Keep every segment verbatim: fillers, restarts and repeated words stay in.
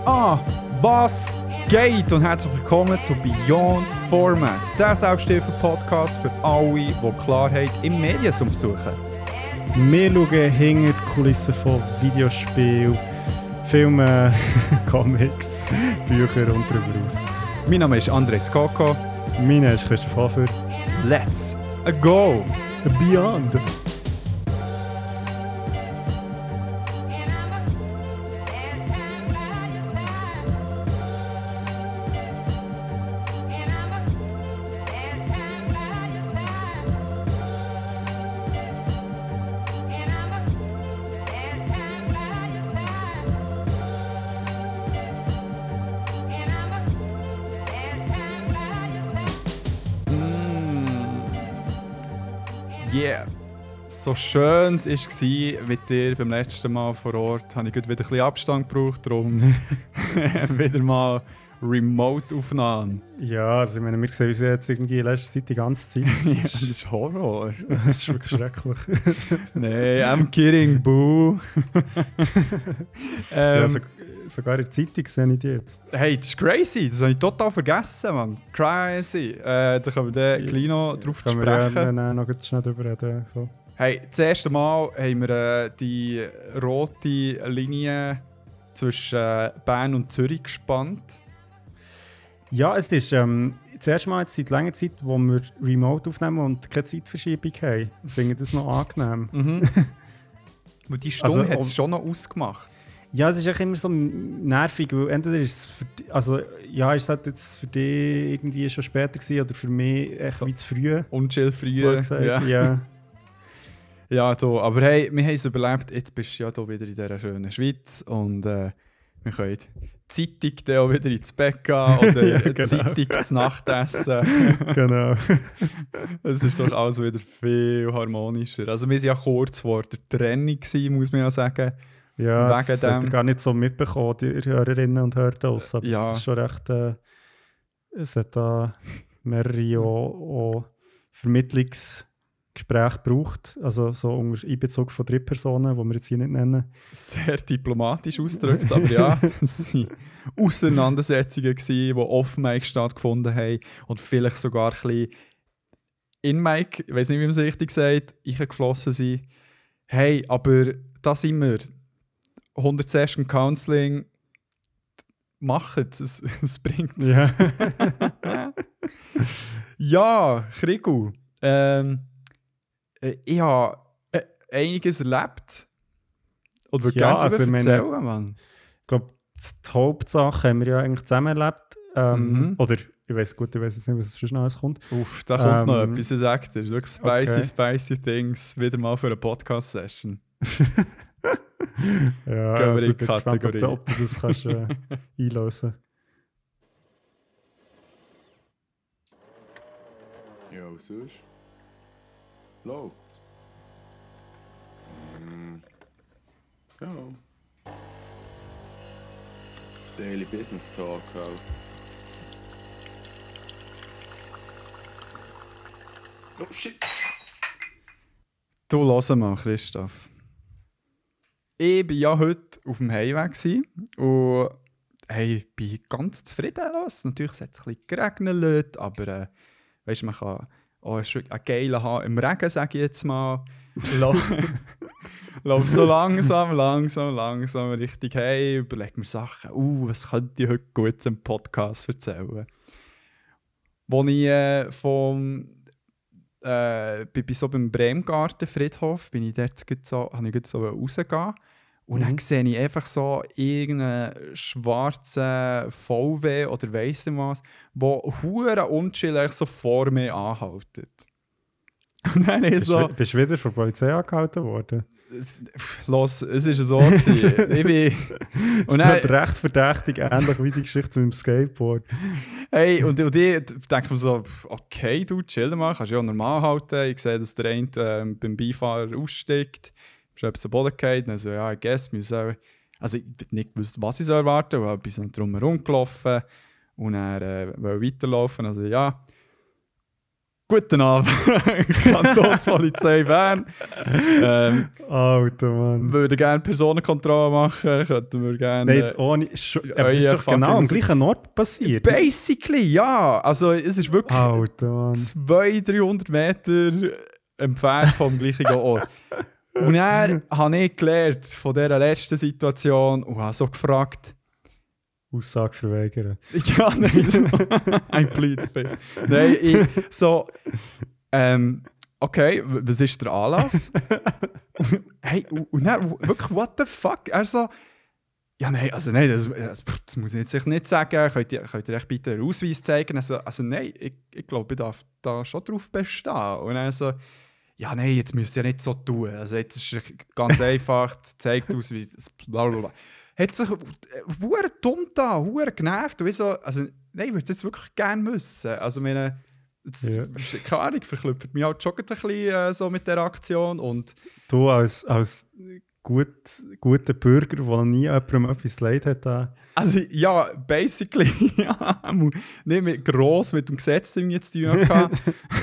Ah, was geht? Und herzlich willkommen zu Beyond Format, der Selbsthilfe-Podcast für alle, die Klarheit im Mediensum suchen. Wir schauen hinter die Kulissen von Videospielen, Filmen, Comics, Büchern und darüber aus. Mein Name ist Andres Koko. Mein Name ist Christoph Hafer. Let's go! Beyond! Yeah! So schön es war mit dir beim letzten Mal vor Ort, habe ich wieder ein bisschen Abstand gebraucht, darum wieder mal Remote-Aufnahmen. Ja, also ich meine, wir sehen uns jetzt irgendwie in letzter Zeit die ganze Zeit. Das ja, das ist Horror. Das ist wirklich schrecklich. Nein, I'm kidding, boo. ähm, ja, so, sogar in der Zeitung sehe ich die jetzt. Hey, das ist crazy, das habe ich total vergessen, Mann. Crazy. Äh, da können wir dann gleich noch drauf Können sprechen. wir ja dann noch schnell drüber reden. Voll. Hey, das erste Mal haben wir äh, die rote Linie zwischen äh, Bern und Zürich gespannt. Ja, es ist ähm, das erste Mal jetzt seit langer Zeit, wo wir remote aufnehmen und keine Zeitverschiebung haben. Ich finde das noch angenehm. Mhm. Weil die Stunde Also, hat es um, schon noch ausgemacht. Ja, es ist auch immer so nervig, weil entweder ist es für die, also ja, ist es halt jetzt für dich irgendwie schon später gewesen oder für mich echt wie zu früh. Unchill früh. Ja. ja. Ja, da. Aber hey, wir haben es überlebt. Jetzt bist du ja hier wieder in dieser schönen Schweiz und äh, wir können die Zeitung dann auch wieder ins Bett gehen oder ja, die genau. Zeitung zu Nacht essen. Genau. Es ist doch alles wieder viel harmonischer. Also wir waren ja kurz vor der Trennung gewesen, muss man ja sagen. Ja, Wegen das dem. hat er gar nicht so mitbekommen, die Hörerinnen und Hörer. Aber Ja. es ist schon recht, äh, es hat da mehrere auch, auch Vermittlungsgespräche gebraucht, also so unter Einbezug von Drittpersonen, die wir jetzt hier nicht nennen. Sehr diplomatisch ausgedrückt, aber ja, es waren Auseinandersetzungen gewesen, die off-Mic stattgefunden haben und vielleicht sogar ein bisschen in-Mic, ich weiß nicht, wie man es richtig sagt, eingeflossen sind. Hey, aber da sind wir. hundert Session Counseling, macht es, es, es bringt es. Ja, ja, Krigu. Ähm, äh, ich habe äh, einiges erlebt. Und würde Ja, gerne also darüber ich erzählen, meine- Mann. ich glaube, die Hauptsache haben wir ja eigentlich zusammen erlebt. Ähm, Mhm. Oder, ich weiß gut, ich weiß jetzt nicht, was schon alles kommt. Uff, da kommt noch Ähm, etwas, ich sag dir. Wirklich spicy, okay. spicy things. Wieder mal für eine Podcast-Session. Ja, Gehen wir also in ich bin gespannt, ob Kategorie. du, ob du das kannst äh, einlösen. Ja, was sonst? Läuft's? Mm. Ja. Daily Business Talk halt. Oh shit! Du, hör mal, Christoph. Ich war ja heute auf dem Heimweg gewesen und hey, ich bin ganz zufrieden. Los. Natürlich es hat es ein bisschen geregnet, aber äh, weißt, man kann auch einen geilen haben im Regen, sage ich jetzt mal. Lauf so langsam, langsam, langsam richtig hey, überleg mir Sachen. Uh, was könnte ich heute gut zum Podcast erzählen? Als ich äh, vom Äh, bin so beim Bremgarten Friedhof, bin ich dort so, habe ich dort so rausgehen und Mhm. dann sehe ich einfach so irgendeinen schwarzen V W oder weiss nicht was, der hure unchillig so vor mir anhaltet. Und dann ist Bist, so, du- bist du wieder von der Polizei angehalten worden? los, es ist so gewesen. Ich bin, Und und das ist dann, recht verdächtig, ähnlich wie die Geschichte mit dem Skateboard. hey, und, und ich denke mir so, okay, du chill mal, kannst ja normal halten. Ich sehe, dass der eine äh, beim Beifahrer aussteigt. Ist etwas am Boden gefallen. Also ja, ich guess, wir sollen, also ich hab nicht gewusst, was ich so erwarten soll, aber ich bin so drumherum gelaufen und er äh, wollte weiterlaufen. Also ja, Guten Abend, Kantonspolizei Bern. Ähm, Alter Mann. würden gerne Personenkontrolle machen, könnten wir gerne... Nein, jetzt ohne... Schon, aber das euer ist doch genau am fucking- gleichen Ort passiert. Basically, ja. Also es ist wirklich Alter Mann. zweihundert, dreihundert Meter entfernt vom gleichen Ort. Und dann habe ich gelernt von dieser letzten Situation und habe so gefragt, Aussage verweigern. ja, nein, so, ein plead the fifth. Nein, ich, so, ähm, okay, w- was ist der Anlass? Hey, und, und dann, wirklich, what the fuck? Er so, ja, nein, also nein, das, das, das muss ich jetzt sicher nicht sagen. Könnt ihr, könnt ihr euch bitte einen Ausweis zeigen? Also, also nein, ich, ich glaube, ich darf da schon drauf bestehen. Und er so, ja, nein, jetzt müsst ihr ja nicht so tun. Also jetzt ist es ganz einfach, zeigt Ausweis, blablabla. Hat sich hure dumm da, hure genervt. Und ich so, also nein, ich würde es jetzt wirklich gerne müssen. Also meine, jetzt, Ja. keine Ahnung, verklüpft mich halt schon ein bisschen äh, so mit dieser Aktion. Und Du als, als gut, guter Bürger, der nie jemandem etwas leid hat, äh, also ja, basically, ja, nicht mit, gross mit dem Gesetz irgendwie zu tun gehabt.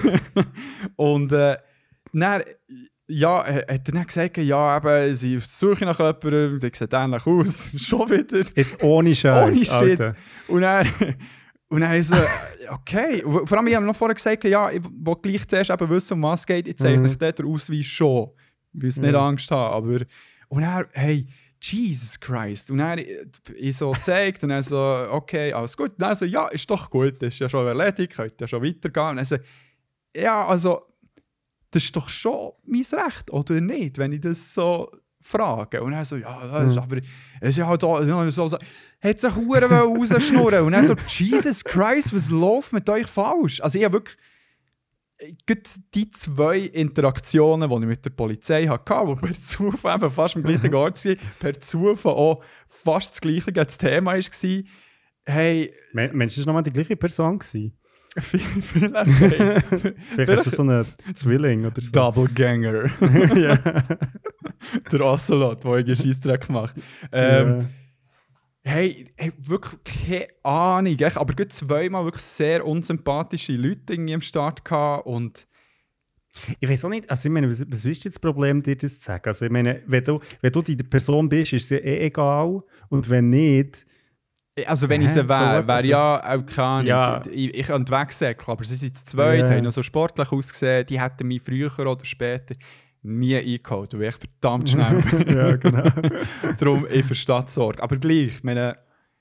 Und äh, dann, ja, hat er dann gesagt, ja, eben, sie suchen nach jemandem, der sieht ähnlich aus, schon wieder. jetzt ohne Scheiß, Ohne Shit. Alter. Und dann, und dann so, okay. Und vor allem, ich habe noch vorher gesagt, ja, ich will gleich zuerst eben wissen, um was es geht. Ich zeige Mhm. euch dort den Ausweis schon. Ich will nicht Ja. Angst haben, aber... Und dann, hey, Jesus Christ. Und dann, ich so gezeigt und dann so, okay, alles gut. Und dann so, ja, ist doch gut, das ist ja schon erledigt, könnt ja schon weitergehen. Und dann so, ja, also, das ist doch schon mein Recht, oder nicht, wenn ich das so frage. Und dann so, ja, das ist Mhm. aber, es ist ja halt da, ja, so, so, hat sich Huren rausschnurren. Und dann so, Jesus Christ, was läuft mit euch falsch? Also ich habe wirklich, gerade die zwei Interaktionen, die ich mit der Polizei hatte, die per Zufall eben fast am gleichen Ort waren, per Zufall auch fast das gleiche das Thema war, hey, Men- Mensch, das war nochmal die gleiche Person gewesen. vielleicht, hey, Vielleicht hast du so einen Zwilling oder so. Doppelganger. ja. Der Ocelot, der einen Scheissdreck macht. Ähm, ja. Hey, hey, wirklich keine Ahnung. Echt, aber gerade zweimal wirklich sehr unsympathische Leute irgendwie am Start gehabt und Ich weiß auch nicht, also ich meine, was, was ist jetzt das Problem, dir das zu sagen? Also ich meine, wenn du, wenn du die Person bist, ist es ja eh egal. Und wenn nicht, also wenn Hä? ich sie So wäre, was? wäre ja auch keine Ahnung. Ja. Ich, ich könnte wegsäckeln, aber sie sind zu zweit, Ja. haben noch so sportlich ausgesehen, die hätten mich früher oder später nie eingeholt, weil ich verdammt schnell bin. ja, genau. Darum, ich verstehe die Sorge. Aber gleich, ich meine,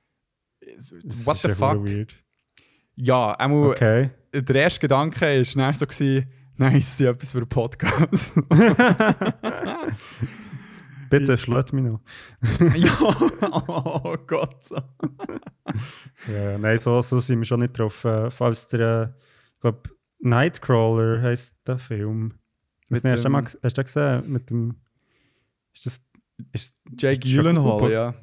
Das what ist the ja fuck? verdammt weird. Ja, einmal, Okay. der erste Gedanke war schnell so, gewesen, nice, sie etwas für einen Podcast. Bitte, schlägt mich noch. Ja, oh Gott. So. Ja, nein, so, so sind wir schon nicht drauf. Äh, falls der, äh, ich glaube, Nightcrawler heisst der Film. Mit Mit hast, du dem- mal, ges- hast du den gesehen? Mit dem. Ist das. Ist Jake das Jack Gyllenhaal, Cooper? ja.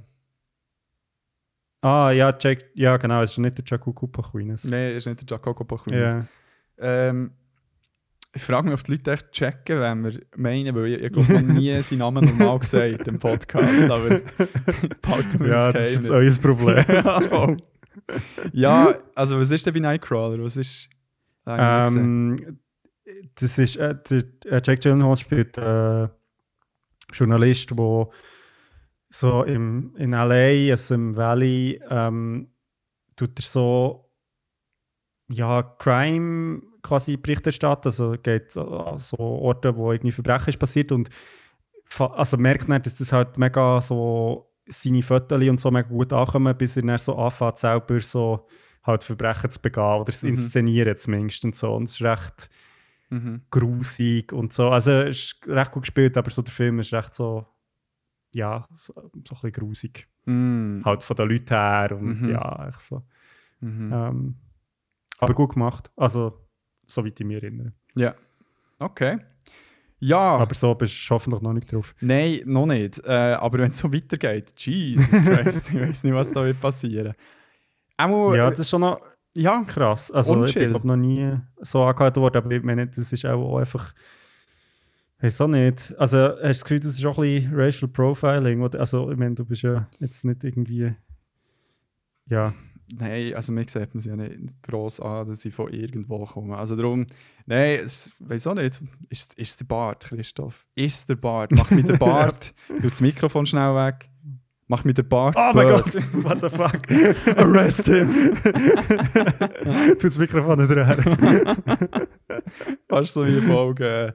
Ah, ja, Jake, ja, genau, es ist nicht der Jaco Cooper Queenes. Nein, ist nicht der Jacopo Pachwinis. Ja. Ähm, ich frage mich, ob die Leute echt checken, wenn wir meinen, weil ich, ich glaube, noch nie seinen Namen normal gesagt im Podcast, aber behalten wir Ja, das das ist jetzt Geheimnis. euer Problem. ja, voll. Ja, also was ist denn bei Nightcrawler? Was ist... Ah, ich hab nicht gesehen. ähm, das ist, äh, der, äh, Jake Gyllenhaal spielt äh, Journalist, der so im, in L A, also im Valley, ähm, tut er so ja, Crime quasi Bericht erstatten, also geht so an so Orte, wo irgendwie Verbrechen ist passiert und fa- also merkt man, dass das halt mega so seine Fotos und so mega gut ankommen, bis er dann so anfängt, selber so halt Verbrechen zu begehen oder es Mhm. inszenieren zumindest und so. Und es ist recht Mhm. grusig und so. Also es ist recht gut gespielt, aber so der Film ist recht so, ja, so, so ein bisschen grusig. Mm. Halt von den Leuten her und Mhm. ja, echt so. Mhm. Ähm, aber gut gemacht. Also, soweit ich mich erinnere. Ja. Okay. Ja, Aber so bist du hoffentlich noch nicht drauf. nein, noch nicht. Äh, aber wenn es so weitergeht, Jesus Christ, ich weiß nicht, was da wird passieren. Einmal, Ja, ja, das ist schon noch ja, krass. Also, ich Unchill. bin glaub, noch nie so angehört worden, aber ich meine, das ist auch einfach. Weiß auch nicht. Also, hast du das Gefühl, das ist auch ein bisschen Racial Profiling? Oder? Also, ich meine, du bist ja jetzt nicht irgendwie. Ja. nein, also mir sieht man es ja nicht gross an, dass sie von irgendwo kommen. Also darum, nein, ich weiß auch nicht. Ist, ist es der Bart, Christoph? Ist es der Bart? Mach mit dem Bart, tu das Mikrofon schnell weg. Mach mit dem Bart. Oh mein blöd. Gott, what the fuck? Arrest him! Tu das Mikrofon nicht her. Fast so wie eine Folge,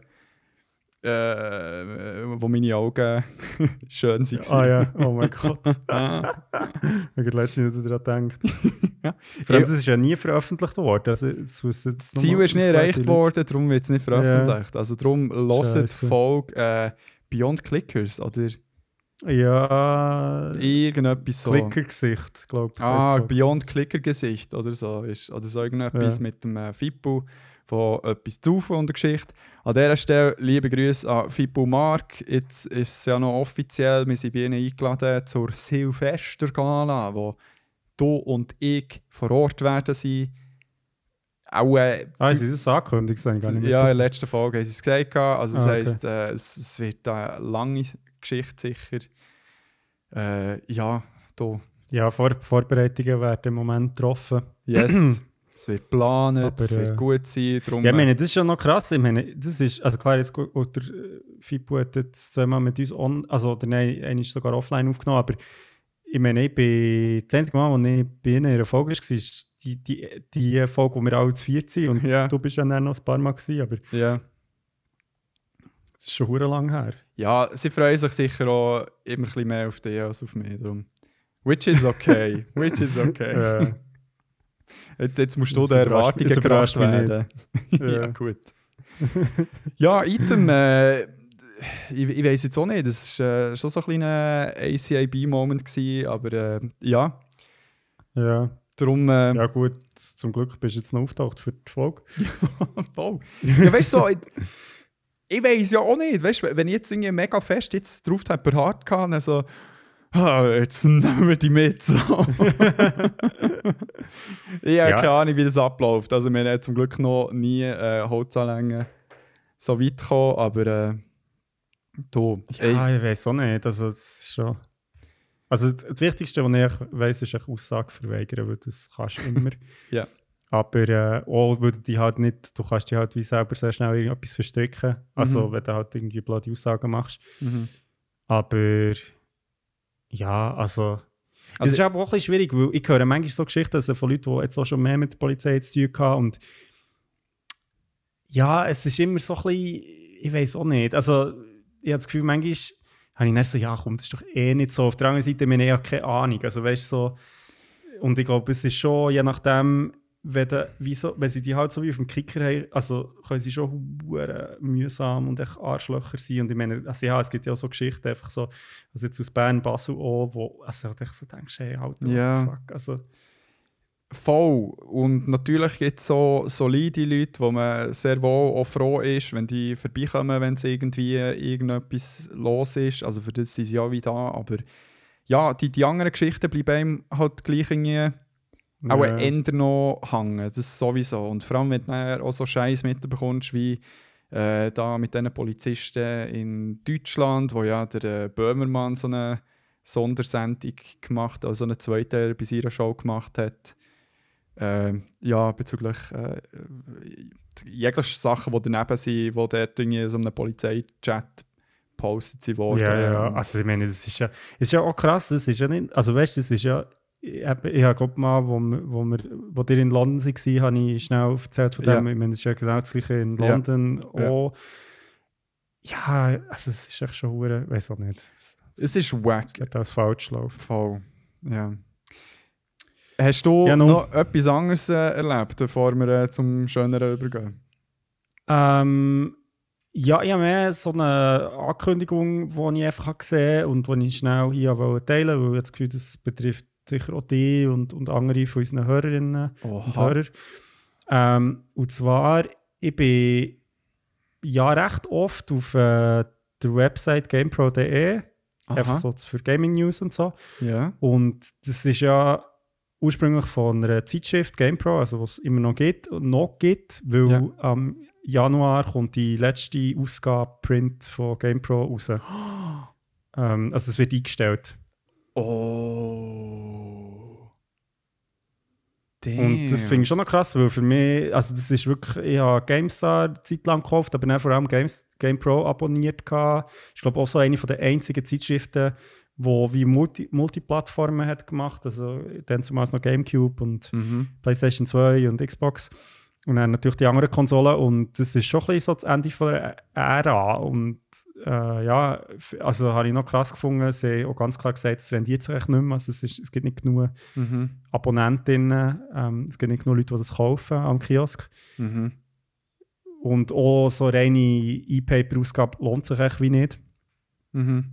äh, wo meine Augen schön waren. Ah ja, oh mein Gott. Ah. Ich habe letztens nicht daran gedacht. Ja. Vor allem, das ist ja nie veröffentlicht worden. Also, das Das Ziel ist nicht erreicht worden, darum wird es nicht veröffentlicht. Also darum hört die Scheisse. Folge äh, Beyond Clickers oder Ja, irgendetwas so. Klickergesicht, glaube ich. Ah, so. Beyond Clicker Gesicht oder so. Ist, oder so irgendetwas Ja. mit dem äh, Fippo, von etwas zu von der Geschichte. An dieser Stelle liebe Grüße an Fippo Mark. Jetzt ist es ja noch offiziell, wir sind bei Ihnen eingeladen zur Silvestergala, wo du und ich vor Ort werden sein. Auch äh, Ah, sie ist angekündigt, das habe ich gar nicht ja, in der mitbekommen. letzten Folge haben sie es gesagt. Also das Ah, okay. heisst, äh, es, es wird eine lange Geschichte sicher. Äh, ja, da. Ja, Vor Vorbereitungen werden im Moment getroffen. Yes. Es wird geplant, Aber, es wird äh, gut sein. Darum, Ja, ich meine, das ist schon noch krass. Ich meine, das ist, also klar, jetzt, gut, der äh, Fippo hat jetzt zweimal mit uns on, also oder nein, einer ist sogar offline aufgenommen, aber ich meine, ich bin, das einzige Mal, als ich bei ihnen in einer Folge war, ist die, die, die Folge, wo wir alle zu viert sind und Ja. du bist ja dann noch ein paar Mal gewesen, aber ja. das ist schon hure lang her. ja, sie freuen sich sicher auch immer ein bisschen mehr auf dich als auf mich. Darum. Which is okay. Which is okay. Äh, Jetzt, jetzt musst du Das den überrascht- Erwartungen das gerecht überrascht mich werden. ja, Ja. gut. ja, Item, äh, ich, ich weiss jetzt auch nicht, das war äh, schon so ein kleiner A C I B-Moment, gewesen, aber äh, ja, ja. darum... Äh, ja gut, zum Glück bist du jetzt noch auftaucht für die Folge. voll. Ja, weißt du, so, ich, ich weiss ja auch nicht, weißt du, wenn ich jetzt irgendwie mega fest jetzt drauf habe, per hart kann, also, ah, jetzt nehmen wir die mit. So. ich habe Ja. keine Ahnung, wie das abläuft. Also, wir haben zum Glück noch nie äh, Holzanlängen so weit gekommen, aber äh, du, Ja, ich weiß auch nicht. Also, das ist schon... Also das, das Wichtigste, was ich weiss, ist eine Aussage verweigern, weil das kannst du immer. Ja. Aber äh, auch, weil du die halt nicht, du kannst dich halt wie selber sehr schnell irgendetwas verstricken. Also Mhm. wenn du halt irgendwie blöde Aussagen machst. mhm. Aber ja, also... Es Also- ist aber auch ein bisschen schwierig, weil ich höre manchmal so Geschichten also von Leuten, die jetzt auch schon mehr mit der Polizei zu tun haben. Und ja, es ist immer so ein bisschen, ich weiß auch nicht. Also ich habe das Gefühl, manchmal habe ich dann so, ja komm, das ist doch eh nicht so. Auf der anderen Seite habe ich ja keine Ahnung. Also weißt so, und ich glaube, es ist schon, je nachdem, wenn, de, wie so, wenn sie die halt so wie auf dem Kicker haben, also können sie schon hure mühsam und echt Arschlöcher sein. Und ich meine, also ja, es gibt ja auch so Geschichten, einfach so, also jetzt aus Bern, Basel auch, wo also ich so denkst, hey, Alter, Ja. what the fuck. Also, Voll. Und natürlich gibt es so solide Leute, wo man sehr wohl auch froh ist, wenn die vorbeikommen, wenn es irgendwie irgendetwas los ist. Also für das sind sie ja wieder da. Aber ja, die, die anderen Geschichten bleiben einem halt gleich irgendwie auch ja. eher noch hängen. Das ist sowieso. Und vor allem, wenn du dann auch so Scheiß mitbekommst, wie äh, da mit diesen Polizisten in Deutschland, wo ja der äh, Böhmermann so eine Sondersendung gemacht, also eine zweite bei seiner Show gemacht hat. Äh, ja, bezüglich äh, jegliche Sachen, die daneben sind, die dort irgendwie in so einem Polizeichat gepostet sind worden. Ja, ja, Ähm, also ich meine, das ist ja, es ist ja auch krass, das ist ja nicht, also weißt du, das ist ja, ich habe ich glaube mal, wo wir, wo wir, wo ihr in London waren, habe ich schnell erzählt von dem, Ja. ich meine, das ist ja genau das gleiche in Ja. London Ja. auch. Ja, also es ist echt schon hure, weiß auch nicht, es es ist wack. wird alles falsch laufen. Voll. Ja. Hast du Ja, no. noch etwas anderes äh, erlebt, bevor wir äh, zum Schöneren übergehen? Ähm, ja, ich habe mehr so eine Ankündigung, die ich einfach gesehen habe und die ich schnell hier wollte teilen, weil ich das Gefühl, das betrifft sicher auch die und, und andere von unseren Hörerinnen und Hörer. Ähm, und zwar, ich bin ja recht oft auf äh, der Website gamepro punkt de, einfach so für Gaming News und so. Ja. Und das ist ja ursprünglich von einer Zeitschrift GamePro, also was es immer noch gibt, noch gibt, weil Ja. am Januar kommt die letzte Ausgabe Print von GamePro raus. ähm, also es wird eingestellt. Oh. Und das finde ich schon noch krass, weil für mich, also das ist wirklich, ich habe GameStar eine Zeit lang gekauft, aber dann vor allem Games, GamePro abonniert gehabt. Ich glaube auch so eine von der einzigen Zeitschriften, die wie Multi, Multiplattformen hat gemacht, also dann zumal noch GameCube und Mhm. PlayStation zwei und Xbox. Und dann natürlich die anderen Konsolen und das ist schon ein bisschen so das Ende von der Ära. Und äh, ja, f- also habe ich noch krass gefunden, sie haben auch ganz klar gesagt, es rendiert sich echt nicht mehr. Also es, ist, es gibt nicht genug Mhm. Abonnentinnen, ähm, es gibt nicht genug Leute, die das kaufen am Kiosk. Mhm. Und auch so reine E-Paper-Ausgabe lohnt sich echt wie nicht. Mhm.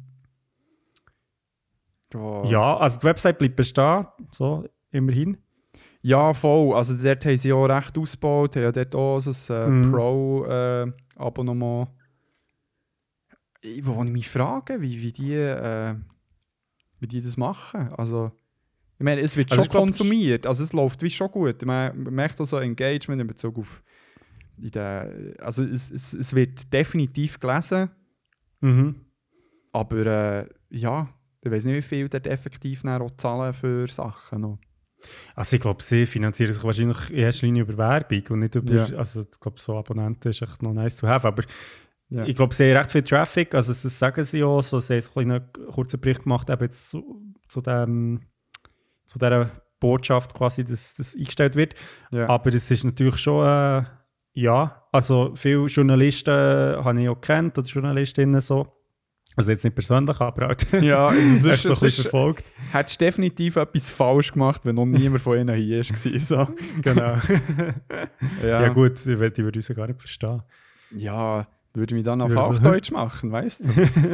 Ja. Ja, also die Website bleibt bestehen, so immerhin. Ja, voll. Also dort haben sie auch recht ausgebaut, haben ja dort auch so ein äh, Mhm. Pro-Abonnement. Äh, wo ich mich frage, wie, wie, die, äh, wie die das machen. Also, ich meine, es wird Also schon ich glaub, das- konsumiert, also es läuft wie schon gut. Man, man merkt auch so Engagement in Bezug auf in der, also es, es, es wird definitiv gelesen, Mhm. aber äh, ja, ich weiß nicht, wie viel dort effektiv dann auch zahlen für Sachen noch. Also ich glaube, sie finanzieren sich wahrscheinlich in erster Linie über Werbung und nicht über, Ja. also ich glaube, so Abonnenten ist echt noch nice to have, aber Ja. ich glaube, sie haben recht viel Traffic, also das sagen sie auch, so, sie haben so einen kurzen Bericht gemacht, eben jetzt zu, zu, dem, zu dieser Botschaft quasi, dass das eingestellt wird, Ja. aber es ist natürlich schon, äh, ja, also viele Journalisten habe ich auch kennt, oder Journalistinnen so, also jetzt nicht persönlich, aber halt Ja, es echt ist, so ein es bisschen ist, verfolgt. hättest definitiv etwas falsch gemacht, wenn noch niemand von ihnen hier war. So. Genau. Ja. Ja gut, ich würde die würde uns ja gar nicht verstehen. Ja, würde mich dann auf Ja, so- Hochdeutsch machen, weißt du?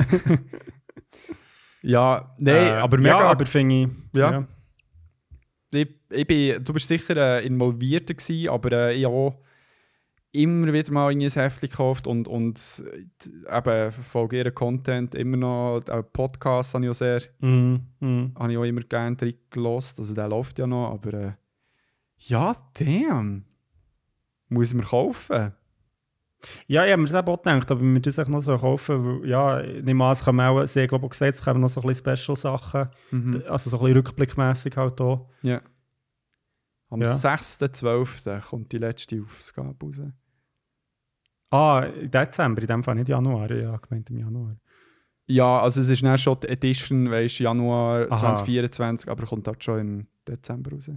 Ja, nein, Äh, aber mega. Ja, aber finde ich... Ja. ich, ich bin, du bist sicher äh, involvierter gewesen, aber äh, ich habe auch immer wieder mal irgendwie ein Heftchen gekauft und, und äh, eben verfolge ihren Content immer noch. Auch Podcasts habe ich auch sehr, Mm, mm. habe ich auch immer gerne drin gehört. Also der läuft ja noch, aber äh, ja, damn. Muss ich mir kaufen. Ja, ich habe mir das eben auch gedacht, aber wir das echt noch so kaufen, weil, ja, ich nehme an, es kommen auch, sie haben glaube ich gesagt, es kommen noch so ein bisschen Special-Sachen, Mhm. also so ein bisschen rückblickmässig halt auch. Ja. Am Ja. sechsten zwölften kommt die letzte Ausgabe raus. Ah, im Dezember, in dem Fall nicht Januar, ja, gemeint im Januar. Ja, also es ist dann schon die Edition, weißt, Januar Aha. zwanzig vierundzwanzig, aber kommt halt schon im Dezember raus.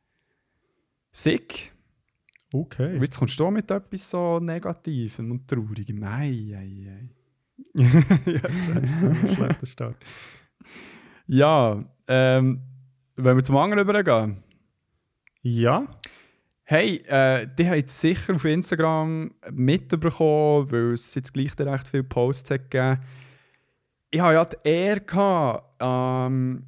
Sick. Okay. Und jetzt kommst du mit etwas so Negativem und Traurigem. Ei, ei, ei. Ja, scheiße, ein schlechter Start. Ja, ähm, wenn wir zum anderen übergehen. Ja, Hey, äh, die haben jetzt sicher auf Instagram mitbekommen, weil es jetzt gleich recht viele Posts hat gegeben. Ich hatte ja die Ehre gehabt, am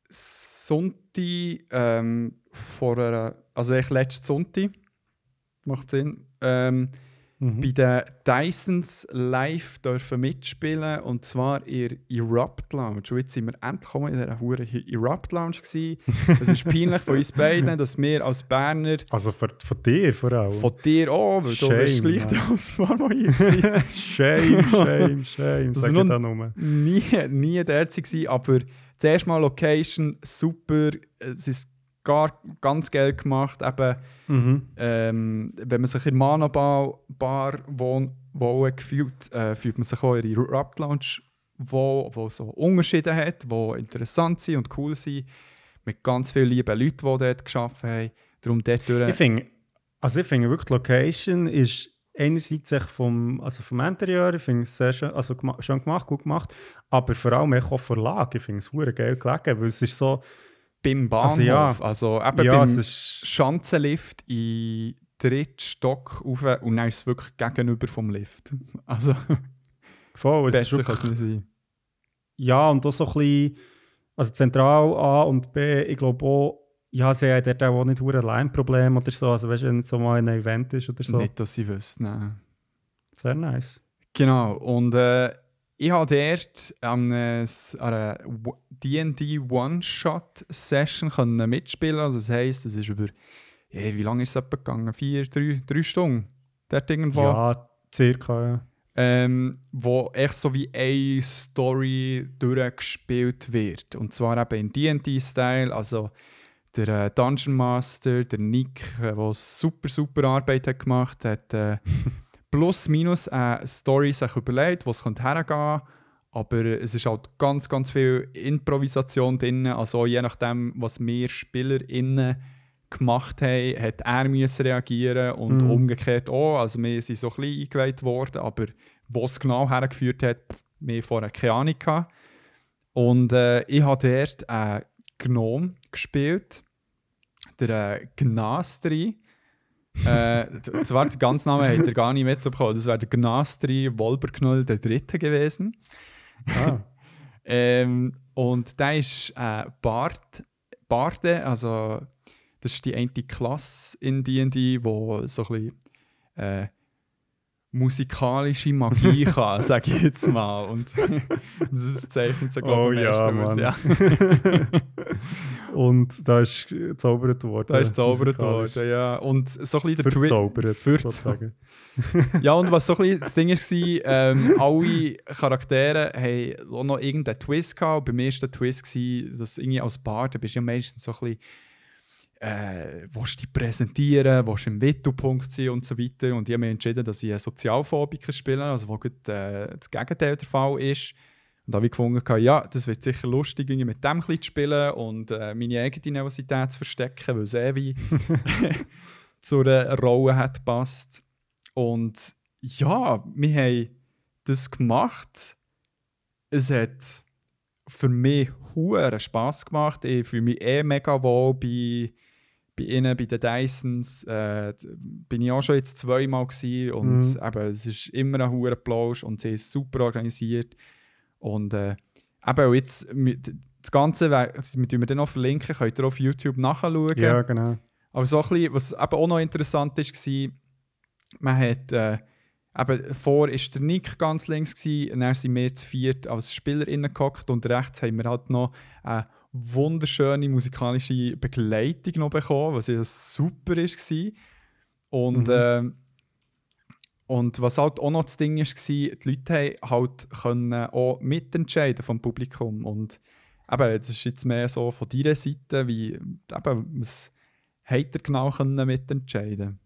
Sonntag, ähm, vor einer, also echt letzten Sonntag, macht Sinn, ähm, mhm. bei den Dysons live dürfen mitspielen, und zwar in der Erupt Lounge. Und jetzt sind wir endlich gekommen in dieser verdammten Erupt Lounge gewesen. Es ist peinlich von uns beiden, dass wir als Berner, Also von, von dir vor allem. von dir auch, weil du Shame, bist gleich Mann. da als paar Mal hier gewesen, Shame, shame, shame, Das sag wir ich noch- da nur. nie, nie dort gewesen, aber zuerst mal Location, super, es ist gar, ganz geil gemacht, eben, Mhm. ähm, wenn man sich in der Mana-Bar Bar wohn, wohnen gefühlt, äh, fühlt man sich auch in der Erupt Lounge wo, wo so Unterschiede hat, die interessant sind und cool sind, mit ganz vielen lieben Leuten, die dort gearbeitet haben. Darum dort durch, Ich finde, also ich finde wirklich, die Location ist einerseits echt vom, also vom Interieur, ich finde es sehr schön, also gema- schön gemacht, gut gemacht, aber vor allem auch von der Lage, ich finde es verdammt geil gelegen, weil es ist so, beim also Bahnhof, ja. also, eben ja, beim es ist, Schanzenlift in den dritten Stock rauf und dann ist es wirklich gegenüber vom Lift. Also voll, es ist besser kann wirklich, es nicht sein. ja, und auch so ein bisschen, also zentral A und B, ich glaube auch, ja, sie haben dort auch nicht verdammt Lärmprobleme oder so, also weißt du, wenn es so mal ein Event ist oder so, Nicht, dass ich wüsste, nein. sehr nice. Genau, und äh, ich habe dort an einer s- an einer D and D One-Shot-Session können mitspielen. Also das heisst, es ist über, ja, wie lange ist es etwa gegangen? Vier, drei, drei Stunden? Dort irgendwo. Ja, circa, ja. Ähm, wo echt so wie eine Story durchgespielt wird. Und zwar eben in D and D-Style. Also der äh, Dungeon Master, der Nick, der äh, super, super Arbeit hat gemacht hat, äh, plus minus eine Story sich überlegt, wo es hergehen könnte. Aber es ist halt ganz, ganz viel Improvisation drin. Also je nachdem, was wir SpielerInnen gemacht haben, hat er müssen reagieren und Mhm. umgekehrt auch. Also wir sind so ein bisschen eingeweiht worden, aber wo es genau hergeführt hat, wir vorher keine Ahnung gehabt. Und äh, ich habe dort einen Gnome gespielt, der äh, Gnastri. äh, z- zwar den ganzen Namen hat er gar nicht mitbekommen. Das wäre der Gnastri Wolberknull der Dritte gewesen. Ah. Ähm, und der ist äh, Bard, Barde, also das ist die eine Klasse in D und D, die so ein bisschen äh, musikalische Magie kann, sage ich jetzt mal. Und das zeichnet so, glaube Oh ich, am ja, meisten aus. Mann. Ja. Und da ist gezaubert worden. Da ist gezaubert musikalisch. worden, ja. Und so ein bisschen der Twi- Verzaubert, Verza- sozusagen. Ja, und was so ein bisschen das Ding war, ähm, alle Charaktere haben auch noch irgendeinen Twist gehabt. Bei mir war der Twist, gewesen, dass irgendwie als Bard, du bist ja meistens so ein bisschen, äh, willst dich präsentieren, willst im Mittelpunkt sein und so weiter. Und ich habe mich entschieden, dass ich einen Sozialphobiker spiele, also wo gut, äh, das Gegenteil der Fall ist. Und da habe ich gefunden, ja, das wird sicher lustig, irgendwie mit dem ein bisschen zu spielen und äh, meine eigene Nervosität zu verstecken, weil es eh wie zu einer Rolle hat gepasst. Und ja, wir haben das gemacht. Es hat für mich huere Spass gemacht. Ich fühle mich eh mega wohl bei, bei ihnen, bei den Dysons. Äh, bin ich auch schon jetzt zweimal gewesen und Mhm. eben, es ist immer ein huere Plausch und sie ist super organisiert. Und äh, eben jetzt, mit- das Ganze, wär- das müssen wir dann noch verlinken, könnt ihr auf YouTube nachschauen. Ja, genau. Aber so ein bisschen, was eben auch noch interessant ist, war, man hat, äh, eben, vor war der Nick ganz links, gewesen, und dann sind wir zu viert als SpielerInnen gehockt und rechts haben wir halt noch eine wunderschöne musikalische Begleitung noch bekommen, was ja super war. Und, Mhm. ähm, und was halt auch noch das Ding war, die Leute haben halt können auch mitentscheiden vom Publikum. Und eben, das ist jetzt mehr so von deiner Seite, wie eben, was habt ihr genau können mitentscheiden?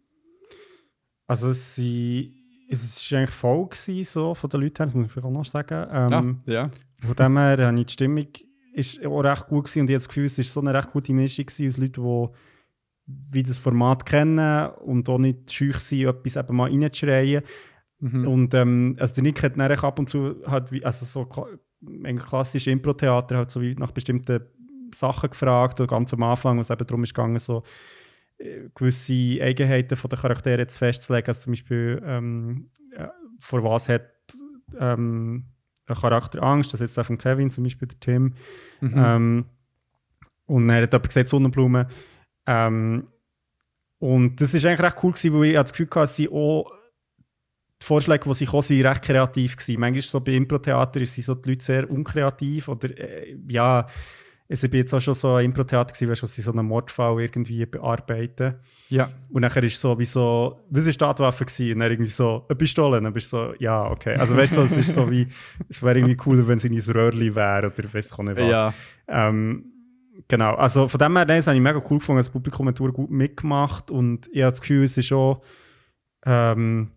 Also es, sie, es war eigentlich voll gewesen, so, von den Leuten her, das muss ich vielleicht auch noch sagen. Ähm, Ja, ja. Von dem her habe ich die Stimmung ist auch recht gut gewesen und ich habe das Gefühl, es war so eine recht gute Mischung gewesen aus Leuten, die wie das Format kennen und auch nicht scheu sind, etwas eben mal reinzuschreien. Mhm. Und ähm, also der Nick hat dann ab und zu halt wie, also so kla- eigentlich klassisch Impro-Theater halt so wie nach bestimmten Sachen gefragt, oder ganz am Anfang, was eben darum ist gegangen, so äh, gewisse Eigenheiten von den Charakteren jetzt festzulegen, also zum Beispiel ähm, ja, vor was hat ähm, ein Charakter Angst, das ist jetzt der von Kevin, zum Beispiel der Tim. Mhm. Ähm, und dann hat jemand gesagt, Sonnenblumen. Ähm, und das war eigentlich recht cool gewesen, weil ich das Gefühl hatte, dass sie auch die Vorschläge, die sie kommen, sind recht kreativ waren. Manchmal so bei Impro-Theater sind so die Leute sehr unkreativ oder äh, ja, also ich bin jetzt auch schon so ein Impro-Theater gewesen, weißt du, wo sie so einen Mordfall irgendwie bearbeiten. Ja. Und nachher ist so wie so, was war die Tatwaffe gewesen? Und dann irgendwie so, eine Pistole. Dann bist du so, ja, okay. Also weißt du, so, es ist so wie, es wäre irgendwie cooler, wenn es in ein Röhrli wäre oder weiss ich auch nicht was. Ja. Ähm, genau, also von dem her, nein, das habe ich mega cool gefunden, das Publikum hat verdammt gut mitgemacht und ich habe das Gefühl, es ist auch, ähm,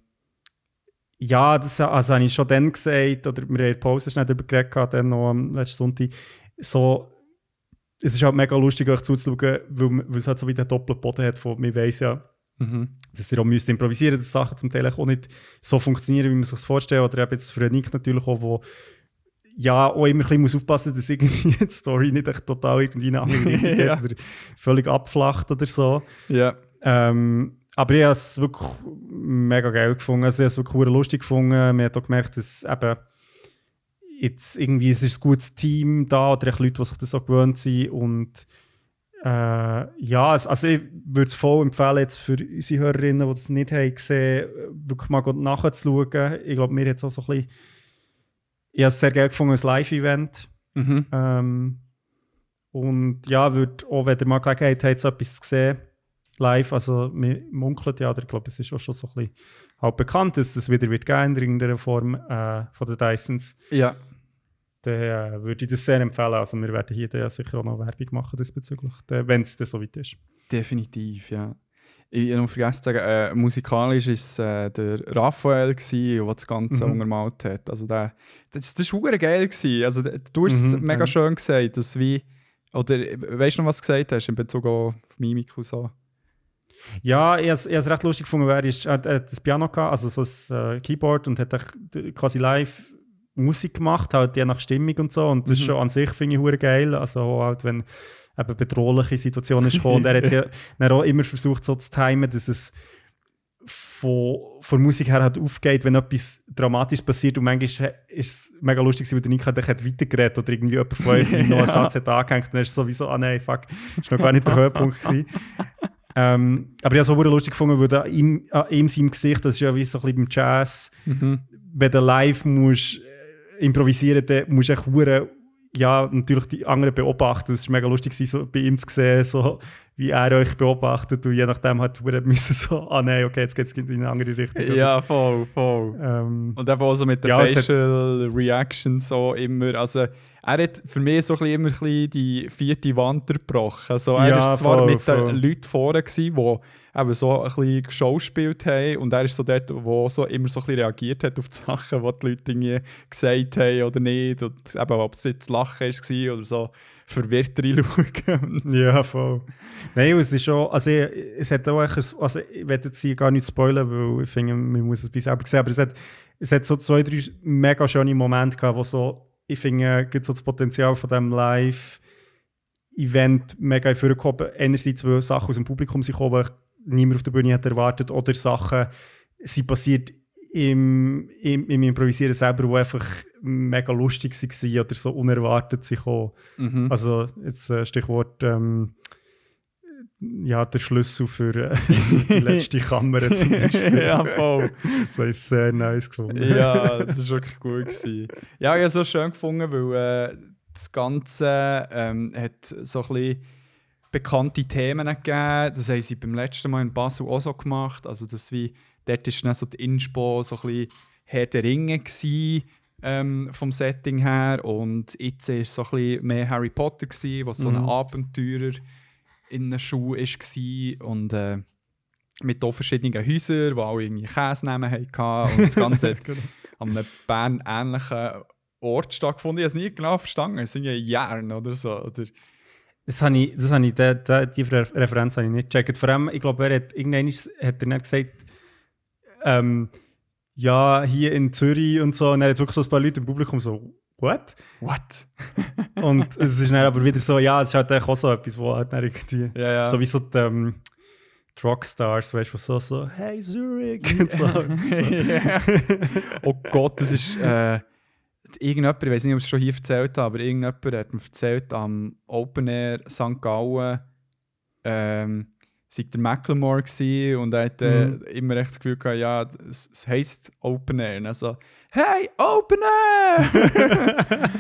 ja, das also habe ich schon dann gesagt, oder wir haben in der Pause schnell darüber geredet, gehabt, dann noch am letzten Sonntag, so, es ist halt mega lustig, euch zuzuschauen, weil, weil es halt so wie den doppelten Boden hat, von mir weiss ja, Mhm. dass ihr auch müsst improvisieren, dass Sachen zum Teil auch nicht so funktionieren, wie man sich das vorstellt, oder eben jetzt für einen Nick natürlich auch, wo ja auch immer ein bisschen muss aufpassen, dass irgendwie die Story nicht echt total irgendwie in eine andere Richtung Ja. geht oder völlig abflacht oder so. Ja. Ähm, aber ich habe es wirklich mega geil gefunden. Also ich habe es wirklich verdammt lustig gefunden. Man hat auch gemerkt, dass eben jetzt irgendwie es ist ein gutes Team da oder Leute, die sich das so gewöhnt sind. Und äh, ja, also ich würde es voll empfehlen, jetzt für unsere Hörerinnen, die das nicht haben gesehen, wirklich mal nachzuschauen. Ich glaube, mir hat es auch so ein bisschen, ich habe es sehr geil gefunden, als Live-Event. Mhm. Ähm, und ja, würde auch, wenn ihr mal Gelegenheit habt, so etwas zu sehen, live, also wir munkeln ja, oder ich glaube, es ist auch schon so ein bisschen halt bekannt, dass das wieder wird gehen in irgendeiner Form äh, von den Dysons. Ja. dann äh, würde ich das sehr empfehlen. Also wir werden hier dann sicher auch noch Werbung machen diesbezüglich, wenn es dann so weit ist. Definitiv, ja. Ich habe noch vergessen zu sagen, äh, musikalisch war es äh, der Raphael, der das Ganze Mhm. untermalt hat. Also der, das das war verdammt geil. Gewesen. Also, du hast es Mhm, mega ja. schön gesagt, dass wie, oder weißt du noch, was du gesagt hast in Bezug auf Mimik und so? Ja, ich habe es recht lustig gefunden, er, ist, er hat er hat das Piano gehabt, also so ein äh, Keyboard und hat echt quasi live Musik gemacht, halt je nach Stimmung und so. Und das ist Mhm. schon an sich, finde ich, hure geil. Also auch halt, wenn eben bedrohliche Situationen ist gekommen. Und er hat ja dann auch immer versucht, so zu timen, dass es von, von der Musik her halt aufgeht, wenn etwas dramatisch passiert. Und manchmal ist es mega lustig, weil der Nick hat weitergeredet oder irgendwie jemand von euch noch einen Satz hat angehängt und dann ist es sowieso, ah nein, fuck, das war noch gar nicht der Höhepunkt gewesen. Ähm, aber ich habe es auch sehr lustig gefunden, weil da ihm, an ihm seinem Gesicht, das ist ja wie so ein bisschen beim Jazz, Mhm. wenn du live musst, äh, improvisieren, dann musst du echt hure, ja, natürlich die anderen beobachten. Es war mega lustig, so bei ihm zu sehen, so, wie er euch beobachtet und je nachdem hat hure müssen so, ah nein, okay, jetzt geht es in eine andere Richtung. Ja, voll, voll. Ähm, Und eben auch so mit der Ja, es hat- Facial Reaction so immer, also er hat für mich so ein bisschen immer ein bisschen die vierte Wand gebrochen. Also er Ja, war zwar voll, mit voll. den Leuten vorne gewesen, die eben so ein bisschen geschauspielt haben und er ist so dort, der so immer so ein bisschen reagiert hat auf die Sachen, die die Leute irgendwie gesagt haben oder nicht. Und eben, ob es jetzt Lachen war oder so verwirrt reinschauen. Ja, voll. Nein, es ist schon, also ich, es hat auch echt, ein- also ich werde jetzt hier gar nicht spoilern, weil ich finde, man muss es bei selber sehen, aber es hat, es hat so zwei, drei mega schöne Momente gehabt, wo so, ich finde, gibt so das Potenzial von diesem Live-Event mega in Führung gekommen. Einerseits, weil Sachen aus dem Publikum sind gekommen, die niemand auf der Bühne hat erwartet, oder Sachen sind passiert im, im, im Improvisieren selber, die einfach mega lustig waren oder so unerwartet sind gekommen. Mhm. Also jetzt äh, Stichwort ähm, ja, der Schlüssel für äh, die letzte Kamera zum Beispiel. Ja, voll. Das habe ich sehr nice gefunden. Ja, das war wirklich gut. Gewesen. Ja, ich habe es so schön gefunden, weil äh, das Ganze ähm, hat so ein bisschen bekannte Themen gegeben. Das haben sie beim letzten Mal in Basel auch so gemacht. Also das wie, dort war dann so die Inspo so ein bisschen Herr der Ringe gewesen, ähm, vom Setting her. Und jetzt war es so ein bisschen mehr Harry Potter gewesen, was so ein Mhm. Abenteurer in einer Schule war. Und äh, mit auch verschiedenen Häusern, die alle irgendwie Käsenamen hatten. Und das Ganze hat an einem Bern-ähnlichen Ort stattgefunden. Ich habe es nie genau verstanden. Es sind ja Jahren oder so. Oder Das habe ich, das habe ich, die, die, die Re- Referenz habe ich nicht gecheckt. Vor allem, ich glaube, er hat irgendwann hat er dann gesagt, ähm, ja, hier in Zürich und so. Und er hat wirklich so ein paar Leute im Publikum so, what? what? Und es ist dann aber wieder so, ja, es ist halt auch so etwas, wo halt dann irgendwie, Ja, ja. so wie so die, ähm, die Rockstars, weißt du, so, so, hey Zurich und so. Ja. Oh Gott, das ist äh, irgendjemand, ich weiß nicht, ob ich es schon hier erzählt habe, aber irgendjemand hat mir erzählt, am Open Air Sankt Gallen ähm, sei der Macklemore gewesen und er hatte Mhm. immer echt das Gefühl gehabt, ja, es, es heisst Open Air. Und also, hey, Open Air!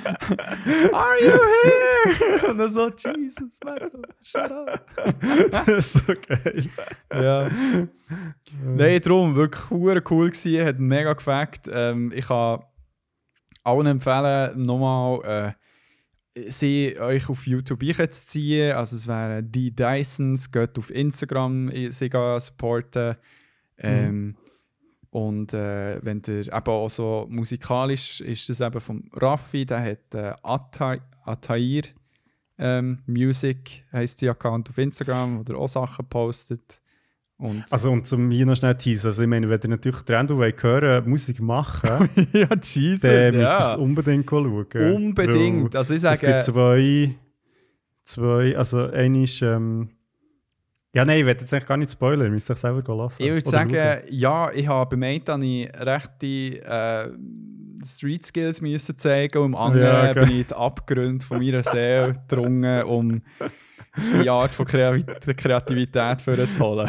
Are you here? Und dann so, Jesus, Macklemore, shut up. So geil. Ja. Nein, darum, wirklich hure cool gewesen, hat mega gefällt. Ähm, ich kann allen empfehlen, nochmal äh, sie euch auf YouTube einzuziehen. Also es wären die Dysons, geht auf Instagram, sie gehen supporten. Ähm, Und äh, wenn der eben auch so musikalisch ist, das eben vom Raffi, der hat äh, Ata- Atair ähm, Music, heisst die Account auf Instagram, wo er auch Sachen postet. Und Also, und zum hier noch schnell teasen, also ich meine, wenn ihr natürlich Trend hören, Musik machen, ja, Jesus, dann müsst ihr ja. es unbedingt schauen. Unbedingt. Weil Also ich es sage, gibt zwei, zwei, also eine ist, ähm, ja nein, ich will jetzt eigentlich gar nicht spoilern, ihr müsst euch selber lassen. ich würde sagen, ja, ich habe beim einen habe ich rechte äh, Street Skills müssen zeigen und im anderen Ja, okay. bin ich die Abgründe von meiner Seele gedrungen, um die Art von Kreavi- Kreativität vorzuholen.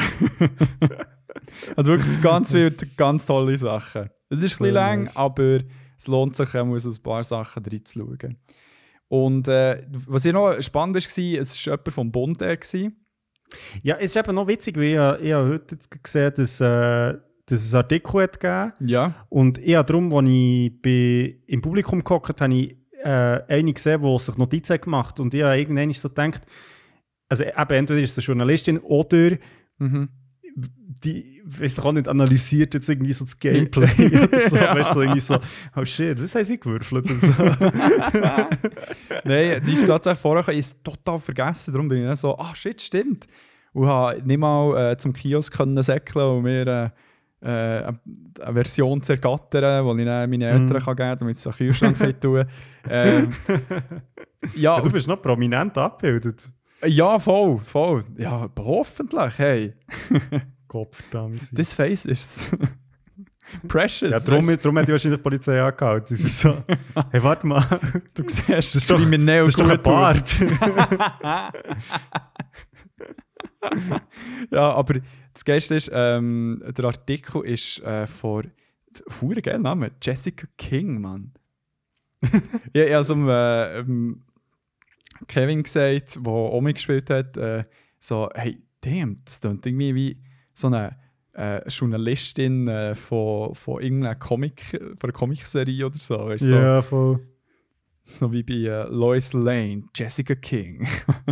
Also wirklich ganz viele ganz tolle Sachen. Es ist ein bisschen Sehr lang, nice. aber es lohnt sich, auch ein paar Sachen reinzuschauen. Und äh, was hier noch spannend war, es war jemand vom Bund. Der gewesen. Ja, es ist eben noch witzig, weil ich, habe- ich habe heute jetzt gesehen, dass, äh, dass es einen Artikel hat gegeben. Ja. Und ich habe darum, als ich bei, im Publikum gehockt habe, ich äh, eine gesehen, die sich Notizen gemacht hat. Und ich habe irgendwann so gedacht, also eben, entweder ist es eine Journalistin oder Mhm. die, weiss ich auch nicht, analysiert jetzt irgendwie so das Gameplay oder so. Ja. Weißt du, so irgendwie so, oh shit, was haben sie gewürfelt und so. Nein, die ist tatsächlich vorher, ich habe es total vergessen, darum bin ich dann so, ah shit, stimmt. Und habe nicht mal äh, zum Kiosk können säckeln und mir äh, äh, eine Version zu ergattern, die ich dann meinen Eltern Mm. kann geben kann, damit sie es in den Kühlschrank tun. Ähm, ja, Ja, du bist noch prominent abgebildet. ja, voll, voll. Ja, hoffentlich, hey. Gottverdammt. Das Face ist precious. Ja, darum, weisst darum hat die wahrscheinlich die Polizei angehalten. Sie so, hey, warte mal, du, du siehst, das ist doch- kriminell das ist doch ein gut aus. Bart. Ja, aber das Geilste ist, ähm, der Artikel ist äh, von, hure geiler Name, Jessica King, Mann. Ja, ich habe so einem, äh, ähm, Kevin gesagt, der auch mitgespielt hat, äh, so, hey, damn, das klingt irgendwie wie so eine äh, Journalistin äh, von, von irgendeiner Comic, von einer Comicserie oder so. Weißt, so, Ja, voll. so wie bei äh, Lois Lane, Jessica King.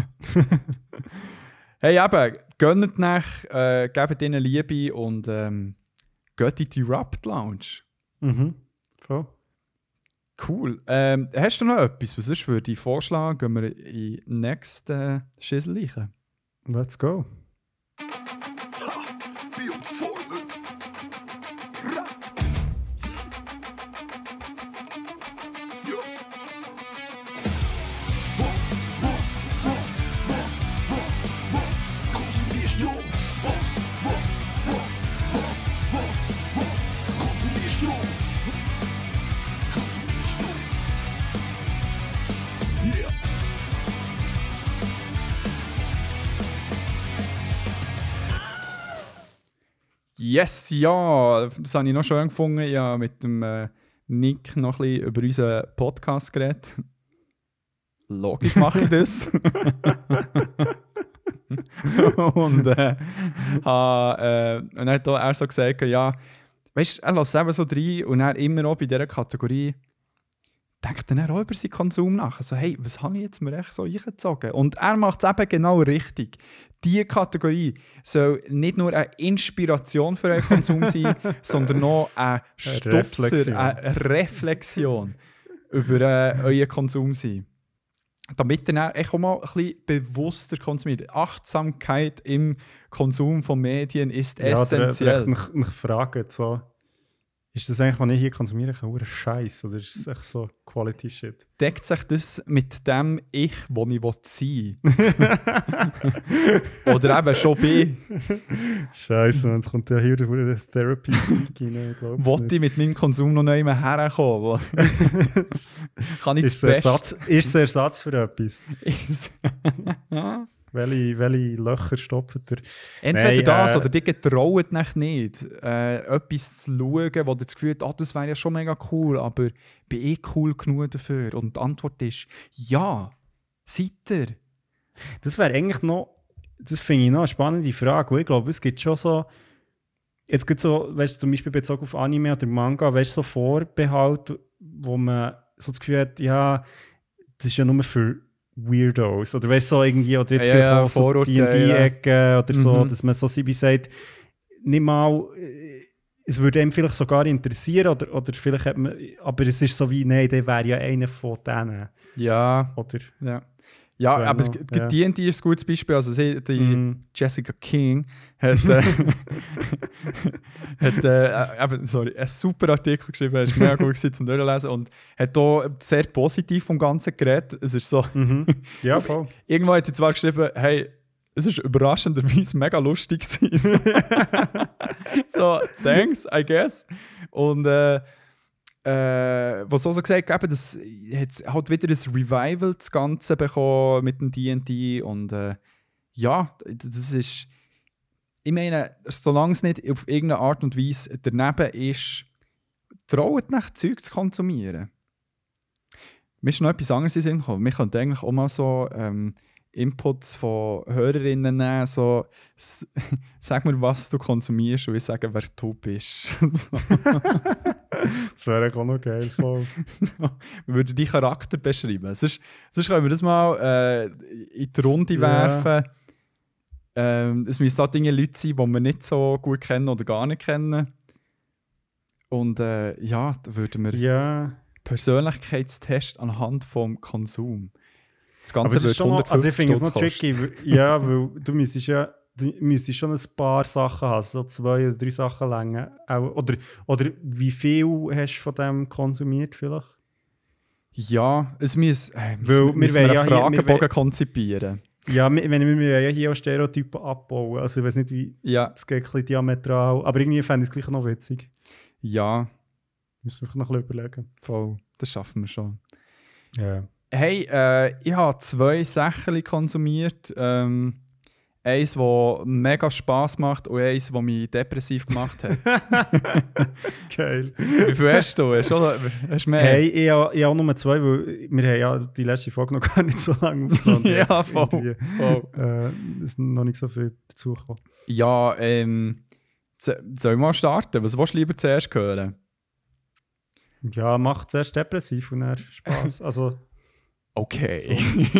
Hey, eben, gönnt nach, äh, gebt ihnen Liebe und ähm, geht in die Wrapped Lounge. Mhm. Voll. Cool. Ähm, hast du noch etwas? Was sonst würde ich vorschlagen, gehen wir in den nächsten äh, Schissel reichen. Let's go. Wie und Formel. Ra. Ja. Was, was, was, was, was, was konsumierst du? Was, was, was, was, was, was konsumierst du? Konsumierst du? Yeah. Yes, ja, das habe ich noch schön gefunden. Ich habe mit dem äh, Nick noch ein bisschen über unseren Podcast geredet. Logisch mache ich das. und äh, ha, äh, und dann hat er so gesagt, ja, weißt du, er lässt eben so rein und er immer auch bei dieser Kategorie denkt dann auch über seinen Konsum nach. Also, hey, was habe ich jetzt mir echt so eingezogen? Und er macht es eben genau richtig. Diese Kategorie soll nicht nur eine Inspiration für euren Konsum sein, sondern noch ein Stupser, Reflexion. eine Reflexion über äh, euren Konsum sein. Damit ihr dann echt auch mal ein bisschen bewusster konsumiert. Achtsamkeit im Konsum von Medien ist Ja, oder essentiell. vielleicht nach, nach Fragen so, ist das eigentlich, was ich hier konsumiere, ein Scheiß oder ist es echt so Quality Shit? Deckt sich das mit dem Ich, wo ich sein will? Oder eben schon bin? Scheiße, man, es kommt ja hier der Therapy Speak rein, ich glaube Wollte ich mit meinem Konsum noch nicht mehr herkommen? Wo- Kann ich Ist das es Ersatz, ist es Ersatz für etwas? Beste? Welche, welche Löcher stopft er? Entweder Nein, das äh, oder die getrauen dich nicht, äh, etwas zu schauen, wo du das Gefühl hast, ah, das wäre ja schon mega cool, aber bin ich cool genug dafür? Und die Antwort ist ja, seid ihr. Das wäre eigentlich noch, das finde ich noch eine spannende Frage, weil ich glaube, es gibt schon so, jetzt gibt so, weißt du, zum Beispiel bezogen auf Anime oder Manga, weißt du, so Vorbehalte, wo man so das Gefühl hat, ja, das ist ja nur für Weirdos, oder weißt du, so irgendwie, oder jetzt Ja, vielleicht ja, auch so Vorurteile, D und D-Ecke oder so, Mhm. dass man so wie sagt, nicht mal, äh, es würde einem vielleicht sogar interessieren, oder, oder vielleicht hat man, aber es ist so wie, nein, der wäre ja einer von denen, Ja, oder? ja. Das Ja, wär aber es noch- gibt ja. D und D ist ein gutes Beispiel. Also sie, die Mhm. Jessica King hat, äh, hat äh, eben, sorry, einen super Artikel geschrieben, er war mega gut gewesen, zum Durchlesen und hat hier sehr positiv vom Ganzen geredet. Es ist so, Mhm. Ja, voll. irgendwann hat sie zwar geschrieben, hey, es ist überraschenderweise mega lustig gewesen. So, thanks, I guess. Und äh, äh, was auch so gesagt hat, das hat halt wieder ein Revival das Ganze bekommen mit dem D und D und äh, ja, das ist, ich meine, solange es nicht auf irgendeine Art und Weise daneben ist, traut nach Zeug zu konsumieren. Mir ist noch etwas anderes in den Sinn gekommen. Wir könnten eigentlich auch mal so ähm, Inputs von Hörerinnen nehmen, so s- sag mir, was du konsumierst und ich sage, wer du bist. So. Das wäre auch noch geil. Voll. So. Wir würden deinen Charakter beschreiben. Sonst, sonst können wir das mal äh, in die Runde Ja. werfen. Ähm, es müssen auch Dinge Leute sein, die wir nicht so gut kennen oder gar nicht kennen. Und äh, ja, da würden wir Ja. Persönlichkeitstest anhand vom Konsum. Das Aber Ganze es ist wird schon noch, also ich hundertfünfzig finde es noch Stutz kosten. tricky, weil- ja, weil du müsstest ja du müsstest schon ein paar Sachen haben, so zwei oder drei Sachen länger. Auch, oder, oder wie viel hast du von dem konsumiert vielleicht? Ja, es muss, äh, Weil müssen, wir müssen wir wollen einen ja hier- wir Fragebogen wollen- konzipieren. Ja, wir, wenn wir, wir wollen ja hier auch Stereotypen abbauen. Also ich weiß nicht, wie Ja, das geht ein bisschen diametral, aber irgendwie fände ich es gleich noch witzig. ja, Müssen wir noch ein bisschen überlegen. voll. Das schaffen wir schon. Ja. Hey, äh, ich habe zwei Sachen konsumiert. Ähm, eins, das mega Spass macht und eins, das mich depressiv gemacht hat. Geil. Wie viel hast du? Hast du, auch- hast du mehr? Hey, ich habe ich habe nur zwei, weil wir haben ja die letzte Folge noch gar nicht so lange aufgenommen. Ja, voll. Irgendwie, voll. Äh, es ist noch nicht so viel dazugekommen. Ja, ähm, z- soll ich mal starten? Was willst du lieber zuerst hören? Ja, macht zuerst depressiv und dann Spaß. Also, Okay.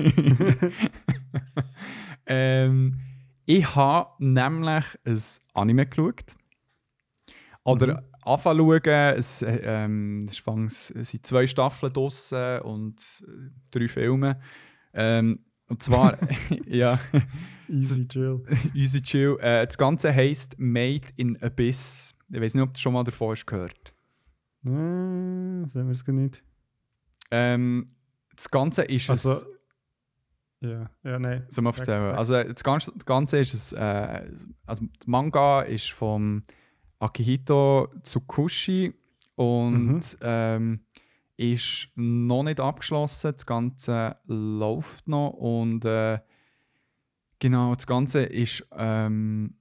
ähm, ich habe nämlich ein Anime geschaut. Oder Mhm. anfangen zu schauen. Es, äh, ähm, es fang- es sind zwei Staffeln draussen und äh, drei Filme. Ähm, und zwar, ja, easy chill. easy chill. Äh, das Ganze heisst Made in Abyss. Ich weiß nicht, ob du schon mal davon hast gehört. Nein, sehen wir es gar nicht. Ähm, das Ganze ist Also, ein... ja, ja, nein. Soll man Sag- erzählen? sag. Also das Ganze, das Ganze ist ein, äh, also das Manga ist vom Akihito Tsukushi und Mhm. ähm, ist noch nicht abgeschlossen. Das Ganze läuft noch und äh, genau, das Ganze ist ähm,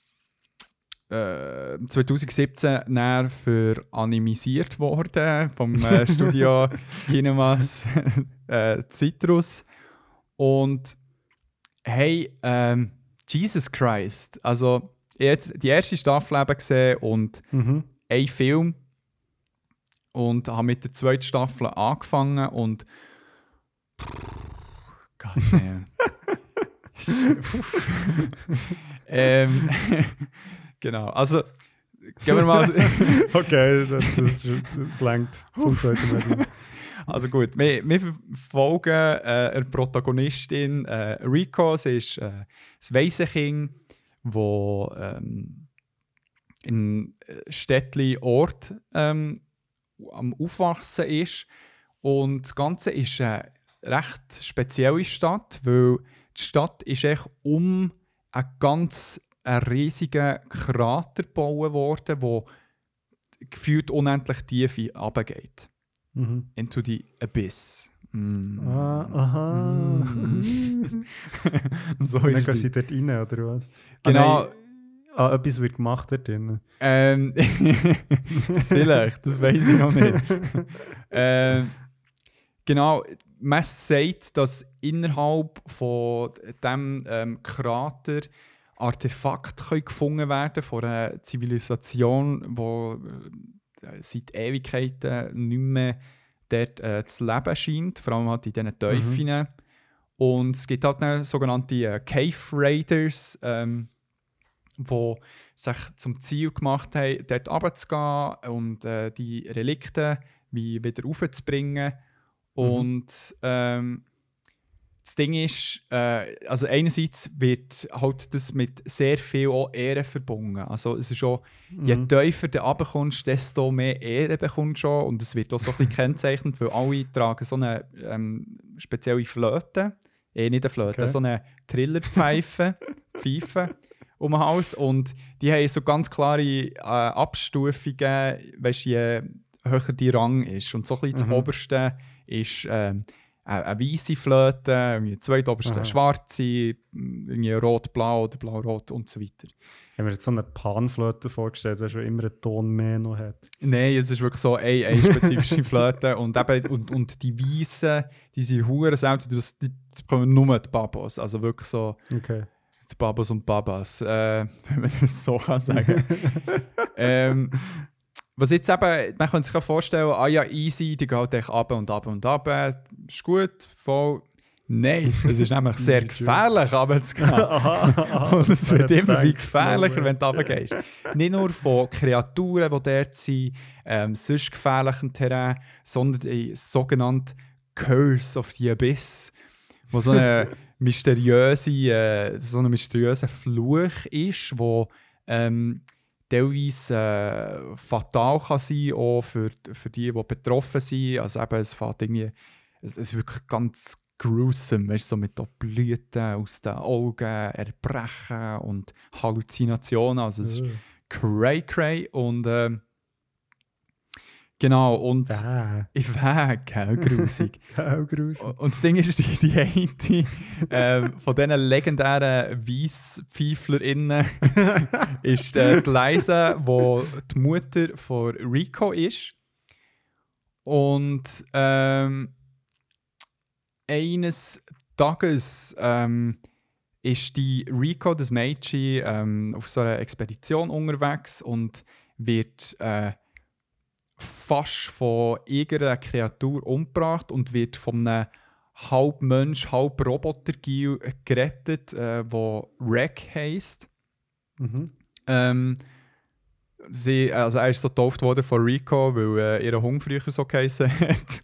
äh, zwanzig siebzehn näher für animisiert worden vom äh, Studio Kinemas äh, Citrus. Und hey, ähm, Jesus Christ. Also, ich habe jetzt die erste Staffel eben gesehen und Mhm. einen Film. Und habe mit der zweiten Staffel angefangen und. Gott, damn. ähm, genau, also. Gehen wir mal. Okay, das, das, das langt zum zweiten Mal. Also gut, wir, wir verfolgen äh, eine Protagonistin äh, Rico. Sie ist äh, ein Waisenkind, das ähm, in Städtli Ort ähm, am Aufwachsen ist. Und das Ganze ist eine recht spezielle Stadt, weil die Stadt ist echt um einen ganz einen riesigen Krater gebaut worden, der gefühlt unendlich tief runtergeht. Mhm. Into the Abyss. Mm. Ah, aha. Mm. so Dann ist gehen es. sie dort rein, oder was? Genau. Ah, nein, ah, etwas wird gemacht dort drin. Ähm, vielleicht, das weiß ich noch nicht. ähm, genau, man sagt, dass innerhalb von dem ähm, Krater Artefakte können gefunden werden von einer Zivilisation, die äh, seit Ewigkeiten nicht mehr dort äh, zu leben scheint, vor allem halt in diesen Teufeln. Mhm. Und es gibt halt dann sogenannte äh, Cave Raiders, ähm, die sich zum Ziel gemacht haben, dort runterzugehen und äh, die Relikte wie wieder raufzubringen. Mhm. Und ähm, das Ding ist, äh, also einerseits wird halt das mit sehr viel auch Ehre verbunden. Also es ist auch, mhm. je tiefer du runterkommst, desto mehr Ehre bekommst du schon. Und es wird auch so ein bisschen kennzeichnet, weil alle tragen so eine ähm, spezielle Flöte, eh nicht eine Flöte, okay. so eine Trillerpfeife, Pfeife um den Hals. Und die haben so ganz klare äh, Abstufungen, weißt, je höher die Rang ist. Und so ein bisschen mhm. das Oberste ist äh, eine, eine weisse Flöte, irgendwie eine zweitoberste Aha. schwarze, irgendwie rot-blau oder blau-rot und so weiter. Ich habe mir jetzt so eine Panflöte vorgestellt, die schon immer einen Ton mehr noch hat. Nein, es ist wirklich so eine, eine spezifische Flöte und, eben, und, und die weißen, die sind hure selten, das, die, das bekommen nur die Babos, also wirklich so Okay. die Babos und Babas, äh, wenn man das so kann sagen. ähm, was jetzt eben, man kann sich auch vorstellen, ah ja, easy, die geht echt ab und ab und ab, ist gut, voll. Nein, es ist nämlich sehr gefährlich, runterzugehen. Und es wird immer wie gefährlicher, wenn du runtergehst. Nicht nur von Kreaturen, die dort sind, ähm, sonst gefährlichem Terrain, sondern die sogenannte Curse of the Abyss, wo so eine mysteriöse, äh, so ein mysteriöser Fluch ist, wo ähm, teilweise äh, fatal kann sein, auch für, für die, die betroffen sind. Also eben, es fängt irgendwie, es ist wirklich ganz gruesome, weißt, so mit Blüten aus den Augen, Erbrechen und Halluzinationen. Also es ist cray cray und ähm, genau, und Ah, ich wäge, gell, grusig. auch grusig. Und das Ding ist, die, die eine äh, von diesen legendären WeisspfeiflerInnen ist äh, die Liza, die die Mutter von Rico ist. Und ähm, eines Tages ähm, ist die Rico, das Mädchen, ähm, auf so einer Expedition unterwegs und wird äh, fast von irgendeiner Kreatur umgebracht und wird von einem halb Mensch, halb Roboter gerettet, äh, wo Rek heisst. Mhm. Ähm, sie, also er ist so getauft worden von Rico, weil äh, ihr Hund früher so geheißen hat.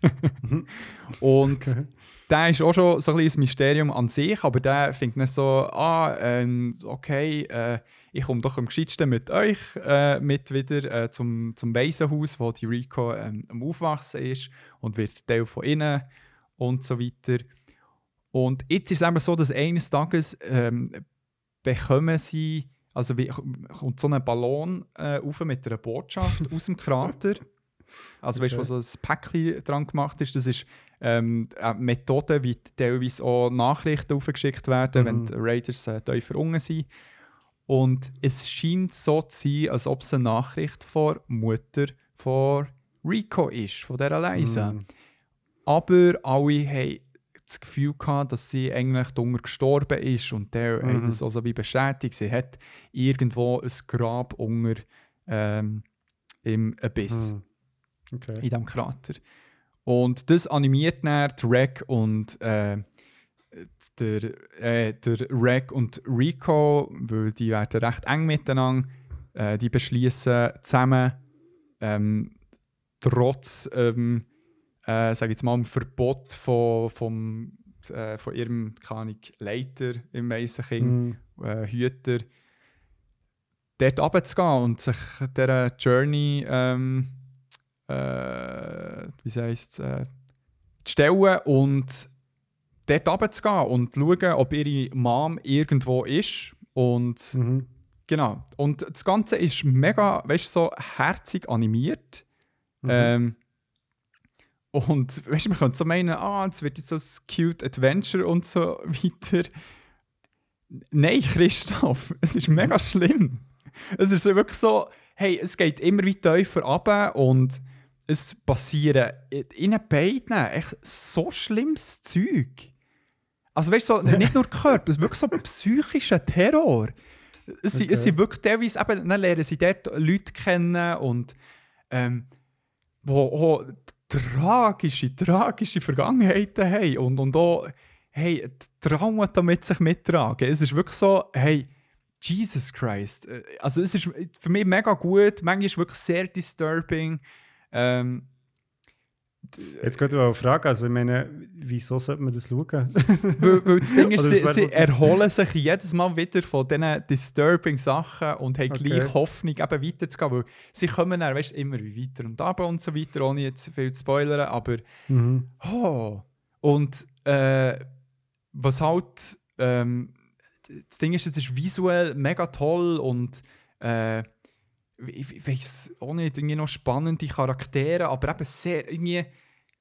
Und Okay. der ist auch schon so ein bisschen ein Mysterium an sich, aber der findet dann so, ah, ähm, okay, äh, ich komme doch am gescheitsten mit euch äh, mit wieder äh, zum, zum Waisenhaus, wo die Rico ähm, am Aufwachsen ist und wird Teil von ihnen und so weiter. Und jetzt ist es eben so, dass eines Tages ähm, bekommen sie, also wie, kommt so ein Ballon äh, rauf mit einer Botschaft aus dem Krater. Also weißt du, Okay. wo so ein Päckchen dran gemacht ist, das ist ähm, eine Methode, wie teilweise auch Nachrichten aufgeschickt werden, Mhm. wenn die Raiders äh, tiefer unten sind. Und es scheint so zu sein, als ob es eine Nachricht von Mutter von Rico ist, von dieser Liza. Mhm. Aber alle haben das Gefühl gehabt, dass sie eigentlich drunter gestorben ist und der Mhm. hat das also wie bestätigt. Sie hat irgendwo ein Grab unter ähm, im Abyss, Mhm. Okay. in diesem Krater. Und das animiert dann die Rek und äh, der, äh, der Rek und Rico, weil die werden recht eng miteinander, äh, die beschließen zusammen, ähm, trotz ähm, äh, sag ich jetzt mal, dem Verbot von, vom, äh, von ihrem keine Ahnung, Leiter im Waisenkind, Mhm. äh, Hüter, dort runterzugehen und sich dieser Journey, ähm, äh, wie heisst es, äh, zu stellen und dort runterzugehen und schauen, ob ihre Mom irgendwo ist. Und Mhm. genau. Und das Ganze ist mega, weißt du, so herzig animiert. Mhm. Ähm, und weißt du, man könnte so meinen, ah, es wird jetzt so ein cute Adventure und so weiter. Nein, Christoph, es ist mega schlimm. Es ist so wirklich so, hey, es geht immer weiter tiefer runter und es passieren in ihnen beiden echt so schlimmes Zeug. Also weißt du, so, nicht nur Körper, es ist wirklich so psychischer Terror. Es, sind- es Okay. sind wirklich teilweise, eben, dann lernen sie dort Leute kennen und ähm, wo auch tragische, tragische Vergangenheiten haben und, und auch hey, die Traumata mit sich mittragen. Es ist wirklich so, hey, Jesus Christ. Äh, Also es ist für mich mega gut, manchmal ist es wirklich sehr disturbing. Ähm, Jetzt könnte man auch fragen, also ich meine, wieso sollte man das schauen? weil, weil das Ding ist, Oder sie, was sie wäre so das- erholen sich jedes Mal wieder von diesen disturbing Sachen und haben Okay. gleich Hoffnung, eben weiterzugehen. Weil sie kommen dann, weißt, immer wie weiter und runter und so weiter, ohne jetzt viel zu spoilern, aber Mhm. oh. Und äh, was halt ähm, das Ding ist, es ist visuell mega toll und äh, ich, ich weiß auch nicht, irgendwie noch spannende Charaktere, aber eben sehr irgendwie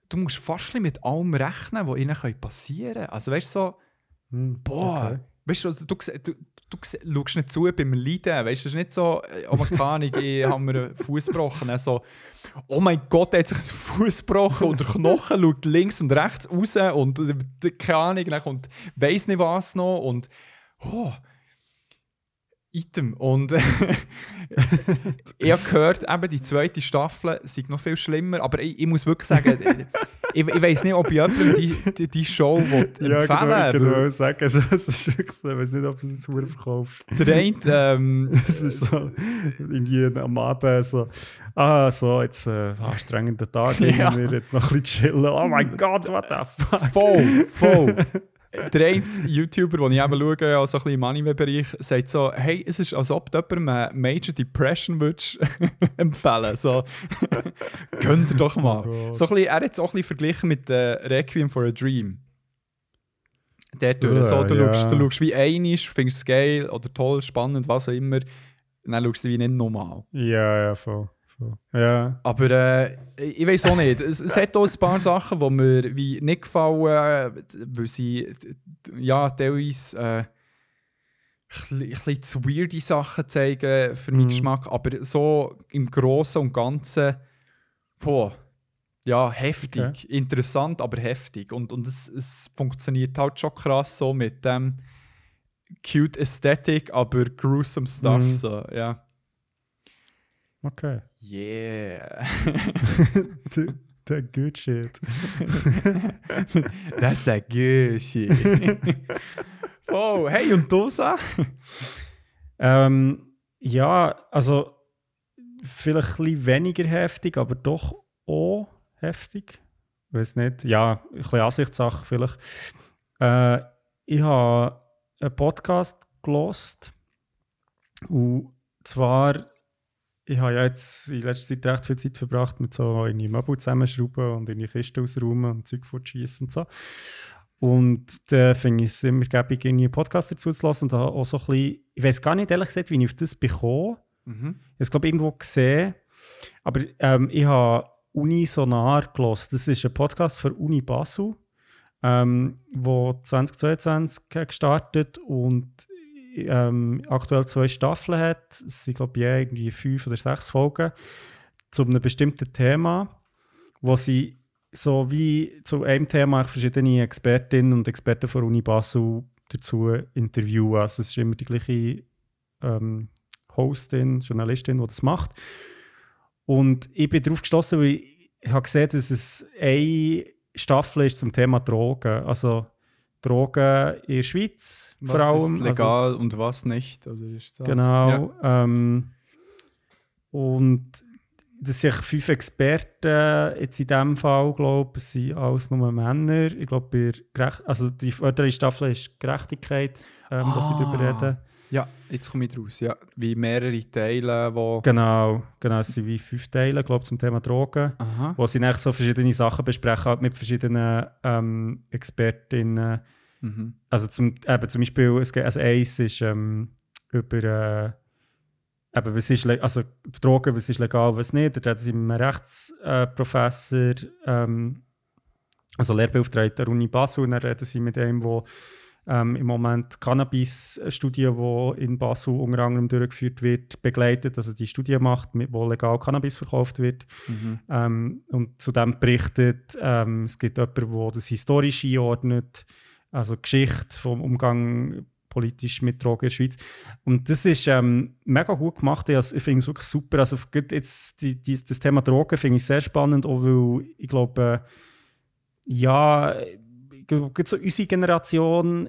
du musst fast ein bisschen mit allem rechnen, was ihnen passieren kann. Also weißt du, so, Hm, boah, okay. weißt du, du, du, du, du schaust nicht zu beim Leiden, weißt du, es ist nicht so, oh man kann nicht, ich habe mir einen Fuß gebrochen, also, oh mein Gott, er hat sich einen Fuß gebrochen und der Knochen schaut links und rechts raus und äh, keine Ahnung, dann kommt weiss nicht was noch und oh, Item. Und ich habe gehört, eben die zweite Staffel sei noch viel schlimmer, aber ich, ich muss wirklich sagen, ich, ich weiss nicht, ob ich jemandem die, die, die Show empfehlen Ja, genau, will. genau sagen. Also, es ist wirklich so, ich weiß nicht, ob du es jetzt verdammt verkaufst. Der eine, ähm, Es ist so, irgendwie am Abend so, ah, so, jetzt äh, ein anstrengender Tag, Ja. ja. wir jetzt noch ein bisschen chillen. Oh mein Gott, what the fuck? voll, voll. Der eine YouTuber, den ich eben schaue, also ein bisschen im Anime-Bereich, sagt so, hey, es ist, als ob du jemandem eine Major Depression würdest empfehlen. So, könnt ihr doch mal. Oh Gott. so ein bisschen, er hat es auch ein bisschen verglichen mit äh, Requiem for a Dream. Dort durch. Ja, so, du, ja. schaust, du schaust wie einisch, findest es geil oder toll, spannend, was auch immer. Und dann schaust du wie nicht normal. Ja, ja, voll. voll. Ja. Aber äh, ich weiß auch nicht. Es, es hat auch ein paar Sachen, die mir wie nicht gefallen, weil sie ja teilweise äh, ein bisschen zu weirde Sachen zeigen für meinen Mhm. Geschmack. Aber so im Großen und Ganzen, boah, ja, heftig. Okay. Interessant, aber heftig. Und, und es, es funktioniert halt schon krass so mit dem cute Aesthetic, aber gruesome Stuff. Mhm. So, ja. Okay. Yeah. the, the good shit. That's that good shit. Oh, hey, und du, Sa? Ähm, ja, also vielleicht ein bisschen weniger heftig, aber doch auch heftig. Ich weiß nicht. Ja, ein bisschen Ansichtssache vielleicht. Äh, ich habe einen Podcast gelost. Und zwar, ich habe ja jetzt in letzter Zeit recht viel Zeit verbracht mit so in die Möbel zusammenschrauben und in die Kisten ausräumen und Zeug fortschießen und so. Und da finde ich es immer gäbig, irgendwie einen Podcast dazu zu hören. Und da auch so ein bisschen, ich weiß gar nicht, ehrlich gesagt, wie ich auf das bekomme. Mhm. Ich habe es, glaube ich, irgendwo gesehen. Aber ähm, ich habe Uni Sonar gehört. Das ist ein Podcast für Uni Basel, ähm, wo zwanzig zweiundzwanzig gestartet und ähm, aktuell zwei Staffeln hat. Es sind, glaube ich, je irgendwie fünf oder sechs Folgen zu einem bestimmten Thema, wo sie so wie zu einem Thema verschiedene Expertinnen und Experten von Uni Basel dazu interviewen. Also es ist immer die gleiche ähm, Hostin, Journalistin, die das macht. Und ich bin darauf gestoßen, weil ich, ich habe gesehen, dass es eine Staffel ist zum Thema Drogen. Also Drogen in der Schweiz Was vor allem. ist legal und was nicht? Also ist das, Genau. Ja. Ähm, und das sind fünf Experten jetzt in diesem Fall, glaube ich, es sind alles nur Männer. Ich glaube, also die vordere Staffel ist Gerechtigkeit, ähm, Ah. was sie darüber reden. Ja, jetzt komme ich raus. Ja, wie mehrere Teile, wo... Genau, genau, es sind wie fünf Teile, glaube ich, zum Thema Drogen, Aha. wo sie eigentlich so verschiedene Sachen besprechen, halt mit verschiedenen ähm, Expertinnen. Mhm. Also zum, eben, zum Beispiel, es geht, also eins ist ähm, über äh, eben, was ist, le- also Drogen, was ist legal, was nicht. Da reden sie mit einem Rechtsprofessor, äh, ähm, also Lehrbeauftragter der Uni Basel, und dann reden sie mit einem, der ähm, im Moment Cannabis-Studie, die in Basel unter anderem durchgeführt wird, begleitet, also die Studie macht, mit, wo legal Cannabis verkauft wird. Mhm. Ähm, und zu dem berichtet, ähm, es gibt jemanden, der das historisch einordnet, also Geschichte vom Umgang politisch mit Drogen in der Schweiz. Und das ist ähm, mega gut gemacht. Ich, ich finde es wirklich super. Also jetzt die, die, das Thema Drogen finde ich sehr spannend, auch weil ich glaube, äh, ja, ich glaube, so unsere Generation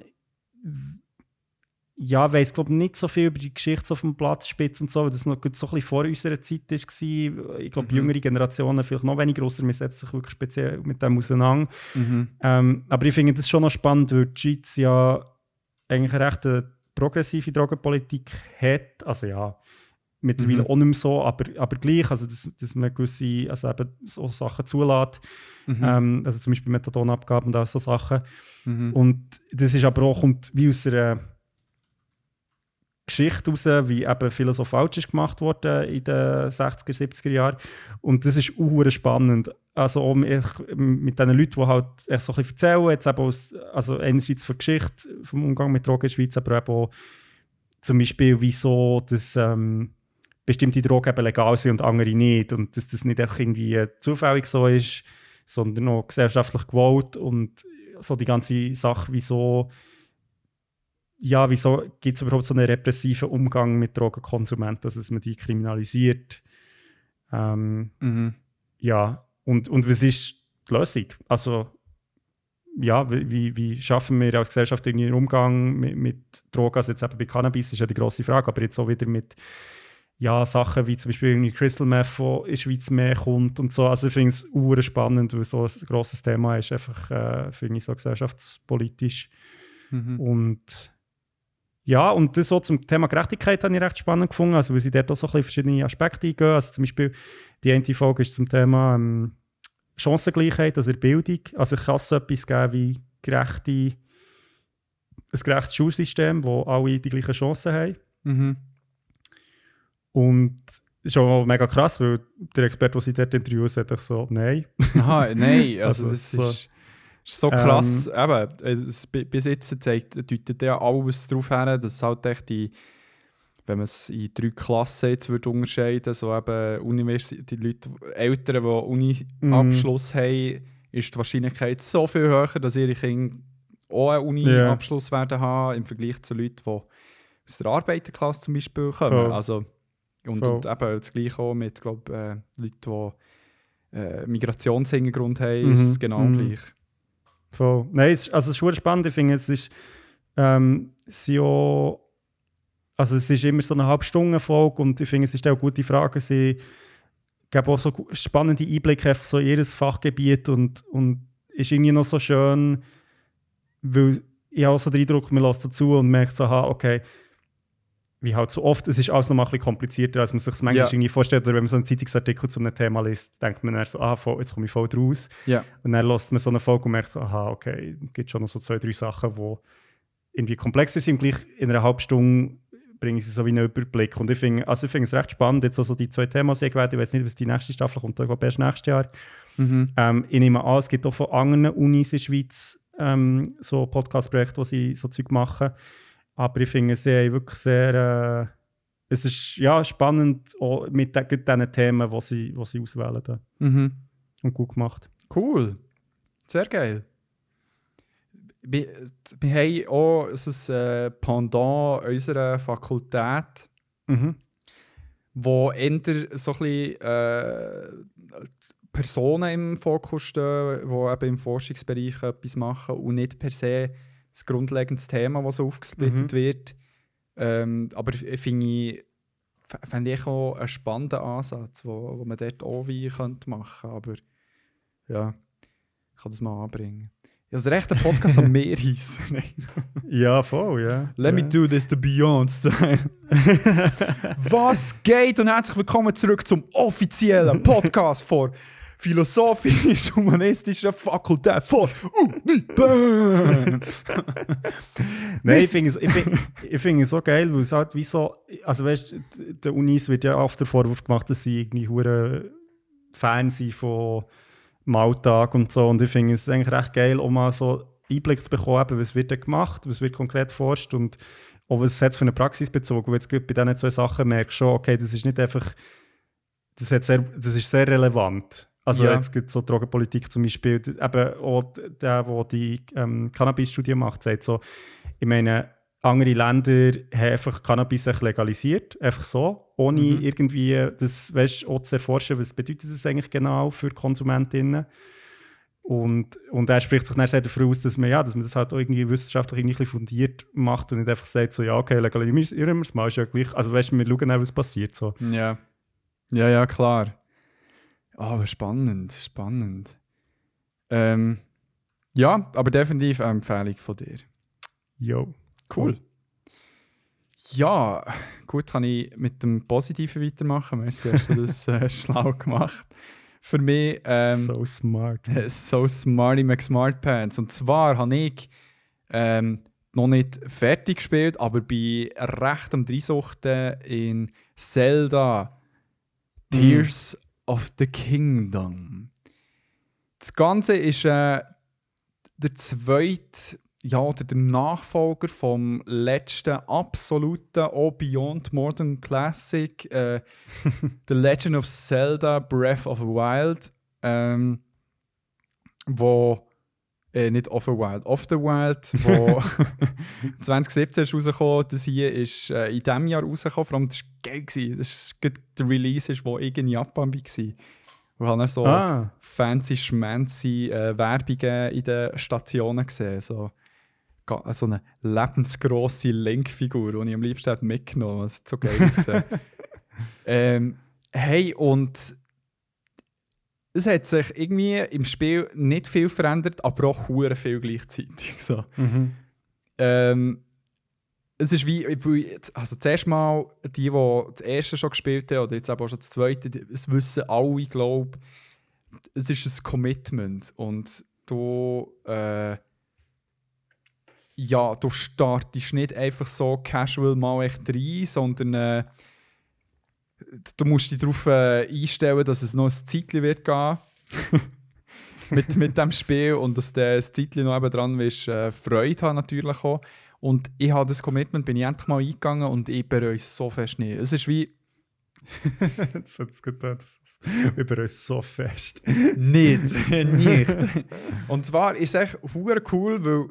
ja, weiss, glaube nicht so viel über die Geschichte auf dem Platzspitz und so, weil das noch so ein bisschen vor unserer Zeit war. Ich glaube, Mhm. jüngere Generationen vielleicht noch weniger, grosser, man setzt sich wirklich speziell mit dem auseinander. Mhm. Ähm, aber ich finde das schon noch spannend, weil die Schweiz ja eigentlich eine recht eine progressive Drogenpolitik hat. Also ja, mittlerweile Mhm. auch nicht mehr so, aber, aber gleich, also dass, dass man gewisse also eben so Sachen zulässt. Mhm. Ähm, also zum Beispiel Methadonabgaben und all so Sachen. Mhm. Und das ist aber auch, kommt wie aus einer Geschichte raus, wie eben vieles so falsch ist gemacht wurde in den sechziger, siebziger Jahren. Und das ist auch spannend. Also auch mit, mit den Leuten, die halt echt so ein bisschen erzählen, jetzt eben aus, also einerseits von der Geschichte vom Umgang mit Drogen in der Schweiz, aber eben auch zum Beispiel, wieso das, ähm, bestimmte Drogen eben legal sind und andere nicht. Und dass das nicht einfach irgendwie zufällig so ist, sondern auch gesellschaftlich gewollt. Und so die ganze Sache, wieso, ja, wieso gibt es überhaupt so einen repressiven Umgang mit Drogenkonsumenten, also dass man die kriminalisiert. Ähm, Mhm. Ja, und, und was ist die Lösung? Also, ja, wie, wie schaffen wir als Gesellschaft irgendwie einen Umgang mit, mit Drogen? Also jetzt eben bei Cannabis ist ja die grosse Frage, aber jetzt auch wieder mit ja, Sachen wie zum Beispiel irgendwie Crystal Meth, wo in der Schweiz mehr kommt und so. Also ich finde es ur spannend, weil so ein grosses Thema ist, einfach, äh, finde ich, so gesellschaftspolitisch. Mhm. Und ja, und das so zum Thema Gerechtigkeit habe ich recht spannend gefunden, also weil sie dort auch so ein bisschen verschiedene Aspekte eingehen. Also zum Beispiel die eine Folge ist zum Thema ähm, Chancengleichheit, also in der Bildung. Also kann es so etwas geben wie gerechte, ein gerechtes Schulsystem, wo alle die gleichen Chancen haben. Mhm. Und das ist auch mega krass, weil der Experte, der sie dort interviewt, sagt auch so, nein. Aha, nein, also, Also das so- ist, ist so krass. Ähm, Eben, es, bi- bis jetzt zeigt, deutet ja alles darauf hin, dass halt echt die, wenn man es in drei Klassen jetzt würde unterscheiden, so eben Universität, die Leute, Eltern, die Uni-Abschluss haben, ist die Wahrscheinlichkeit so viel höher, dass ihre Kinder auch einen Uni-Abschluss werden haben, im Vergleich zu Leuten, die aus der Arbeiterklasse zum Beispiel kommen. Voll. Also, und, Voll. und eben das Gleiche auch mit glaub, äh, Leuten, die äh, Migrationshintergrund haben, Mhm. ist es genau Mhm. gleich. Voll. Nein, es, ist- also es ist verdammt spannend. Ich finde, es ist, ähm, sie auch, also es ist immer so eine halbe Stunde Folge und ich finde, es ist auch gute Fragen. Sie geben auch so gu- spannende Einblicke einfach so in ihr Fachgebiet und, und ist irgendwie noch so schön, weil ich habe auch so den Eindruck, man lässt dazu und merkt so, aha, okay, wie halt so oft, es ist alles noch mal ein bisschen komplizierter, als man sich manchmal Ja. irgendwie vorstellt. Oder wenn man so einen Zeitungsartikel zu einem Thema liest, denkt man dann so, ah, voll, jetzt komme ich voll draus. Ja. Und dann lässt man so eine Folge und merkt so, aha, okay, es gibt schon noch so zwei, drei Sachen, die irgendwie komplexer sind. Und gleich in einer halben Stunde bringen sie so wie einen Überblick. Und ich finde also ich finde es recht spannend, jetzt auch so die zwei Themen sehr gewählt. Ich weiß nicht, was die nächste Staffel kommt, ich glaube erst nächstes Jahr. Mhm. Ähm, ich nehme an, es gibt auch von anderen Unis in der Schweiz ähm, so Podcast-Projekte, wo sie so Zeug machen. Aber ich finde es sehr, wirklich sehr... Äh, es ist ja spannend auch mit de- diesen Themen, die sie, die sie auswählen. Da. Mhm. Und gut gemacht. Cool. Sehr geil. Wir, wir haben auch so ein äh, Pendant unserer Fakultät, Mhm. wo eher so ein bisschen äh, Personen im Fokus stehen, die eben im Forschungsbereich etwas machen und nicht per se das grundlegende Thema, das so aufgesplittet Mhm. wird. Ähm, aber ich finde ich, f- fände ich auch einen spannenden Ansatz, wo, wo man dort auch wie könnte machen. Aber ja, ich kann das mal anbringen. Also der echte Podcast am Meer hieß. Ja, voll, ja. Let me ja. do this to Beyond Style. Was geht? Und herzlich willkommen zurück zum offiziellen Podcast von Philosophisch-Humanistischer Fakultät von Uni Bern. Nein, ich finde es, ich find, ich find es so geil, weil es halt wie so, also weißt du, der Unis wird ja oft der Vorwurf gemacht, dass sie irgendwie hure Fan sind von dem Alltag und so. Und ich finde es eigentlich recht geil, um mal so Einblick zu bekommen, eben, was wird da gemacht, was wird konkret geforscht und auch was hat es für eine Praxisbezug. Und jetzt bei diesen zwei Sachen merkst du schon, okay, das ist nicht einfach, das, hat sehr, das ist sehr relevant. Also Ja. jetzt gibt es so Drogenpolitik zum Beispiel, eben auch der, der die ähm, Cannabis-Studie macht, sagt so, ich meine, andere Länder haben einfach Cannabis echt legalisiert, einfach so, ohne Mhm. irgendwie das, weißt, auch zu erforschen, was bedeutet das eigentlich genau für KonsumentInnen. Und, und er spricht sich dann sehr dafür aus, dass man, ja, dass man das halt auch irgendwie wissenschaftlich irgendwie ein bisschen fundiert macht und nicht einfach sagt, so, ja, okay, legalisieren wir es mal, ist ja gleich. Also weißt du, wir schauen dann, was passiert. So. Ja. Ja, ja, klar. Ah, aber spannend, spannend. Ähm, ja, aber definitiv eine Empfehlung von dir. Jo. Cool. Ja, gut, kann ich mit dem Positiven weitermachen. Merci, hast du das äh, schlau gemacht. Für mich ähm, So smart. so Smarty McSmartpants. Und zwar habe ich ähm, noch nicht fertig gespielt, aber bin recht am Dreinsuchten in Zelda Tears mm. of the Kingdom. Das Ganze ist äh, der zweite, ja, oder der Nachfolger vom letzten absoluten auch Beyond Modern Classic, äh, The Legend of Zelda Breath of the Wild, ähm, wo äh, nicht of the Wild, of the Wild, wo zwanzig siebzehn ist rausgekommen. Das hier ist äh, in diesem Jahr rausgekommen. Vor allem, das war geil gewesen. Das war der Release, ist, wo ich in Japan war. Wir haben so ah. fancy, schmancy äh, Werbungen in den Stationen gesehen. So, so eine lebensgrosse Linkfigur, die ich am liebsten hätte mitgenommen hätte. Das hat so geil ausgesehen. ähm, hey, und es hat sich irgendwie im Spiel nicht viel verändert, aber auch hure viel gleichzeitig. So. Mhm. Ähm, es ist wie, also zuerst mal, die, die das erste schon gespielt haben, oder jetzt aber auch schon das zweite, es wissen alle, ich glaube, es ist ein Commitment. Und du, äh, ja, du startest nicht einfach so casual mal echt rein, sondern äh, du musst dich darauf äh, einstellen, dass es noch ein Zeitchen wird gehen mit, mit dem Spiel und dass der das Zeitchen noch eben dran wirst, äh, Freude haben natürlich auch. Und ich habe das Commitment, bin ich endlich mal eingegangen und ich bereue es so fest nicht. Es ist wie... das hat es getan. Ich bereue es so fest. nicht, nicht. Und zwar ist es echt hure cool, weil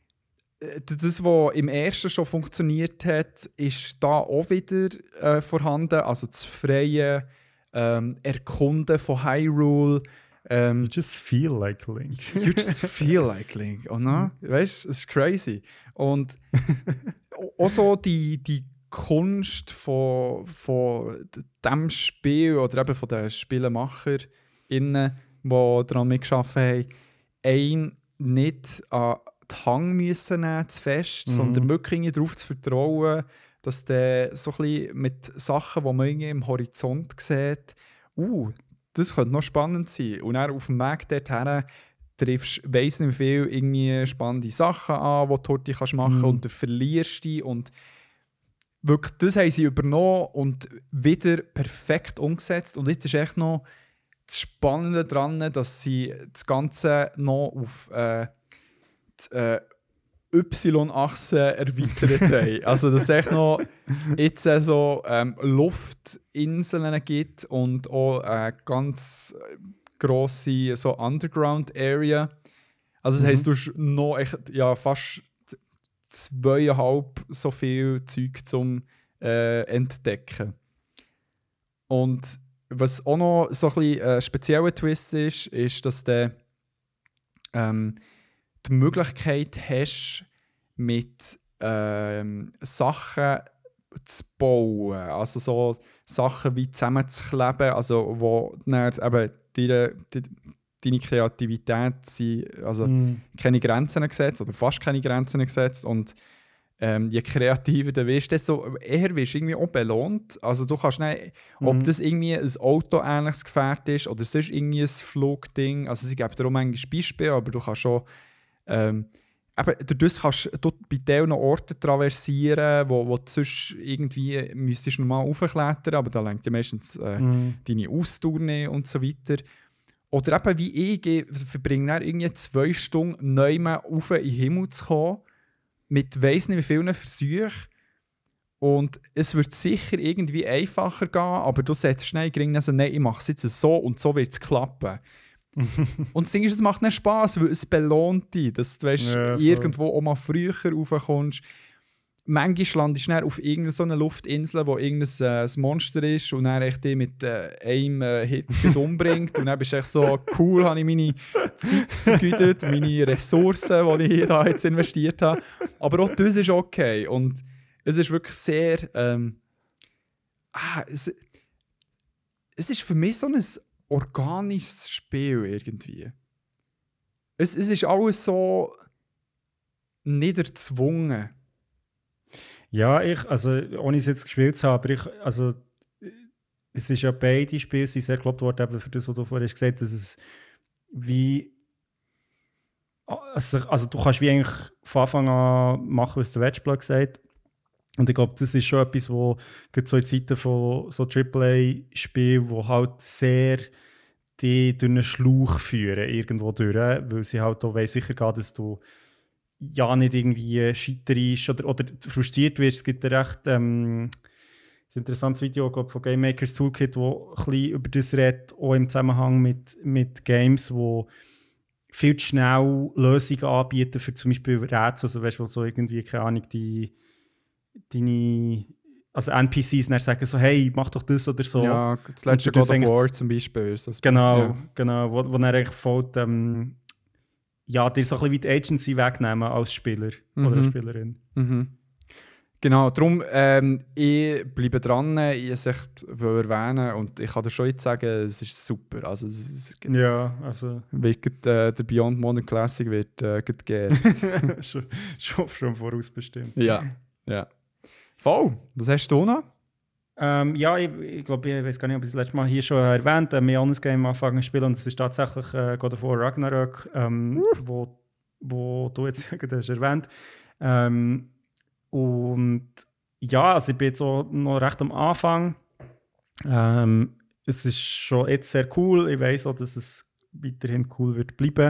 das, was im ersten schon funktioniert hat, ist da auch wieder äh, vorhanden. Also das freie ähm, Erkunden von Hyrule. Ähm, you just feel like Link. you just feel like Link. Oh no? Weißt du, es ist crazy. Und auch so die, die Kunst von, von dem Spiel oder eben von den SpielermacherInnen, die daran mitgearbeitet haben, ein nicht an die Hang müssen nehmen, zu fest, mhm. sondern wirklich darauf zu vertrauen, dass der so ein bisschen mit Sachen, die man irgendwie im Horizont sieht, uh, das könnte noch spannend sein. Und dann auf dem Weg dorthin triffst du weiss nicht viel irgendwie spannende Sachen an, die du heute machen kannst, mhm. und du verlierst dich. Und wirklich, das haben sie übernommen und wieder perfekt umgesetzt. Und jetzt ist echt noch das Spannende daran, dass sie das Ganze noch auf äh, die äh, Y-Achse erweitert haben. Also, dass es echt noch jetzt äh, so ähm, Luftinseln gibt und auch eine ganz grosse so Underground-Area. Also, das mhm. heisst, du hast noch echt, ja, fast zweieinhalb so viel Zeug zum äh, Entdecken. Und was auch noch so ein bisschen ein spezieller Twist ist, ist, dass du ähm, die Möglichkeit hast, mit ähm, Sachen zu bauen. Also so Sachen wie zusammenzukleben, also wo dann eben deine, deine Kreativität sind, also mm. keine Grenzen gesetzt oder fast keine Grenzen gesetzt. Und ähm, je kreativer du wirst, desto eher wirst du irgendwie auch belohnt. Also du kannst nicht, ob mm. das irgendwie ein Auto-ähnliches Gefährt ist oder sonst irgendwie ein Flugding, also sie geben dir auch manchmal Beispiele, aber du kannst schon Ähm, eben, dadurch kannst du bei diesen Orten traversieren, wo, wo du sonst irgendwie müsstest normal raufklettern, aber da lenkt ja meistens äh, mm. deine Ausdauer nicht und so weiter. Oder eben wie ich, ich verbringe dann irgendwie zwei Stunden neu rauf in den Himmel zu kommen, mit weiss nicht wie vielen Versuchen. Und es wird sicher irgendwie einfacher gehen, aber du setzt schnell gering, also nein, ich mache es jetzt so und so wird es klappen. Und das Ding ist, es macht nicht Spass, weil es belohnt dich, dass du weißt, ja, irgendwo auch mal früher raufkommst. Manchmal landest du dann auf irgendeiner Luftinsel, wo irgendein äh, Monster ist und dann dich mit äh, einem äh, Hit umbringt. Und dann bist du echt so, cool, habe ich meine Zeit vergütet, meine Ressourcen, die ich da jetzt investiert habe. Aber auch das ist okay. Und es ist wirklich sehr... Ähm, ah, es, es ist für mich so ein organisches Spiel irgendwie. Es, es ist alles so niederzwungen. Ja, ich, also ohne es jetzt gespielt zu haben, aber ich, also es ist ja beide Spiele sind sehr gelobt worden, eben für das, was du vorhin gesagt hast, dass es wie also, also du kannst wie eigentlich von Anfang an machen, was der Wedgeblock sagt. Und ich glaube, das ist schon etwas, wo gerade so in Zeiten von so Triple A-Spielen, wo halt sehr die durch einen Schlauch führen, irgendwo durch, weil sie halt auch sicher gehen, dass du ja nicht irgendwie scheiterst oder, oder frustriert wirst. Es gibt ein recht ähm, ein interessantes Video glaub, von Game Makers Toolkit, das ein bisschen über das redet, auch im Zusammenhang mit, mit Games, wo viel zu schnell Lösungen anbieten für zum Beispiel Rätsel. Also weißt du, so irgendwie, keine Ahnung, die deine also N P Cs dann sagen so, hey, mach doch das oder so. Ja, das letzte God of War zum Beispiel. Ist das genau, ja. genau, wo, wo dann eigentlich folgt, ähm, ja, dir so ein bisschen wie die Agency wegnehmen als Spieler mhm. oder als Spielerin. Mhm. Genau, darum, ähm, ich bleibe dran, ich es erwähnen und ich kann dir schon jetzt sagen, es ist super. Also, es, es, ja, also... Wird, äh, der Beyond Modern Classic wird äh, geehrt. schon, schon, schon vorausbestimmt. Ja, ja. Voll, was hast du noch? Ähm, ja, ich, ich glaube, ich weiß gar nicht, ob ich das letzte Mal hier schon erwähnt habe, wir haben ein Game angefangen zu spielen und das ist tatsächlich äh, God of War Ragnarök, ähm, uh. wo, wo du jetzt hast erwähnt. Ähm, und ja, also ich bin jetzt auch noch recht am Anfang. Ähm, es ist schon jetzt sehr cool, ich weiß auch, dass es weiterhin cool wird bleiben.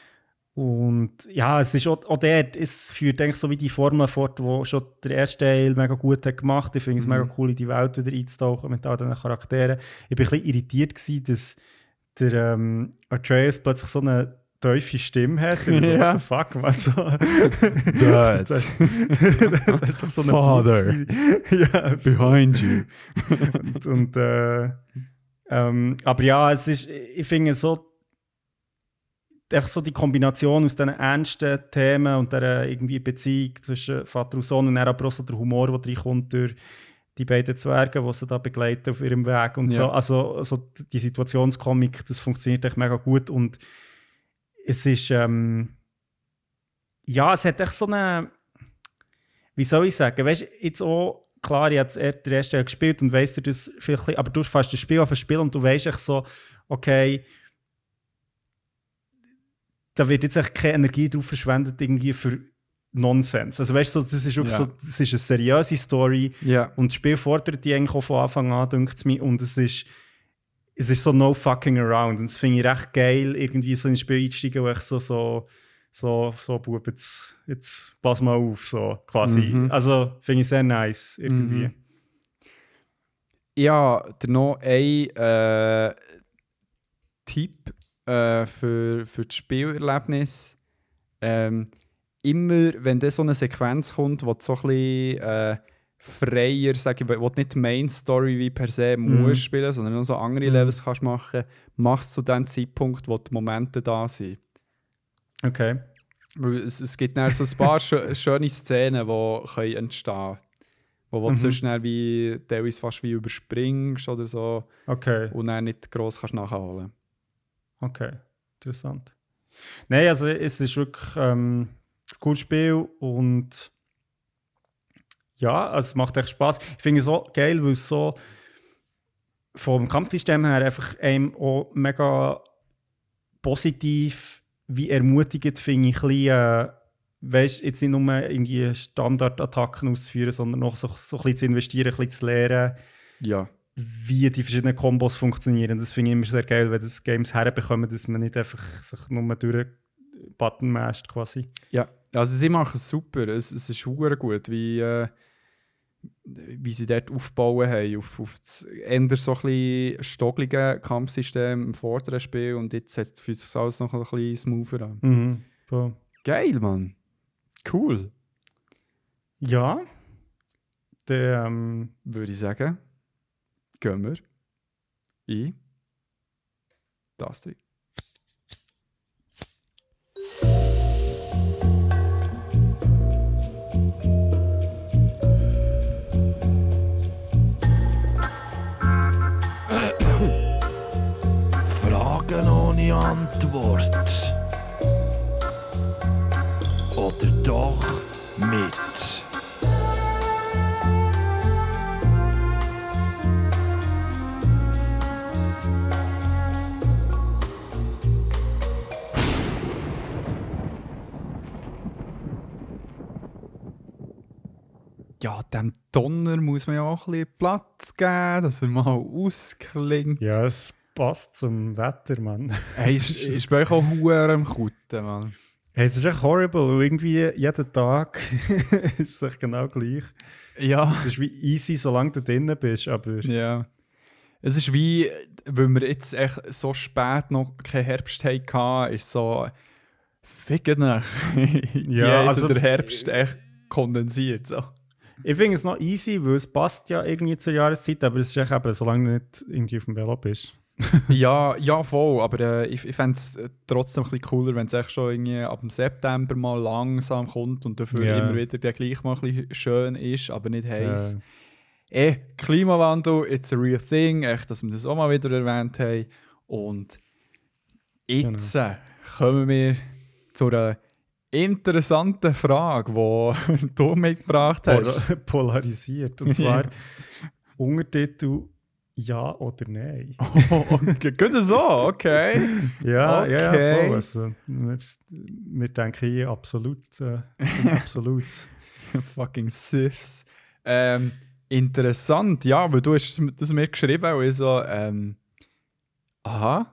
Und ja, es ist auch, auch dort, es führt eigentlich so wie die Formel fort, die schon der erste Teil mega gut hat gemacht. Ich finde es mhm. mega cool, in die Welt wieder einzutauchen mit all diesen Charakteren. Ich war ein bisschen irritiert gewesen, dass der ähm, Atreus plötzlich so eine tiefe Stimme hat. Und so, ja. what the fuck, man. So. Dad. das, das ist doch so eine Father. ja, behind you. und, und, äh, ähm, aber ja, es ist, ich finde so, einfach so die Kombination aus diesen ernsten Themen und dieser irgendwie Beziehung zwischen Vater und Sohn und dann aber auch so der Humor, der reinkommt durch die beiden Zwerge, die sie da begleiten auf ihrem Weg und ja. so. Also, also die Situationskomik, das funktioniert echt mega gut und es ist ähm, ja, es hat echt so eine, wie soll ich sagen, weißt du, jetzt auch, klar, ich habe den ersten Teil gespielt und weiss du das vielleicht, aber du fährst das Spiel auf ein Spiel und du weißt echt so, okay, da wird jetzt echt keine Energie drauf verschwendet irgendwie für Nonsens. Also weißt du, das ist wirklich ja. so, das ist eine seriöse Story ja. und das Spiel fordert die eigentlich auch von Anfang an, denkt es mir, und es ist, es ist so no fucking around und das finde ich recht geil, irgendwie so ins Spiel einzusteigen, wo ich so, so, so, so, Bub, jetzt, jetzt pass mal auf, so quasi. Mhm. Also finde ich sehr nice, irgendwie. Mhm. Ja, der noch ein äh, Tipp äh, für, für das Spielerlebnis. Ähm, immer, wenn da so eine Sequenz kommt, wo du so ein bisschen äh, freier, sag ich, wo du nicht die Main Story wie per se Mhm. musst spielen, sondern nur so andere Mhm. Levels kannst machen, mach es zu dem Zeitpunkt, wo die Momente da sind. Okay. Weil es, es gibt dann so ein paar schö- schöne Szenen, die können entstehen können. Wo, wo Mhm. du so schnell wie teilweise fast wie überspringst oder so Okay. und dann nicht gross kannst nachholen. Okay, interessant. Nein, also es ist wirklich ähm, ein cooles Spiel und ja, also es macht echt Spaß. Ich finde es so geil, weil es so vom Kampfsystem her einfach einem auch mega positiv wie ermutigend, finde ich, ein bisschen, äh, weißt, jetzt nicht nur irgendwie Standardattacken auszuführen, sondern auch so, so ein bisschen zu investieren, ein bisschen zu lernen, Ja. wie die verschiedenen Kombos funktionieren. Das finde ich immer sehr geil, wenn das Games herbekommen, dass man nicht einfach sich nur durch Button masht quasi. Ja, also sie machen es super. Es, es ist verdammt gut, wie, äh, wie sie dort aufbauen haben. Auf, auf das eher so ein bisschen stoggelige Kampfsystem im vorderen Spiel und jetzt hat- fühlt sich alles noch ein bisschen smoother an. Mhm. So. Geil, Mann. Cool, Ja. Der, ähm, würde ich sagen. Gehen wir in das drin. Fragen ohne Antwort. Oder doch mit. ja, dem Donner muss man ja auch ein bisschen Platz geben, dass er mal ausklingt. Ja, es passt zum Wetter, Mann. Hey, ist, ist bei euch auch Huren am Kutten, Mann. Hey, es ist echt horrible. Und irgendwie jeden Tag ist es echt genau gleich. Ja. Es ist wie easy, solange du drinnen bist, aber... Ja. Es ist wie, weil wir jetzt echt so spät noch keinen Herbst hatten, ist so, ficken nach. Ja, also- der Herbst echt kondensiert. So. Ich finde es noch easy, weil es passt ja irgendwie zur Jahreszeit, aber es ist echt eben, solange du nicht irgendwie auf dem Velo bist. ja, ja, voll. Aber äh, ich, ich fände es trotzdem ein bisschen cooler, wenn es echt schon irgendwie ab dem September mal langsam kommt und dafür Ja. immer wieder der gleich mal ein bisschen schön ist, aber nicht heiß. Äh, Eh, Klimawandel, it's a real thing, echt, dass wir das auch mal wieder erwähnt haben. Und jetzt Genau. äh, kommen wir zu einer interessanten Frage, die du mitgebracht hast. pol polarisiert. Und zwar Ja. Untertitel Ja oder Nein. Oh, okay. Geht das so? Okay. Ja, ja, ja, Okay. voll. Also, wir, wir denken hier absolut, äh, absolut. Fucking Siths. Ähm, interessant, ja, weil du hast das mir geschrieben und ich so, ähm, aha,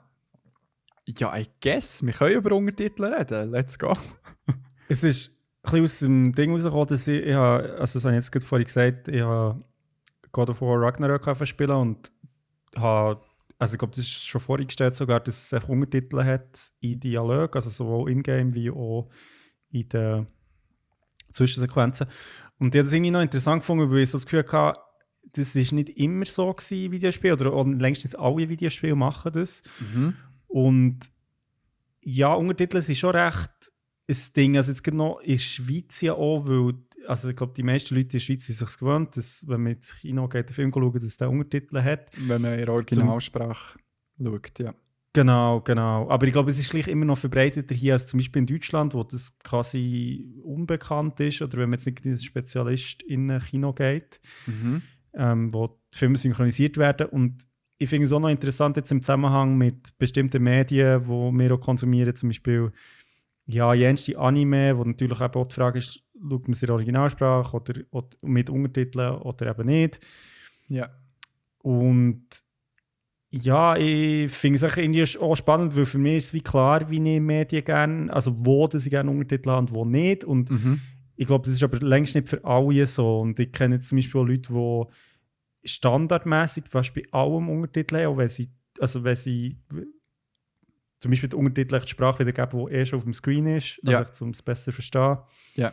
ja, I guess, wir können über Untertitel reden, let's go. Es ist ein bisschen aus dem Ding rausgekommen, dass ich, ich habe, also das habe ich jetzt gerade vorhin gesagt, ich habe God of War Ragnarök angefangen zu spielen und habe, also ich glaube, das ist schon vorgestellt sogar, dass es echt Untertitel hat in Dialog, also sowohl in-game wie auch in den Zwischensequenzen. Und ich habe das irgendwie noch interessant gefunden, weil ich so das Gefühl hatte, das war nicht immer so gewesen in Videospielen, oder, oder längst nicht alle Videospiele machen das. Und ja, Untertitel sind schon recht ein Ding. Also jetzt gerade noch in der Schweiz ja auch, weil also ich glaube, die meisten Leute in der Schweiz sind sich gewöhnt, dass wenn man ins Kino geht, den Film schaut, dass der Untertitel hat. Wenn man in der Originalsprache schaut, ja. Genau, genau. Aber ich glaube, es ist gleich immer noch verbreiteter hier als zum Beispiel in Deutschland, wo das quasi unbekannt ist, oder wenn man jetzt nicht als Spezialist in ein Kino geht, Mhm. ähm, wo die Filme synchronisiert werden. Und ich finde es auch noch interessant jetzt im Zusammenhang mit bestimmten Medien, die wir auch konsumieren, zum Beispiel ja, jenste Anime, wo natürlich eben auch die Frage ist, schaut man es in der Originalsprache oder, oder mit Untertiteln oder eben nicht. Ja. Und ja, ich finde es auch irgendwie auch spannend, weil für mich ist es wie klar, wie ich Medien gerne, also wo dass ich gerne Untertitel habe und wo nicht. Und Mhm. ich glaube, das ist aber längst nicht für alle so. Und ich kenne jetzt zum Beispiel auch Leute, die standardmäßig fast bei allem Untertitel haben, auch wenn sie, also wenn sie zum Beispiel die Untertitel die Sprache wiedergeben, die eh schon auf dem Screen ist, also Ja. echt, um es besser zu verstehen. Ja.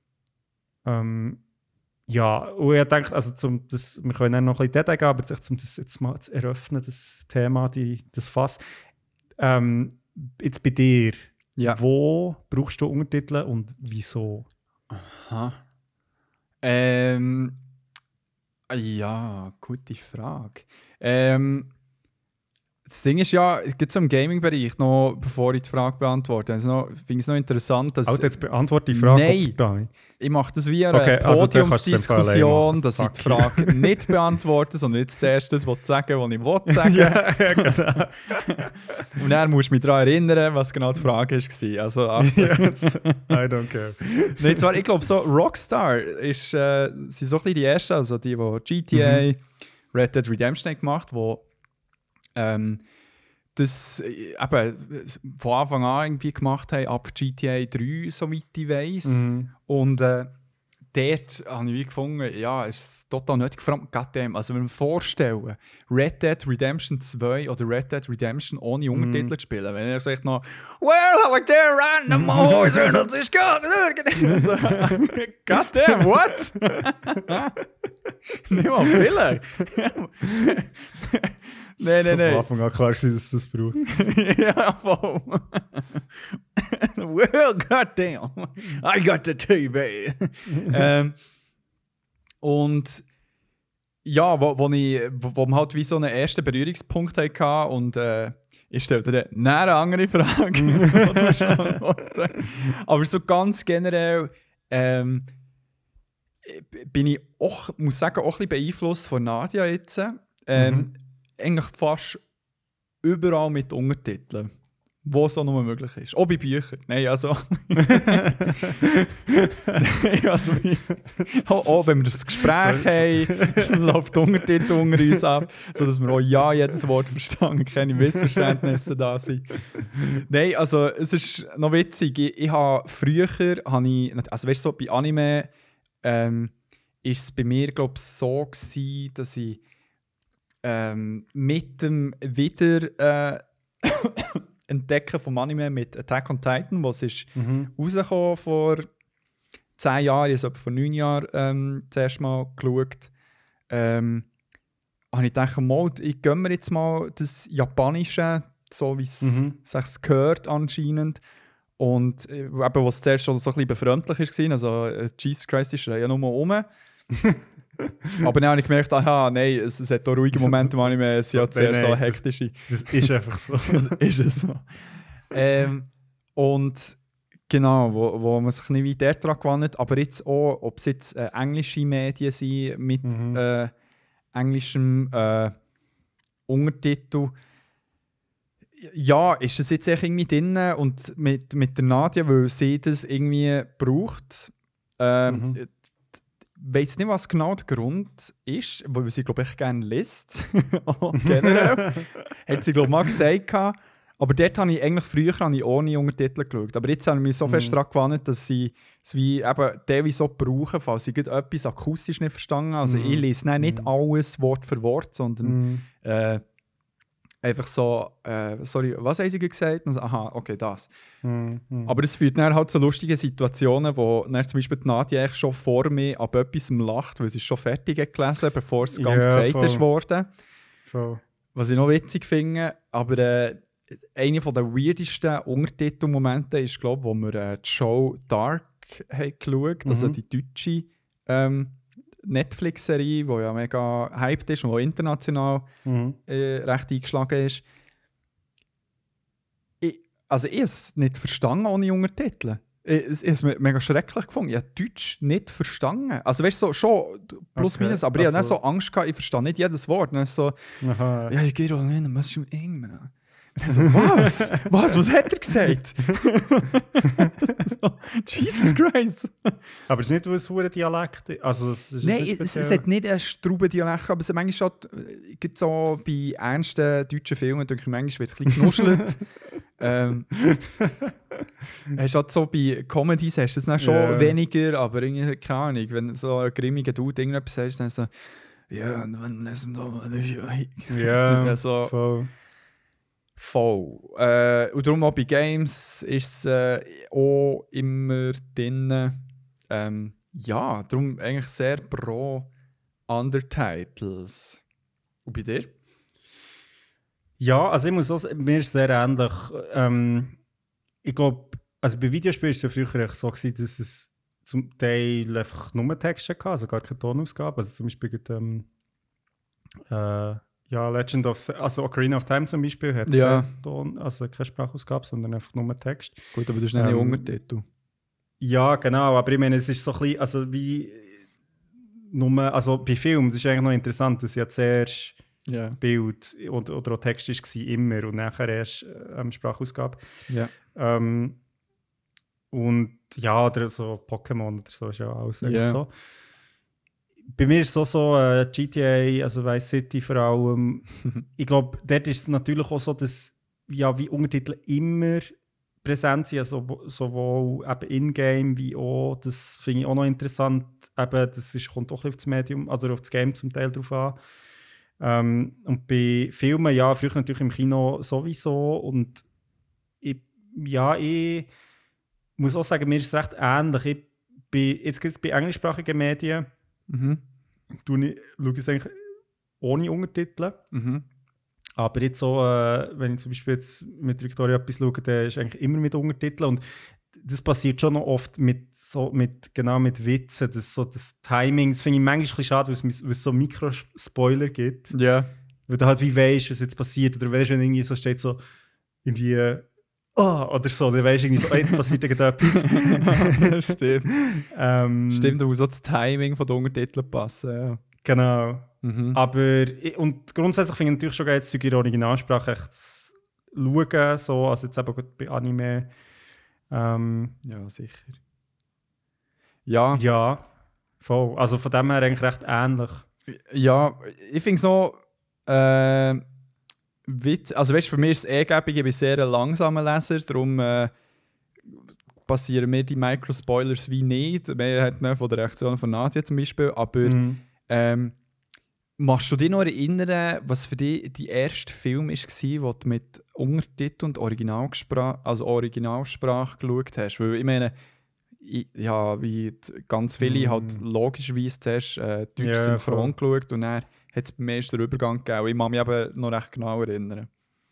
Ähm, ja, und ich denke, also zum, das, wir können dann noch ein bisschen Detail geben, aber jetzt, um das jetzt mal zu eröffnen, das Thema, die, das Fass. Ähm, jetzt bei dir, Ja. wo brauchst du Untertitel und wieso? Aha. Ähm, ja, gute Frage. Ähm, das Ding ist ja, es gibt so im Gaming-Bereich noch, bevor ich die Frage beantworte, also noch- finde ich es noch interessant, dass Also jetzt beantworte die Frage. Nein. Nein. ich mache das wie eine Okay, also dann kannst du es im Fall alleine Podiumsdiskussion, machen. dass ich die Fuck you. Frage nicht beantworte, sondern jetzt zuerst das, was ich sagen was ich will sagen. ja, ja, genau. Und dann musst du mich daran erinnern, was genau die Frage war. Also, Achtung. I don't care. Nein, zwar, ich glaube, so Rockstar ist, äh, sind so ein bisschen die ersten, also die, die G T A, Mhm. Red Dead Redemption haben gemacht, wo ähm, das äh, eben von Anfang an irgendwie gemacht haben, ab G T A drei, soweit ich weiss. Mhm. Und äh, dort habe ich wie gefunden, ja, es ist total nötig. Vor allem, goddamn, also wenn wir vorstellen, Red Dead Redemption zwei oder Red Dead Redemption ohne Untertitel zu spielen, wenn er sagt noch «Well, I was there riding the horse and this is so, goddamn, what?» Nicht mal vielleicht. Nein, nein, Von nein. Anfang an klar gewesen, dass das braucht. Ja, voll. Well, goddamn, I got the T V. ähm, und ja, wo, wo, ich, wo, wo wir halt wie so einen ersten Berührungspunkt hatten und äh, ich stelle dir dann eine andere Frage. die du musst beantworten. Aber so ganz generell ähm, bin ich auch, muss sagen, auch ein bisschen beeinflusst von Nadia jetzt. Ähm, Mhm. Eigentlich fast überall mit Untertiteln. wo es auch nur möglich ist. Auch bei Büchern. Nein, also... Nein, also wie, auch, auch wenn wir das Gespräch haben, läuft der Untertitel unter uns ab, sodass wir auch ja jedes Wort verstehen, keine Missverständnisse da sind. Nein, also es ist noch witzig. Ich, ich habe früher, habe ich, also weißt du, so, bei Anime ähm, ist es bei mir, glaube ich, so gewesen, dass ich ähm, mit dem wieder... Äh, Entdecken vom Anime mit Attack on Titan, was ist Mhm. rausgekommen vor zehn Jahren, ich habe es vor neun Jahren ähm, das erste Mal geschaut. Ähm, habe ich gedacht, mal, ich gönne mir jetzt mal das Japanische, so wie es Mhm. sich gehört anscheinend. Und äh, eben, was zuerst schon so ein bisschen befremdlich war, also äh, Jesus Christ ist ja nur rum. Aber dann habe ich gemerkt, aha, nein, es, es hat auch ruhige Momente im Anime, es sind ja sehr Nein, so nein, hektische. Das ist einfach so. Das ist es so. ähm, und genau, wo, wo man sich nicht weiter daran gewöhnt, aber jetzt auch, ob es jetzt äh, englische Medien sind mit Mhm. äh, englischem äh, Untertitel. Ja, ist es jetzt echt irgendwie drin und mit, mit der Nadia, weil sie das irgendwie braucht. Ähm, Mhm. Ich weiß nicht, was genau der Grund ist, weil sie, glaube ich, gerne liest. Auch generell. Hat sie, glaube ich, mal gesagt. gehabt. Aber dort habe ich eigentlich früher habe ich ohne Untertitel geschaut. Aber jetzt habe ich mich so Mhm. fest daran gewöhnt, dass sie es wie eben teilweise so brauchen, falls ich etwas akustisch nicht verstanden habe. Also Mhm. ich lese dann nicht Mhm. alles Wort für Wort, sondern Mhm. äh, einfach so, äh, sorry, was haben sie gesagt? Und so, aha, okay, das. Mhm. Mhm. Aber das führt dann halt zu lustigen Situationen, wo dann zum Beispiel die Nadia eigentlich schon vor mir ab etwas lacht, weil sie es schon fertig hat gelesen, bevor es ganz Ja, gesagt voll. ist worden. Voll. Was ich noch witzig finde, aber äh, einer der weirdesten Untertitelmomente ist, glaube ich, wo wir äh, die Show Dark haben geschaut, also Mhm. die deutsche ähm, Netflix-Serie, die ja mega hyped ist und die international Mhm. äh, recht eingeschlagen ist. Ich, also ich habe es nicht verstanden ohne Untertitel. Ich, ich habe es me- mega schrecklich gefunden. Ich habe Deutsch nicht verstanden. Also weißt du, so, schon plus Okay, minus, aber ich hatte also- dann so Angst gehabt, ich verstehe nicht jedes Wort. Dann so, Aha. ja, ich gehe doch nicht, dann musst du irgendwann. Und dann so, was? was? Was hat er gesagt? so, Jesus Christ. Aber es ist nicht, weil es ein Dialekt ist. Also, es ist Nein, nicht es, es speziell. hat nicht einen Straubendialekt, aber es ist manchmal schon, äh, gibt so bei ernsten deutschen Filmen, denke ich, manchmal wird ein bisschen genuschelt. ähm, hast halt so bei Comedies hast du es dann schon Ja. weniger, aber irgendwie, keine Ahnung, wenn so ein grimmiger Dude irgendetwas sagst, dann so, ja, und wenn es da Ja, Ja, so- voll. voll. Äh, und darum auch bei Games ist es äh, auch immer drin. Ähm, ja, darum eigentlich sehr pro Undertitles. Und bei dir? Ja, also ich muss auch sagen, mir ist es sehr ähnlich. Ähm, ich glaube, also bei Videospielen war es ja früher echt so, gewesen, dass es zum Teil einfach nur Texte hatte, also gar keine Tonausgabe. Also zum Beispiel gibt, ähm, äh, ja, Legend of, Se- also Ocarina of Time zum Beispiel hat Ja. keine Ton, also keine Sprachausgabe, sondern einfach nur Text. Gut, aber du hast nicht einen Ähm, Untertitel. Ja, genau, aber ich meine, es ist so ein bisschen, also wie nur, also bei Filmen, das ist eigentlich noch interessant, dass ja zuerst Ja. Bild oder, oder auch Text war immer und nachher erst ähm, Sprachausgabe. Ja. Ähm, und ja, oder so Pokémon oder so ist ja alles eigentlich Ja. so. Bei mir ist es auch so, äh, G T A, also Vice City vor allem. Ich glaube, dort ist es natürlich auch so, dass ja, wie Untertitel immer präsent sind, also sowohl eben in-game wie auch, das finde ich auch noch interessant, eben, das ist, kommt auch ein bisschen auf das Medium, also auf das Game zum Teil drauf an. Ähm, und bei Filmen, ja, früher natürlich im Kino sowieso und ich, ja, ich muss auch sagen, mir ist es recht ähnlich. Ich bin, jetzt gibt es bei englischsprachigen Medien, Mhm. tue ich, schaue ich es eigentlich ohne Untertitel. Mhm. Aber jetzt so, äh, wenn ich zum Beispiel jetzt mit Victoria etwas schaue, dann ist eigentlich immer mit Untertiteln. Und das passiert schon noch oft mit, so, mit, genau mit Witzen. Das, so, das Timing, das finde ich manchmal ein bisschen schade, weil es, mis- weil es so Mikrospoiler gibt. Ja. Weil du halt wie weißt, was jetzt passiert. Oder weißt, wenn irgendwie so steht, so irgendwie, äh, ah, oder so, dann weißt du irgendwie so, ah, jetzt passiert irgendetwas. Stimmt. ähm, Stimmt, da muss so das Timing von den Untertiteln passen. Ja. Genau. Mhm. Aber, ich- und grundsätzlich finde ich natürlich schon geil, dass du in der Originalsprache echt, schauen, so, also jetzt eben gut bei Anime. Ähm, Ja, sicher. Ja, ja, voll. Also von dem her eigentlich recht ähnlich. ja ich finde so, äh, Witz, also weißt, für mich ist es eh gäbig, ich bin sehr ein langsamer Leser, darum äh, passieren mir die Micro-Spoilers wie nicht. Wir hatten von der Reaktion von Nadia zum Beispiel, aber Mhm. ähm, machst du dich noch erinnern, was für dich der erste Film war, wo du mit Untertitel und Originalsprache, also Originalsprache geschaut hast? Weil ich meine, ich, ja, wie die- ganz viele Mm. halt logischerweise zuerst äh, deutsch Ja, synchron voll. geschaut und dann hat es beim ersten den Übergang gegeben. Ich kann mich aber noch recht genau erinnern.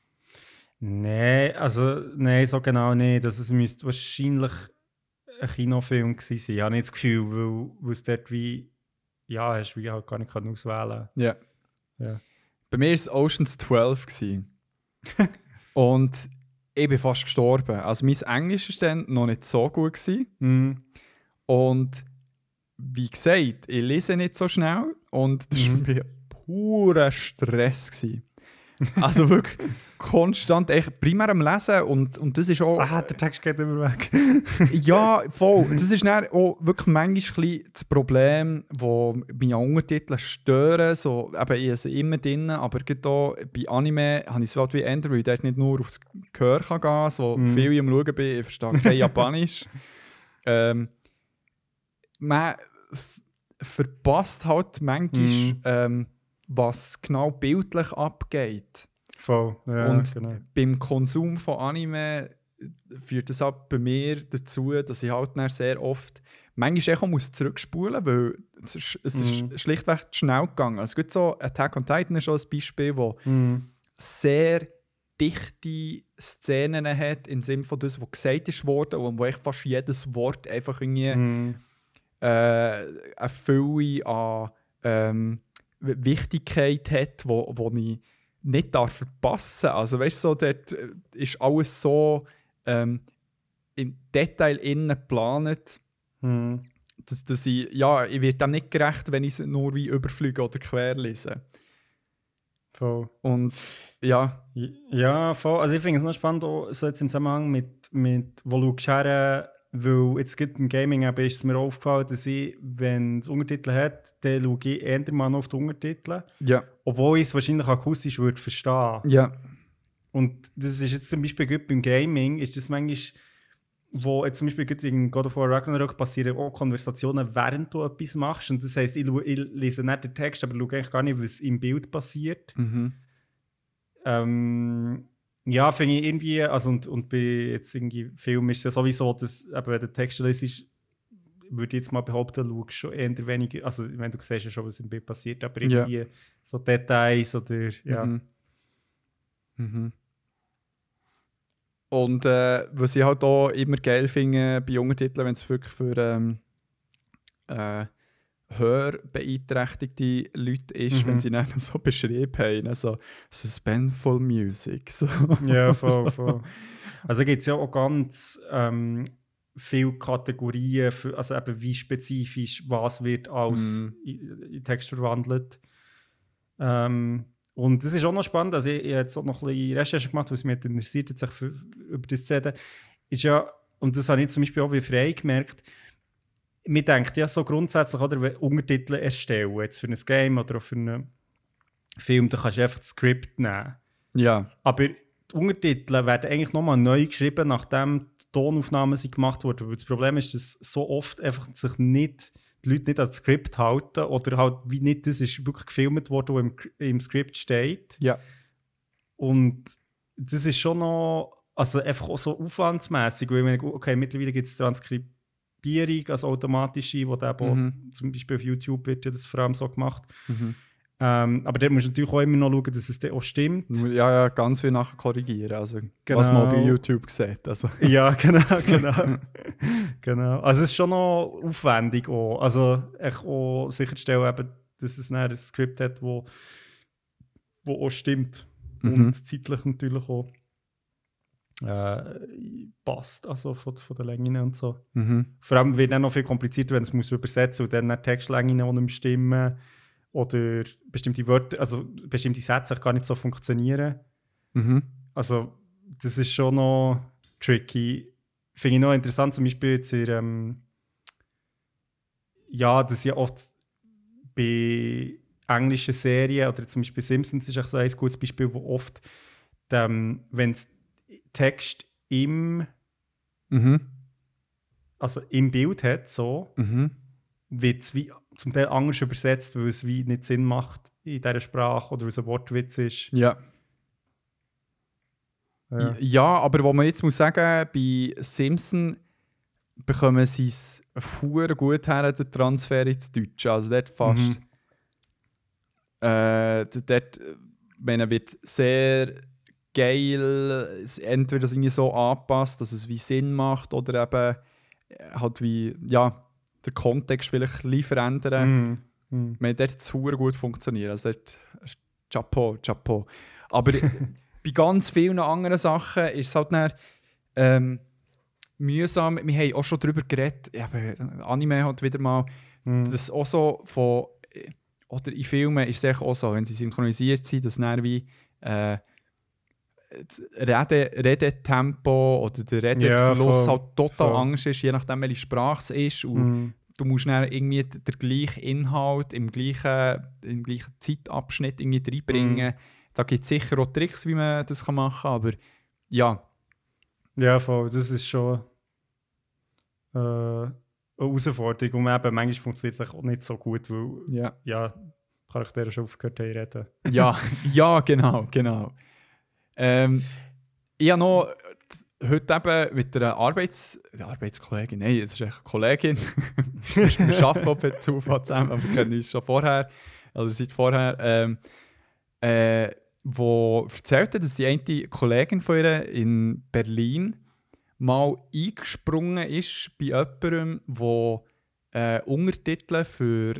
Nein, also nein, so genau nicht. Also, es müsste wahrscheinlich ein Kinofilm gewesen sein. Ich habe nicht das Gefühl, weil, weil es dort wie, ja, hast du wie halt gar nicht können auswählen. Ja. Ja. Bei mir war es Oceans zwölf. gewesen. Und ich bin fast gestorben. Also mein Englisch war dann noch nicht so gut. Gewesen. Mhm. Und wie gesagt, ich lese nicht so schnell. Und das war Mhm. für mich purer Stress. Gewesen. Also wirklich konstant, echt primär am Lesen. Und, und das ist auch... Ah, der Text geht immer weg. Ja, voll. Das ist dann auch wirklich manchmal ein bisschen das Problem, wo meine Untertitel stören. So, eben, ich habe sie immer drin, aber gerade auch bei Anime habe ich es halt wie ändern, weil ich dort nicht nur aufs Gehör kann gehen kann, so Mhm. viel ich am Schauen bin, ich verstehe kein Japanisch. ähm, man f- verpasst halt manchmal, Mhm. ähm, was genau bildlich abgeht. Voll, ja, Und genau. beim Konsum von Anime führt das auch bei mir dazu, dass ich halt dann sehr oft manchmal auch muss zurückspulen, weil es ist, es ist Mhm. schlichtweg zu schnell gegangen. Also gut so Attack on Titan ist auch ein Beispiel, wo Mhm. sehr dichte Szenen hat, im Sinne von das, was gesagt ist worden und wo echt fast jedes Wort einfach irgendwie Mhm. äh, eine Fülle an ähm, Wichtigkeit hat, wo, wo ich nicht darf verpassen darf. Also weißt du, so, dort äh, ist alles so ähm, im Detail innen geplant, Mhm. dass, dass ich, ja, ich werde dem nicht gerecht, wenn ich es nur wie überfliege oder querlese. Voll. Und ja, Ja, voll. Also ich finde es noch spannend, auch so jetzt im Zusammenhang mit, mit wo du schaust, weil jetzt gibt im Gaming eben, ist es mir aufgefallen, dass ich, wenn es Untertitel hat, dann schaue ich eher mal auf die Untertitel, ja, obwohl ich es wahrscheinlich akustisch würde verstehen. ja, Und das ist jetzt zum Beispiel gut beim Gaming, ist das manchmal, wo jetzt zum Beispiel gut in God of War Ragnarok passieren auch Konversationen, während du etwas machst. Und das heisst, ich, schaue- ich lese nicht den Text, aber schaue eigentlich gar nicht, was im Bild passiert. mhm. Ähm, ja, finde ich irgendwie, also und, und bei jetzt irgendwie Film ist es ja sowieso, dass eben, wenn der Text liest, würde ich jetzt mal behaupten, schaust schon eher weniger, also wenn du siehst ja schon, was im Bild passiert, aber Ja. irgendwie so Details oder, ja. Mhm. Mhm. Und äh, was ich halt auch immer geil finde bei Untertiteln, wenn es wirklich für ähm, äh, hörbeeinträchtigte Leute ist, Mhm. wenn sie dann so beschrieben haben, ne, so suspenseful music. So. Ja, voll, voll. Also gibt es ja auch ganz ähm, viele Kategorien, für, also eben wie spezifisch was wird als Mhm. in, in Text verwandelt. Ähm, und das ist auch noch spannend, also ich, ich habe jetzt auch noch ein bisschen Recherche gemacht, was mich hat interessiert, jetzt sich für, über das zu reden, ist ja, und das habe ich zum Beispiel auch bei Frey gemerkt, man denkt ja so grundsätzlich, oder, wenn Untertitel erstellen, jetzt für ein Game oder auch für einen Film, dann kannst du einfach das Skript nehmen. Ja, Aber die Untertitel werden eigentlich nochmal neu geschrieben, nachdem die Tonaufnahmen sind gemacht wurden. Weil das Problem ist, dass so oft einfach sich nicht, die Leute nicht an das Skript halten oder halt wie nicht das ist wirklich gefilmt worden, was im, im Skript steht. ja. Und das ist schon noch, also einfach auch so aufwandsmässig, weil ich meine, okay, mittlerweile gibt es Transkribierung, also automatische, wo dann eben Mhm. auch, zum Beispiel auf YouTube wird ja das vor allem so gemacht. Mhm. Ähm, aber da musst du natürlich auch immer noch schauen, dass es dann auch stimmt. Ja, ja, ganz viel nachher korrigieren. Also, Genau. was man bei YouTube sieht. Also. Ja, genau, genau. genau. Also es ist schon noch aufwendig auch. Also echt auch sicherstellen, eben, dass es ein Skript hat, wo, wo auch stimmt. Mhm. Und zeitlich natürlich auch äh, passt, also von, von der Länge und so. Mhm. Vor allem wird es noch viel komplizierter, wenn es muss übersetzen und dann die Textlänge noch nicht stimmen oder bestimmte Wörter, also bestimmte Sätze auch gar nicht so funktionieren. Mhm. Also das ist schon noch tricky. Finde ich noch interessant, zum Beispiel jetzt in, ähm, ja, das ist ja oft bei englischen Serien oder zum Beispiel Simpsons ist auch so ein gutes Beispiel, wo oft, ähm, wenn es Text im, Mhm. also im Bild hat, so, Mhm. wird es wie zum Teil anders übersetzt, weil es wie nicht Sinn macht in dieser Sprache oder weil es ein Wortwitz ist. Ja. Ja. Ja, aber was man jetzt muss sagen, bei Simpson bekommen sie es verdammt gut her, den Transfer ins Deutsche. Also dort fast. Mhm. Äh, d- dort äh, meine, wird sehr geil es entweder das irgendwie so anpasst, dass es wie Sinn macht oder eben äh, halt wie, ja, der Kontext vielleicht ein bisschen verändern. Mhm. Mhm. Ich meine, dort hat es verdammt gut funktioniert. Also dort, Chapeau, Chapeau. Aber bei ganz vielen anderen Sachen ist es halt dann, ähm, mühsam. Wir haben auch schon darüber geredet, ja, aber Anime hat wieder mal, Mhm. das auch so von, oder in Filmen ist es echt auch so, wenn sie synchronisiert sind, dass dann wie äh, das Rede, Redetempo oder der Ja, Redefluss voll, halt total voll. anders ist, je nachdem welche Sprache es ist. Und Mhm. du musst dann irgendwie d- den gleichen Inhalt im gleichen, im gleichen Zeitabschnitt irgendwie reinbringen. Da gibt es sicher auch Tricks, wie man das machen kann, aber ja. Ja, voll. Das ist schon äh, eine Herausforderung. Und eben, manchmal funktioniert es auch nicht so gut, weil Ja, ja, die Charaktere schon aufgehört haben reden. ja, ja genau, genau. Ähm, ich habe noch heute eben mit einer Arbeits Arbeitskollegin, nein, es ist eine Kollegin, wir arbeiten auch per Zufall zusammen, aber wir kennen uns schon vorher, oder seit vorher, ähm, äh, wo erzählt hat, dass die eine Kollegin von ihr in Berlin mal eingesprungen ist bei jemandem, der äh, Untertitel für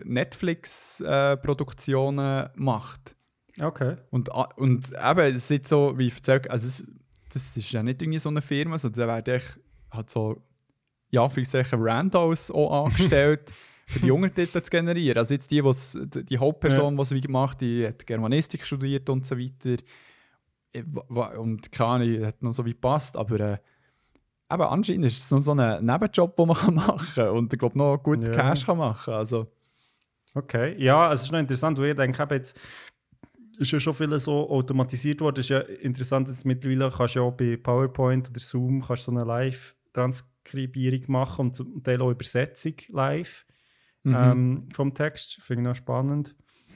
Netflix-Produktionen macht. Okay. Und, a- und eben, es ist so, wie ich erzählt, also es, das ist ja nicht irgendwie so eine Firma, sondern da werden echt halt so, ja, vielleicht Randos auch angestellt, für die Untertitel zu generieren. Also jetzt die, wo's, die Hauptperson, die es wie gemacht, die hat Germanistik studiert und so weiter. Eh, wa- wa- Und keine Ahnung, hat noch so wie passt, aber äh, eben anscheinend ist es noch so ein Nebenjob, den man kann machen kann und ich glaube noch gut Ja. Cash kann machen. Also, Okay. Ja, es ist noch interessant, weil ich denke, eben jetzt ist ja schon vieles so automatisiert worden. Es ist ja interessant, dass mittlerweile kannst du ja auch bei PowerPoint oder Zoom kannst du so eine Live-Transkribierung machen und zum Teil auch Übersetzung live mhm. ähm, vom Text. Finde ich noch spannend.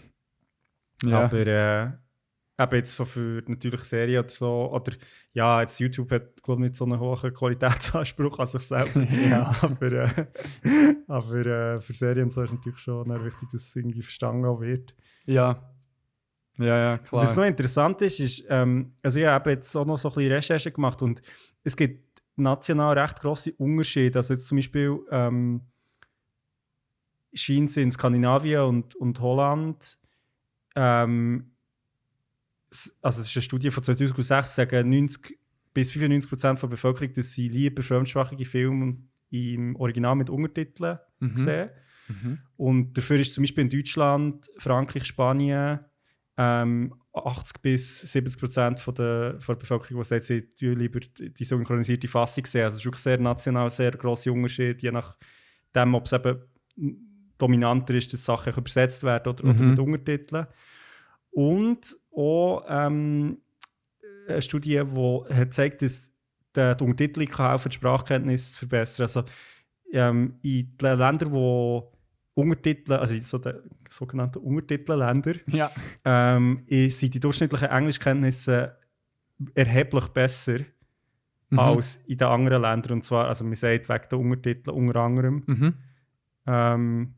ja. Aber äh, eben jetzt so für natürlich Serien oder so, oder ja, jetzt YouTube hat glaube ich nicht so einen hohen Qualitätsanspruch an sich selber. Ja. aber äh, aber äh, für Serien und so ist natürlich schon dann wichtig, dass es irgendwie verstanden auch wird. ja. Ja, ja, klar. Was noch interessant ist, ist, ähm, also ich habe jetzt auch noch so ein bisschen Recherche gemacht und es gibt national recht grosse Unterschiede. Also jetzt zum Beispiel ähm, scheint es in Skandinavien und, und Holland, ähm, s- also es ist eine Studie von zweitausendsechs, sagen neunzig bis fünfundneunzig Prozent der Bevölkerung, dass sie lieber fremdsprachige Filme im Original mit Untertiteln Mhm. sehen. Mhm. Und dafür ist zum Beispiel in Deutschland, Frankreich, Spanien ähm, achtzig bis siebzig Prozent von der, von der Bevölkerung, die sagt, sie tun lieber die synchronisierte Fassung sehen. Also es ist wirklich sehr national, sehr grosse Unterschied, je nachdem, ob es eben dominanter ist, dass Sachen übersetzt werden oder, oder Mhm. mit Untertiteln. Und auch ähm, eine Studie, die hat gezeigt, dass die, die Untertitlung kann helfen, die Sprachkenntnis zu verbessern. Also ähm, in den Ländern, wo Untertitel, also in so den sogenannten Untertitelländer, Ja. ähm, ist- sind die durchschnittlichen Englischkenntnisse erheblich besser Mhm. als in den anderen Ländern. Und zwar, also man sagt wegen der Untertitel unter anderem. Mhm. Ähm,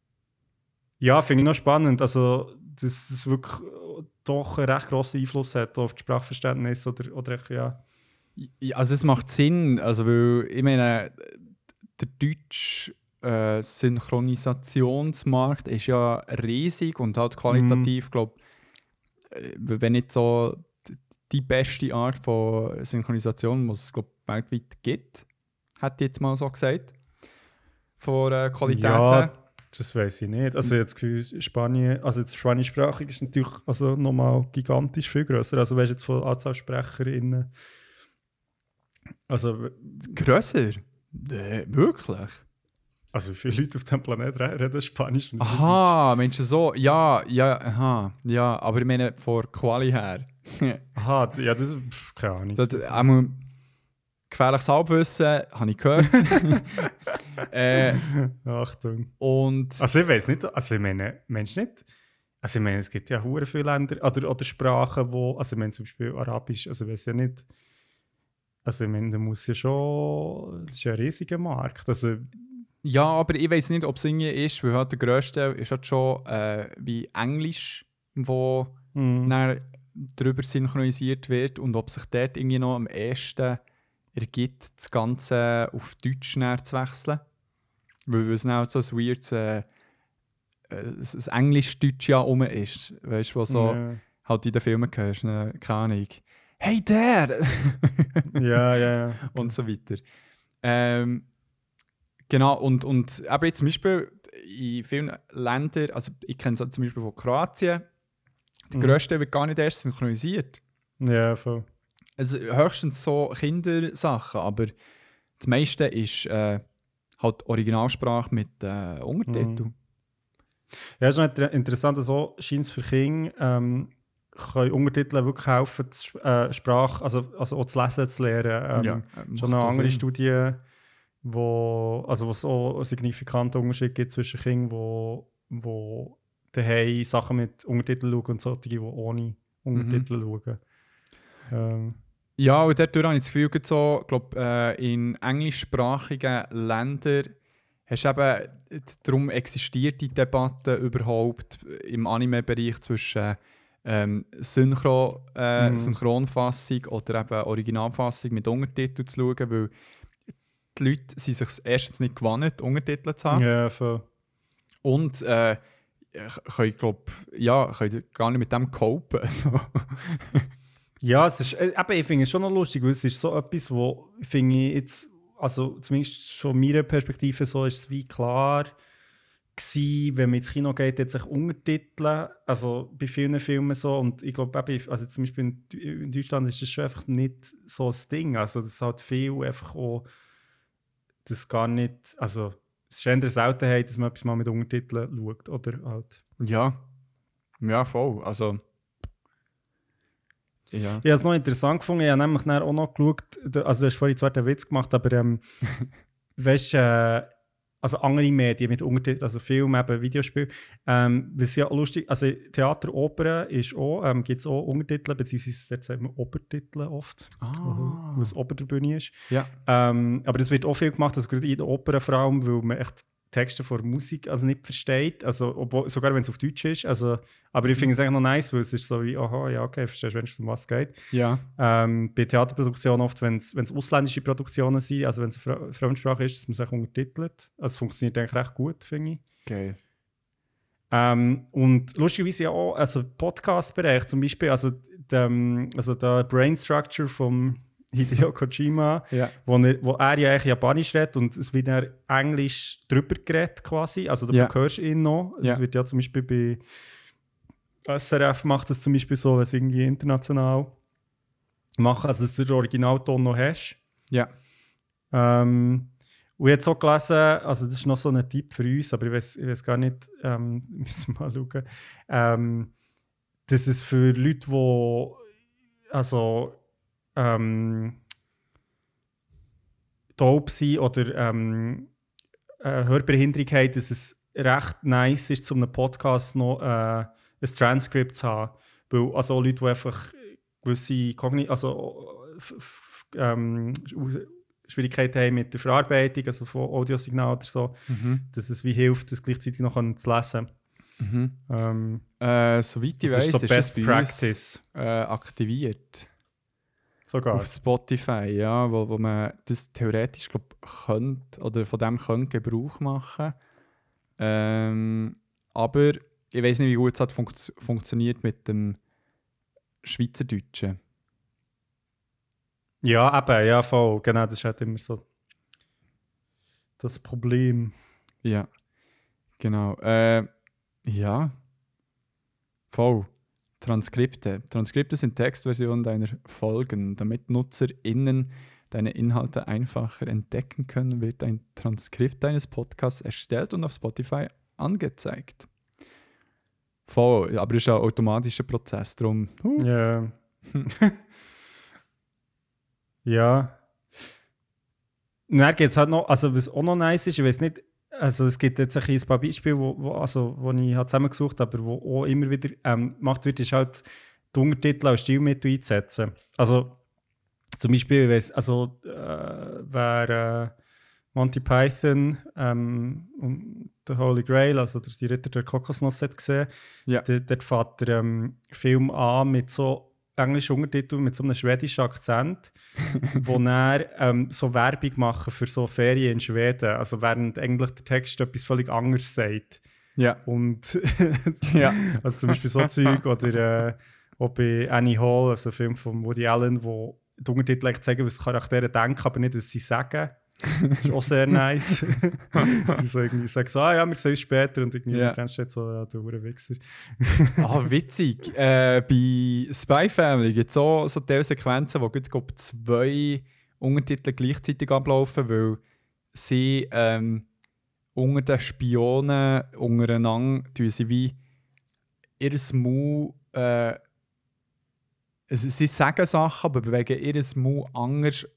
ja, finde ich noch spannend, also dass es wirklich doch einen recht grossen Einfluss hat auf das Sprachverständnis oder, oder echt, ja. Ja, also es macht Sinn, also weil ich meine, der deutsche äh, Synchronisationsmarkt ist ja riesig und halt qualitativ, glaube ich, wenn nicht so d- die beste Art von Synchronisation, was es glaub, weltweit gibt, hätte ich jetzt mal so gesagt, von äh, Qualität Ja, her. das weiß ich nicht. Also jetzt Gefühl, Spanien, also jetzt spanischsprachig ist natürlich also nochmal gigantisch viel grösser. Also weißt du jetzt von Anzahl SprecherInnen Also, Grösser? Nee, wirklich? also wie viele Leute auf diesem Planeten re- reden Spanisch? und Aha, Menschen so, ja, ja, aha, ja, aber ich meine, von Quali her. Aha, d- ja, das pff, keine Ahnung. das, Das- einmal gefährliches Halbwissen, habe ich gehört. äh, Achtung. und Also ich weiß nicht, also ich meine, Mensch nicht. Also ich meine, es gibt ja hure viele Länder oder, oder Sprachen, wo, also ich meine zum Beispiel Arabisch, also ich weiß ja nicht, also ich meine, da muss ja schon, das ist ja ein riesiger Markt, also ja, aber ich weiß nicht, ob es irgendwie ist, weil halt der grösste ist halt schon äh, wie Englisch, wo hm, dann drüber synchronisiert wird und ob sich dort irgendwie noch am ehesten ergibt, das Ganze auf Deutsch näher zu wechseln. Weil es dann halt so ein weirdes äh, äh, ein Englisch-Deutsch ja rum ist. Weißt du, wo so ja. halt in den Filmen hörst, ne, keine Ahnung. Hey Dad! ja, ja, ja. und so weiter. Ähm, genau, und, und eben zum Beispiel in vielen Ländern, also ich kenne es zum Beispiel von Kroatien, der Mhm. grösste wird gar nicht erst synchronisiert. Ja, voll. Also höchstens so Kindersachen, aber das meiste ist äh, halt Originalsprache mit äh, Untertiteln. Mhm. Ja, es ist noch inter- interessant, so scheint es für Kinder, ähm, können Untertitel wirklich helfen, die Sp- äh, Sprache, also, also auch das Lesen zu lernen. Ähm, Ja, äh, macht schon eine auch andere Sinn. Studie, wo, also wo es auch einen signifikanten Unterschied gibt zwischen Kindern, wo, wo daheim Sachen mit Untertiteln schauen und solche, die ohne Untertitel schauen. Ähm, Ja, und dadurch habe ich das Gefühl, gerade so, glaub, äh, in englischsprachigen Ländern hast du eben, darum existiert die Debatte überhaupt im Anime-Bereich zwischen ähm, Synchro, äh, Mhm. Synchronfassung oder eben Originalfassung mit Untertiteln zu schauen, weil die Leute sind sich erstens nicht gewohnt, Untertitel zu haben. ja, voll. Und äh, können, glaub, ja, können gar nicht mit dem copen. So. Ja, es ist, äh, eben, ich finde es schon noch lustig, weil es ist so etwas, wo, finde ich jetzt, also zumindest von meiner Perspektive so, ist es wie klar gewesen, wenn man ins Kino geht, hat sich Untertitel, also bei vielen Filmen so, und ich glaube, eben, also zum Beispiel in, Deu- in Deutschland ist das schon einfach nicht so ein Ding, also das ist halt viel einfach auch, das gar nicht, also es ist eher eine Seltenheit, dass man etwas mal mit Untertiteln schaut, oder halt. Ja, ja, voll. Also, ja. Ich habe es noch interessant gefunden, ich habe nämlich dann auch noch geschaut, da- also du hast vorhin zwar den Witz gemacht, aber ähm, weißt du, äh, also andere Medien mit Untertiteln, also Film, eben Videospiel, ähm, was ja lustig, also Theater, Oper ist auch, ähm, gibt es auch Untertitel, beziehungsweise dort sagt man Obertitel oft, Ah. wo es ober der Bühne ist. Ja. Ähm, aber das wird auch viel gemacht, also gerade in der Oper vor allem, weil man echt Texte von Musik also nicht versteht, also obwohl, sogar wenn es auf Deutsch ist. Also, aber ich finde es eigentlich noch nice, weil es ist so wie, aha, ja, okay, verstehst du, wenn es um was geht. Ja. Ähm, bei Theaterproduktionen oft, wenn es ausländische Produktionen sind, also wenn es eine Fra- Fremdsprache ist, dass man sich untertitelt. Also es funktioniert eigentlich recht gut, finde ich. Geil. Ähm, und lustigerweise ja auch, also Podcast-Bereich zum Beispiel, also, der, also der Brain Structure vom Hideo Kojima, Ja. wo er, wo er ja eigentlich Japanisch redet und es wird dann Englisch drüber geredet quasi, also da Ja. hörst du ihn noch. Das Ja. wird ja zum Beispiel bei S R F macht das zum Beispiel so, wenn es irgendwie international machen, also dass du den Originalton noch hast. Ja. Ähm, und ich habe auch gelesen, also das ist noch so ein Tipp für uns, aber ich weiß, ich weiß gar nicht, ähm, müssen wir mal schauen, ähm, dass es für Leute, die also ähm, taub sind oder ähm, eine Hörbehinderung haben, dass es recht nice ist, um einen Podcast noch äh, ein Transkript zu haben. Weil also auch Leute, die einfach gewisse Kogni also, f- f- ähm, Schwierigkeiten haben mit der Verarbeitung, also von Audiosignalen oder so, Mhm. dass es wie hilft, das gleichzeitig noch zu lesen. Mhm. Ähm, Äh, soweit ich das weiß, ist so ist Best das bei uns, Practice. äh, aktiviert. Sogar. Auf Spotify, ja, wo, wo man das theoretisch glaub, könnte oder von dem könnte Gebrauch machen. Ähm, aber ich weiß nicht, wie gut es hat funkt funktioniert mit dem Schweizerdeutschen. Ja, eben, ja, voll. Genau, das ist halt immer so das Problem. Ja, genau. Äh, ja, voll. Transkripte. Transkripte sind Textversionen deiner Folgen, damit NutzerInnen deine Inhalte einfacher entdecken können, wird ein Transkript deines Podcasts erstellt und auf Spotify angezeigt. Voll, aber es ist ein automatischer Prozess, darum... Uh. Ja. Ja. Und dann gibt es halt noch, also was auch noch nice ist, ich weiß nicht, also es gibt jetzt ein paar Beispiele, wo, wo, also, wo ich halt zusammengesucht habe, aber wo auch immer wieder ähm, gemacht wird, ist halt die Untertitel als Stilmittel einzusetzen. Also zum Beispiel, ich weiss, also äh, wer äh, Monty Python ähm, und The Holy Grail, also der, die Ritter der Kokosnuss hat gesehen, Ja. der, der fährt der ähm, Film an mit so englischen Untertiteln, mit so einem schwedischen Akzent, wo er ähm, so Werbung machen für so Ferien in Schweden, also während eigentlich der Text etwas völlig anderes sagt. Ja. Und Ja. also zum Beispiel so Zeug oder äh, auch bei Annie Hall, also ein Film von Woody Allen, wo die Untertitel eigentlich zeigen, was die Charaktere denken, aber nicht, was sie sagen. Das ist auch sehr nice. Sie so irgendwie sagen so, ah ja, wir sehen uns später und irgendwie Ja. kennst du jetzt so, ja, du Wichser. Ah, witzig. Äh, bei Spy Family gibt es auch so Teilsequenzen, wo gut, glaub, zwei Untertitel gleichzeitig ablaufen, weil sie ähm, unter den Spionen untereinander tun sie wie ihr Maul äh, sie, sie sagen Sachen, aber bewegen ihr Maul anders,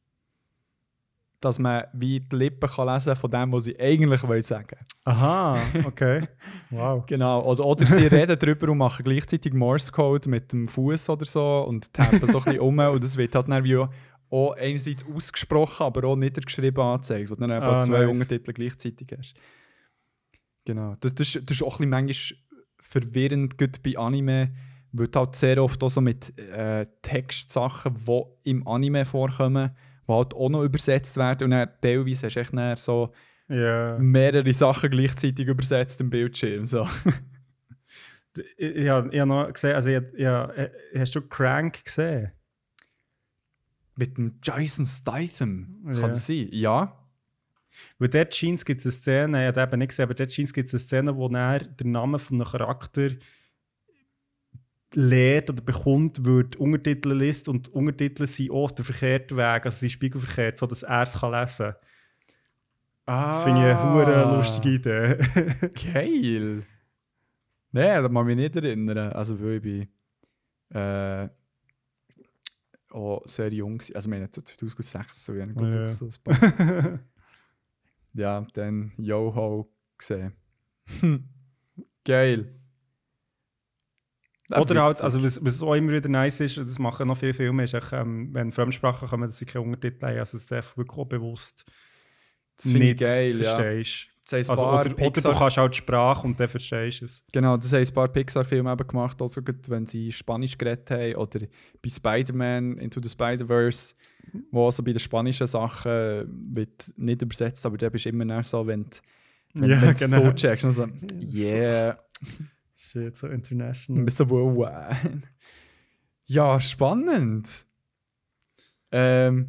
dass man wie die Lippen kann lesen von dem, was sie eigentlich wollen sagen. Aha, okay. Wow. Genau. Oder, oder sie reden darüber und machen gleichzeitig Morse-Code mit dem Fuß oder so und tappen so ein bisschen um. Und das wird halt dann wie auch einerseits ausgesprochen, aber auch niedergeschrieben angezeigt, wo du dann eben Ah, zwei nice. Untertitel gleichzeitig hast. Genau. Das, das, das ist auch ein bisschen manchmal verwirrend, gerade bei Anime, weil du halt sehr oft auch so mit äh, Textsachen, die im Anime vorkommen, die halt auch noch übersetzt werden und dann teilweise hast du echt dann so Ja. mehrere Sachen gleichzeitig übersetzt im Bildschirm. So. Ich, ich habe ich hab noch gesehen, also ich, ich, hab- hast du Crank gesehen? Mit dem Jason Statham. Kann Ja. das sein? Ja. Weil dort scheint gibt es eine Szene, ich habe eben nicht gesehen, aber dort scheint gibt es eine Szene, wo er den Namen von einem Charakter lernt oder bekommt, weil die Untertitel liest und die Untertitel sind auch auf der verkehrten Weg, also sie sind spiegelverkehrt, sodass er es kann lesen kann. Ah. Das finde ich eine hure lustige Idee. Geil. Nein, das kann mich nicht erinnern. Also, weil ich bin äh, auch sehr jung war. Also, ich meine, so zweitausendsechs, so wie ich Ja. so ein paar. Ja, dann Yo-Ho gesehen. Geil. Oder halt, witzig. also was, was auch immer wieder nice ist, das machen noch viele Filme, ist, echt, ähm, wenn Fremdsprachen kommen, dass sie keine Untertitel haben, also dass du einfach wirklich auch bewusst Das finde ich nicht geil, ja. verstehst. Das haben ein Also, paar oder, oder du Pixar- kannst halt die Sprache und dann verstehst du es. Genau, das haben ein paar Pixar-Filme eben gemacht, also gerade wenn sie Spanisch geredet haben, oder bei Spider-Man Into the Spider-Verse, wo also bei den spanischen Sachen wird nicht übersetzt, aber da bist du immer noch so, wenn du wenn, Ja, wenn du genau. so checkst, und so, yeah, Shit, so international. so wow. Ja, spannend. Ähm,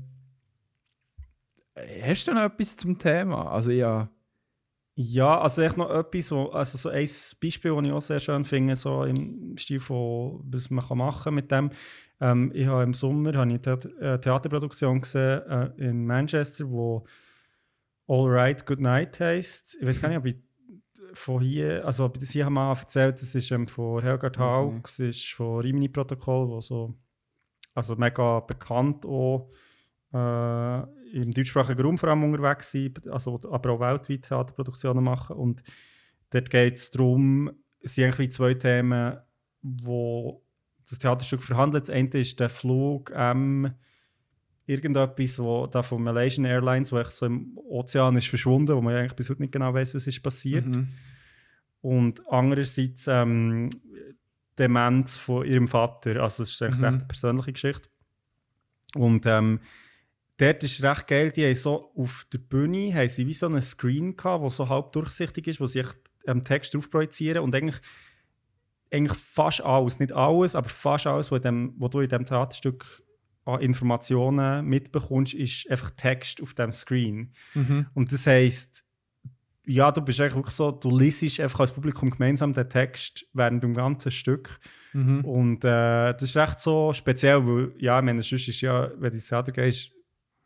hast du noch etwas zum Thema? Also ja, Ja, also echt noch etwas, wo, also so ein Beispiel, das ich auch sehr schön finde, so im Stil von, was man kann machen mit dem. Ähm, ich habe im Sommer habe ich eine Theat- äh, Theaterproduktion gesehen äh, in Manchester, wo All Right, Good Night heisst. Ich weiß gar nicht, ob ich von hier, also ob ich das hier mal erzählt, das ist ähm, von Helgard Weiss Haug, nicht. das ist von Rimini-Protokoll, wo so, also mega bekannt auch äh, im deutschsprachigen Raum vor allem unterwegs sind, also, aber auch weltweit Theaterproduktionen machen. Und dort geht es darum, es sind eigentlich zwei Themen, wo das Theaterstück verhandelt. Das eine ist der Flug ähm, irgendetwas, wo da von Malaysian Airlines, wo echt so im Ozean ist verschwunden, wo man eigentlich bis heute nicht genau weiß, was ist passiert. mhm. Und andererseits ähm, Demenz von ihrem Vater. Also es ist eigentlich Mhm. recht eine persönliche Geschichte. Und ähm, dort ist recht geil, die haben so auf der Bühne haben sie wie so einen Screen gehabt, der so halb durchsichtig ist, wo sie echt ähm, Text drauf projizieren und eigentlich, eigentlich fast alles, nicht alles, aber fast alles, was, in dem, was du in diesem Theaterstück an Informationen mitbekommst, ist einfach Text auf dem Screen. Mhm. Und das heisst, ja, du bist eigentlich wirklich so, du liest einfach als Publikum gemeinsam den Text während dem ganzen Stück. Mhm. Und äh, das ist recht so speziell, weil, ja, ich meine, sonst ist ja, wenn du ins Theater gehst,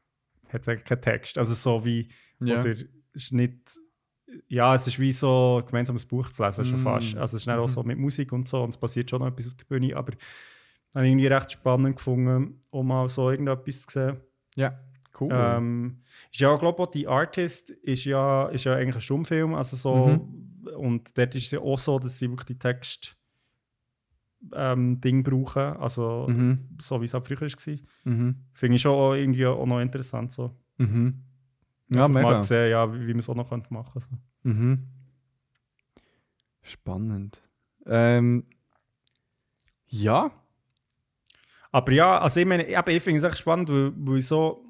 hat es eigentlich keinen Text. Also so wie, Ja. oder ist nicht, ja, es ist wie so gemeinsam ein Buch zu lesen, schon Mm. fast. Also es ist dann auch Mhm. so mit Musik und so und es passiert schon noch etwas auf der Bühne, aber habe ich irgendwie recht spannend gefunden, um mal so irgendetwas zu sehen. Ja, cool. Ähm, ist ja, glaube ich, die Artist ist ja, ist ja eigentlich ein Stummfilm, also so, und dort ist es ja auch so, dass sie wirklich die Text ähm, Ding brauchen, also Mhm. so wie es auch früher war. Mhm. Finde ich schon auch irgendwie auch noch interessant, so. Mhm. Ja, Einfach mal mega. zu sehen, ja, wie, wie man es auch noch könnte machen könnte. So. Mhm. Spannend. Ähm, ja. Aber ja, also ich meine, eben, ich finde es echt spannend, weil, weil ich so,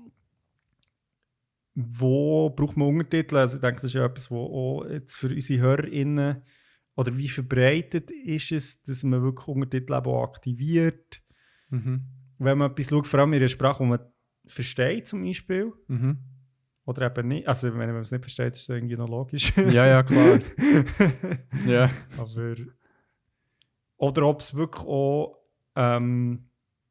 wo braucht man Untertitel? Also ich denke, das ist ja etwas, wo auch jetzt für unsere HörerInnen, oder wie verbreitet ist es, dass man wirklich Untertitel eben auch aktiviert, Mhm. wenn man etwas schaut, vor allem in einer Sprache, die man versteht zum Beispiel, Mhm. oder eben nicht. Also wenn man es nicht versteht, ist es irgendwie noch logisch. Ja, ja, klar. Ja. Aber, oder ob es wirklich auch ähm,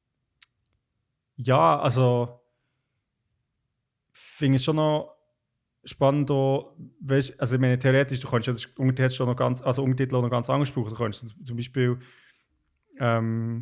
ja, also finde ich schon noch spannend, auch, weißt, also ich meine, theoretisch, du kannst ja das Untertitel schon noch ganz, also Untertitel auch noch ganz anders brauchen. Du kannst zum Beispiel ähm,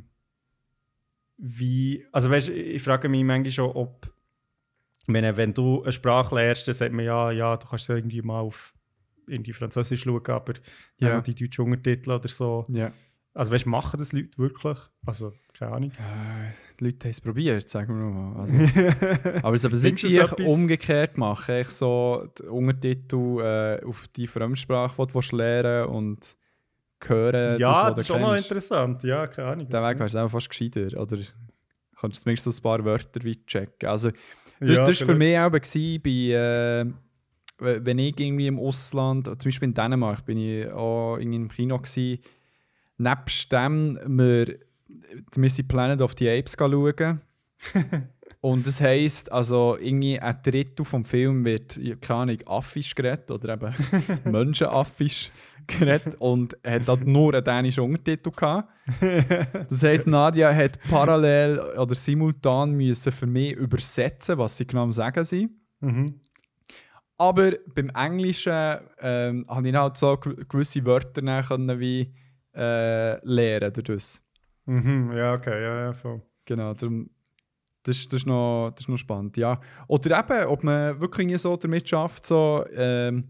wie, also weißt, ich frage mich manchmal schon, ob, ich meine, wenn du eine Sprache lernst, dann sagt man ja, ja, du kannst ja irgendwie mal auf irgendwie Französisch schauen, aber Ja. ja. die deutschen Untertitel oder so. Ja. Also weißt, machen das Leute wirklich? Also, keine Ahnung. Äh, die Leute haben es probiert, sagen wir mal. Also, aber es aber Findest du irgendwie es etwas- umgekehrt machen. Ich so die Untertitel äh, auf die Fremdsprache, die du willst lernen und hören, ja, das, das, was ist du schon noch kennst. interessant. Ja, keine Ahnung. Der Weg wäre es einfach fast gescheiter. Oder kannst du zumindest so ein paar Wörter wie checken. Also, das, Ja, das war für vielleicht. mich auch gewesen, bei, äh, wenn ich irgendwie im Ausland, zum Beispiel in Dänemark, bin ich auch irgendwie im Kino gewesen. Nebst dem, wir, wir sind Planet of the Apes schauen. Und das heisst, also irgendwie ein Drittel vom Film wird, keine Ahnung, Affisch geredet oder eben Menschenaffisch geredet und hat halt nur einen dänischen Untertitel gehabt. Das heisst, Nadia hat parallel oder simultan müssen für mich übersetzen, was sie genau am Sagen sind. Mhm. Aber beim Englischen ähm, habe ich halt so gew- gewisse Wörter dann können wie äh, lernen dadurch. Mhm. Ja, okay, ja, ja, voll. Genau, darum, das, ist- das, ist noch, das ist noch spannend, ja. Oder eben, ob man wirklich irgendwie so damit schafft, so ähm,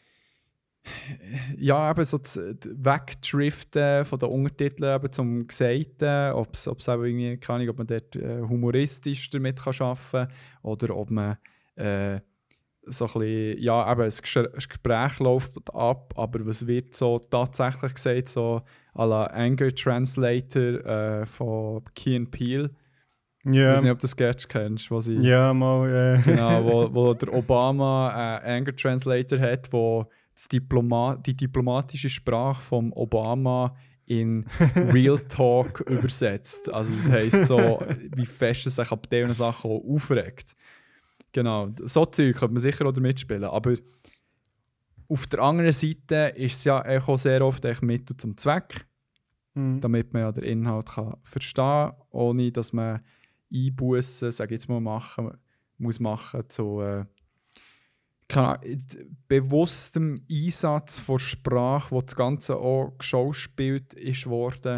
ja, eben so zu d- wegdriften von den Untertiteln eben zum Gesagten, ob es eben irgendwie, keine Ahnung, ob man dort äh, humoristisch damit kann arbeiten kann oder ob man äh, so ein bisschen, ja, eben ein Gesch- ein Gespräch läuft ab, aber was wird so tatsächlich gesagt, so à la Anger Translator äh, von Key and Peele. Ich Ja, weiß nicht, ob du das Sketch kennst, wo sie, ja mal. Äh. genau, wo, wo der Obama einen Anger Translator hat, wo das Diploma die diplomatische Sprache vom Obama in Real Talk übersetzt. Also das heisst so, wie fest es sich ab diesen Sachen auch aufregt. Genau, so Zeug könnte man sicher auch mitspielen. Aber auf der anderen Seite ist es ja auch sehr oft echt Mittel zum Zweck, Mhm. damit man ja den Inhalt kann verstehen kann, ohne dass man Einbußen, sage ich jetzt mal, machen, muss machen zu äh, keine Ahnung, bewusstem Einsatz von Sprache, wo das Ganze auch geschauspielt ist worden.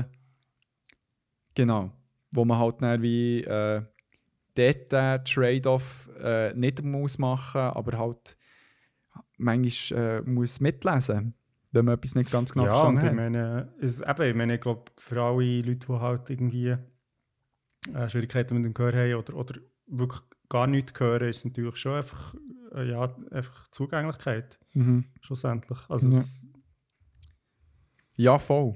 Genau. Wo man halt dann wie äh, dort den Trade-off äh, nicht muss machen, aber halt manchmal äh, muss mitlesen, wenn man etwas nicht ganz genau Ja, und verstanden ich hat. meine, es, eben, ich meine, ich glaube, für alle Leute, die halt irgendwie äh, Schwierigkeiten mit dem Gehör haben oder, oder wirklich gar nichts hören, ist es natürlich schon einfach, äh, ja, einfach Zugänglichkeit, Mhm. schlussendlich. Also Ja. es, Ja, voll.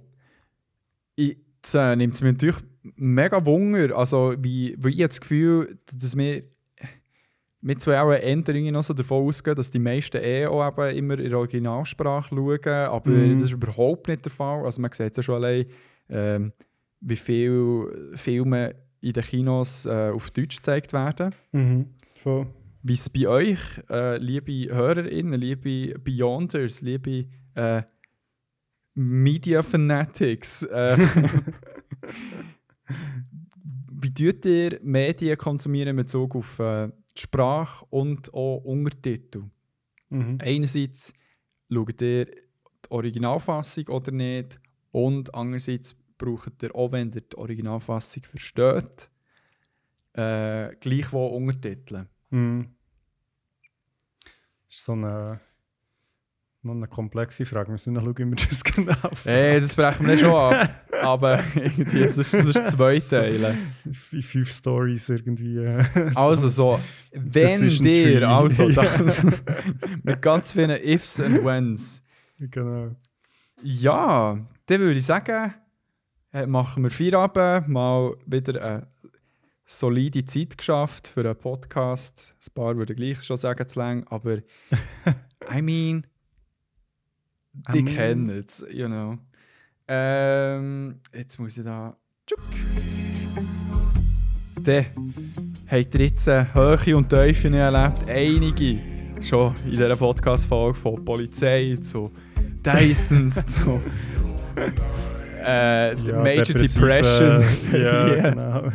Jetzt äh, nimmt es mir natürlich mega Wunder, also wie, weil ich habe das Gefühl, dass wir mit zwei auch Änderungen noch so davon ausgehen, dass die meisten eh auch eben immer in der Originalsprache schauen, aber Mhm. das ist überhaupt nicht der Fall. Also man sieht ja schon allein, ähm, wie viele Filme in den Kinos äh, auf Deutsch gezeigt werden. mhm. Voll. Wie es bei euch, äh, liebe HörerInnen, liebe Beyonders, liebe äh, Media Fanatics, äh, wie tut ihr Medien konsumieren in Bezug auf äh, die die Sprache und auch Untertitel. Mhm. Einerseits schaut ihr die Originalfassung oder nicht und andererseits braucht ihr, auch wenn ihr die Originalfassung versteht, äh, gleichwohl Untertitel. Mhm. Das ist so eine, noch eine komplexe Frage. Wir müssen noch schauen, wie wir das genau Hey, das brechen wir nicht schon ab. Aber irgendwie, das ist, das ist zwei Teile. in fünf Stories irgendwie. Äh, Also so, wenn Decision dir, Tree. also Ja. das, mit ganz vielen Ifs und Wenns. Genau. Ja, dann würde ich sagen, äh, machen wir Feierabend, mal wieder eine solide Zeit geschafft für einen Podcast. Ein paar würde gleich schon sagen, zu lang, aber I mean, die I mean. kennen es, you know. Ähm, jetzt muss ich da... Tschuk. Dann habt ihr jetzt äh, Höhe und Tiefen erlebt. Einige schon in dieser Podcast-Folge von Polizei zu Dysons zu äh, Ja, Major depressive, Depressions. Ja, Yeah. genau.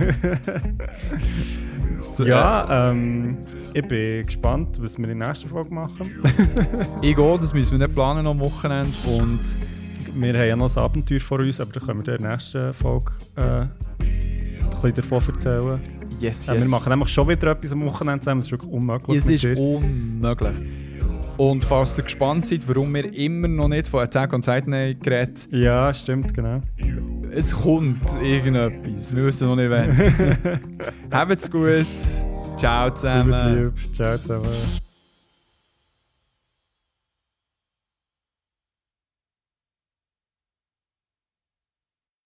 Zu, ja, ähm, ich bin gespannt, was wir in der nächsten Folge machen. äh, ich gehe, das müssen wir nicht planen am Wochenende. Und Wir haben ja noch ein Abenteuer vor uns, aber da können wir in der nächsten Folge äh, ein bisschen davon erzählen. yes, yes. Äh, wir machen nämlich schon wieder etwas am Wochenende zusammen, das ist wirklich unmöglich. Es mit ist dir. unmöglich. Und falls ihr gespannt seid, warum wir immer noch nicht von Attack on Titan haben geredet, Ja, stimmt, genau. es kommt irgendetwas. Wir wissen noch nicht wann. Habt's gut. Ciao zusammen. Lieb, lieb. Ciao zusammen.